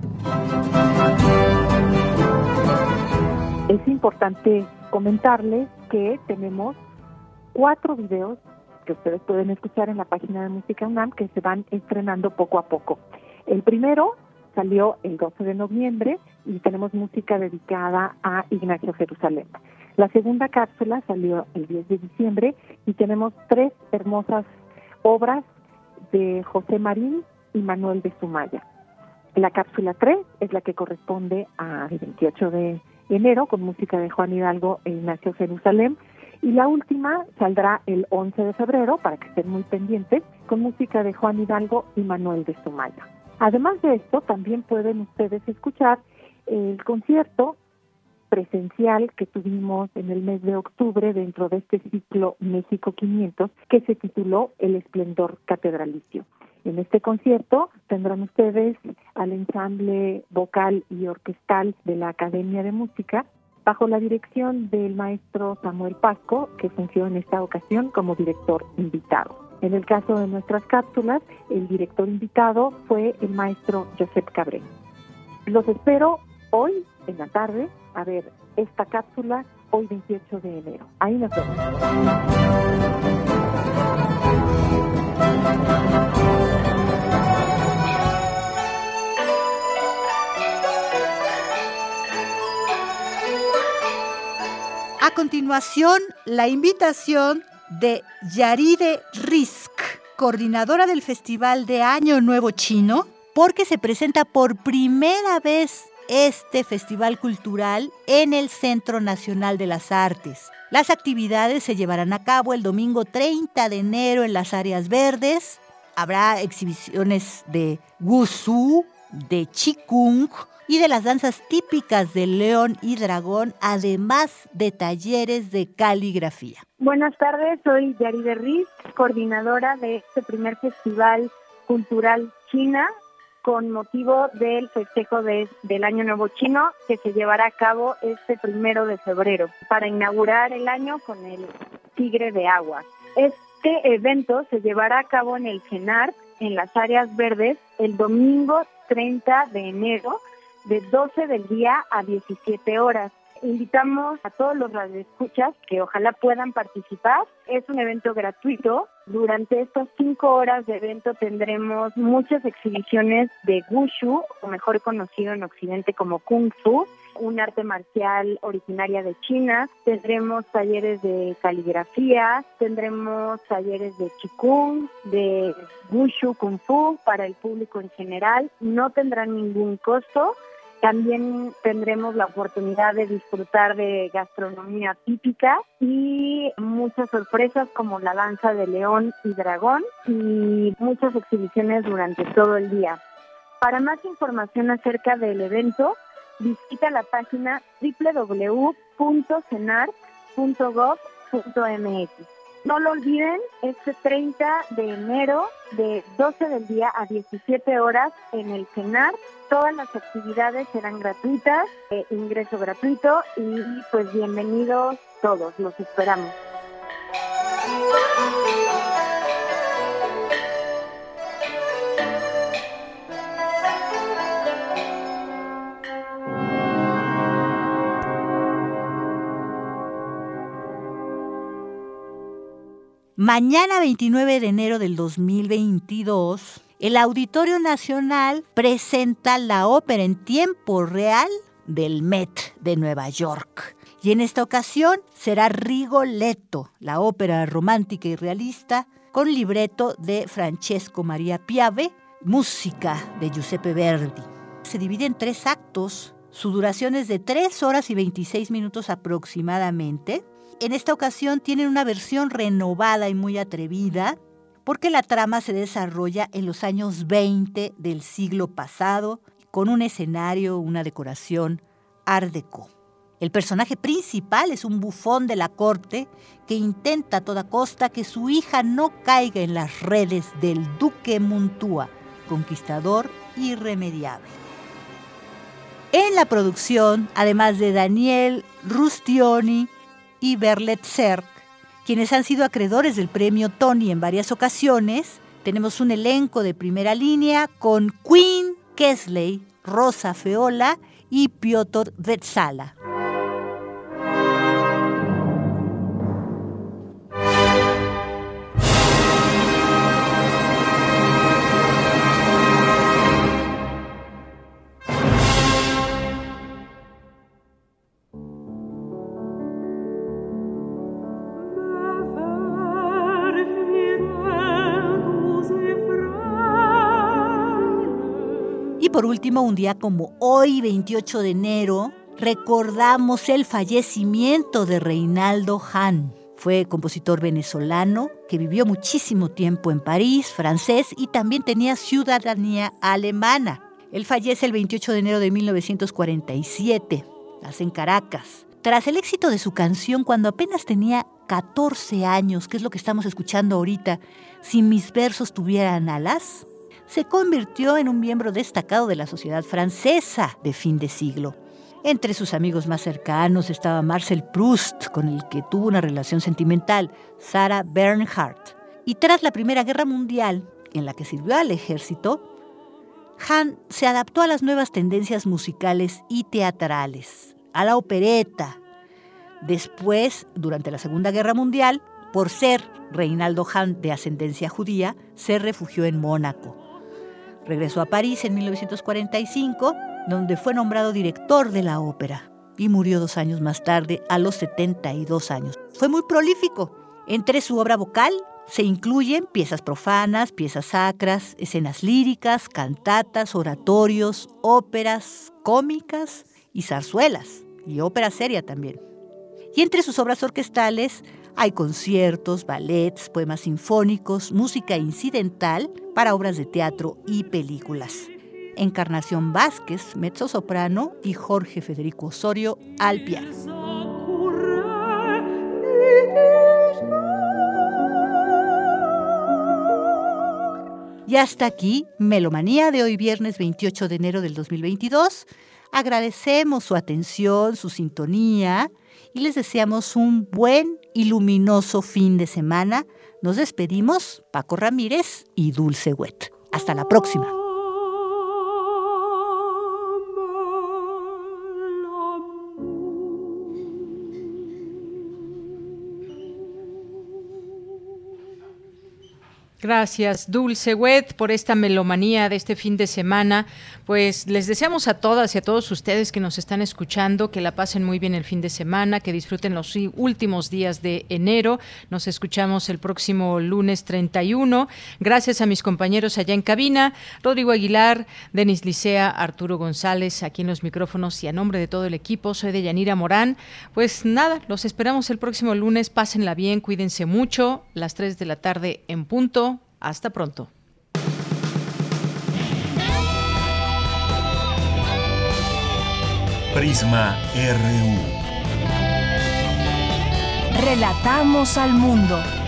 Es importante comentarles que tenemos cuatro videos que ustedes pueden escuchar en la página de Música UNAM que se van estrenando poco a poco. El primero salió el doce de noviembre y tenemos música dedicada a Ignacio Jerusalén. La segunda cápsula salió el diez de diciembre y tenemos tres hermosas obras de José Marín y Manuel de Sumaya. La cápsula tres es la que corresponde al veintiocho de enero con música de Juan Hidalgo e Ignacio Jerusalén, y la última saldrá el once de febrero, para que estén muy pendientes, con música de Juan Hidalgo y Manuel de Sumaya. Además de esto, también pueden ustedes escuchar el concierto presencial que tuvimos en el mes de octubre dentro de este ciclo México quinientos, que se tituló El Esplendor Catedralicio. En este concierto tendrán ustedes al ensamble vocal y orquestal de la Academia de Música, bajo la dirección del maestro Samuel Pasco, que fungió en esta ocasión como director invitado. En el caso de nuestras cápsulas, el director invitado fue el maestro Josep Cabré. Los espero hoy en la tarde a ver esta cápsula, hoy veintiocho de enero. Ahí nos vemos. A continuación, la invitación de Yaride Rizk, coordinadora del Festival de Año Nuevo Chino, porque se presenta por primera vez este festival cultural en el Centro Nacional de las Artes. Las actividades se llevarán a cabo el domingo treinta de enero en las áreas verdes. Habrá exhibiciones de Wushu, de Qigong y de las danzas típicas de León y Dragón, además de talleres de caligrafía. Buenas tardes, soy Yaride Riz, coordinadora de este primer festival cultural China con motivo del festejo de, del Año Nuevo Chino, que se llevará a cabo este primero de febrero para inaugurar el año con el Tigre de Agua. Este evento se llevará a cabo en el CENART, en las áreas verdes, el domingo treinta de enero, de doce del día a diecisiete horas. Invitamos a todos los radioescuchas que ojalá puedan participar. Es un evento gratuito. Durante estas cinco horas de evento tendremos muchas exhibiciones de Wushu, o mejor conocido en Occidente como Kung Fu, un arte marcial originaria de China. Tendremos talleres de caligrafía, tendremos talleres de Qigong, de Wushu Kung Fu para el público en general. No tendrán ningún costo. También tendremos la oportunidad de disfrutar de gastronomía típica y muchas sorpresas como la danza de León y Dragón y muchas exhibiciones durante todo el día. Para más información acerca del evento, visita la página doble u doble u doble u punto cenart punto gob punto m x. No lo olviden, este treinta de enero de doce del día a diecisiete horas en el CENART. Todas las actividades serán gratuitas, eh, ingreso gratuito y pues bienvenidos todos, los esperamos. Mañana veintinueve de enero del dos mil veintidós, El Auditorio Nacional presenta la ópera en tiempo real del Met de Nueva York. Y en esta ocasión será Rigoletto, la ópera romántica y realista, con libreto de Francesco Maria Piave, música de Giuseppe Verdi. Se divide en tres actos, su duración es de tres horas y veintiséis minutos aproximadamente. En esta ocasión tienen una versión renovada y muy atrevida, porque la trama se desarrolla en los años veinte del siglo pasado, con un escenario, una decoración art déco. El personaje principal es un bufón de la corte que intenta a toda costa que su hija no caiga en las redes del duque Muntua, conquistador irremediable. En la producción, además de Daniel Rustioni y Berlet Cerc, quienes han sido acreedores del premio Tony en varias ocasiones, tenemos un elenco de primera línea con Queen Kesley, Rosa Feola y Piotr Vetzala. Por último, un día como hoy, veintiocho de enero, recordamos el fallecimiento de Reinaldo Hahn. Fue compositor venezolano que vivió muchísimo tiempo en París, francés, y también tenía ciudadanía alemana. Él fallece el veintiocho de enero de mil novecientos cuarenta y siete, nace en Caracas. Tras el éxito de su canción cuando apenas tenía catorce años, que es lo que estamos escuchando ahorita, Si mis versos tuvieran alas, se convirtió en un miembro destacado de la sociedad francesa de fin de siglo. Entre sus amigos más cercanos estaba Marcel Proust, con el que tuvo una relación sentimental, Sarah Bernhardt. Y tras la Primera Guerra Mundial, en la que sirvió al ejército, Hahn se adaptó a las nuevas tendencias musicales y teatrales, a la opereta. Después, durante la Segunda Guerra Mundial, por ser Reinaldo Hahn de ascendencia judía, se refugió en Mónaco. Regresó a París en mil novecientos cuarenta y cinco, donde fue nombrado director de la ópera y murió dos años más tarde a los setenta y dos años. Fue muy prolífico. Entre su obra vocal se incluyen piezas profanas, piezas sacras, escenas líricas, cantatas, oratorios, óperas cómicas y zarzuelas, y ópera seria también. Y entre sus obras orquestales hay conciertos, ballets, poemas sinfónicos, música incidental para obras de teatro y películas. Encarnación Vázquez, mezzosoprano, y Jorge Federico Osorio, al piano. Y hasta aquí, Melomanía de hoy viernes veintiocho de enero del dos mil veintidós. Agradecemos su atención, su sintonía, y les deseamos un buen y luminoso fin de semana. Nos despedimos, Paco Ramírez y Dulce Wet. Hasta la próxima. Gracias, Dulce Wet, por esta melomanía de este fin de semana. Pues les deseamos a todas y a todos ustedes que nos están escuchando que la pasen muy bien el fin de semana, que disfruten los últimos días de enero. Nos escuchamos el próximo lunes treinta y uno. Gracias a mis compañeros allá en cabina, Rodrigo Aguilar, Denis Licea, Arturo González, aquí en los micrófonos, y a nombre de todo el equipo, soy Deyanira Morán. Pues nada, los esperamos el próximo lunes. Pásenla bien, cuídense mucho. Las tres de la tarde en punto. Hasta pronto. Prisma R U. Relatamos al mundo.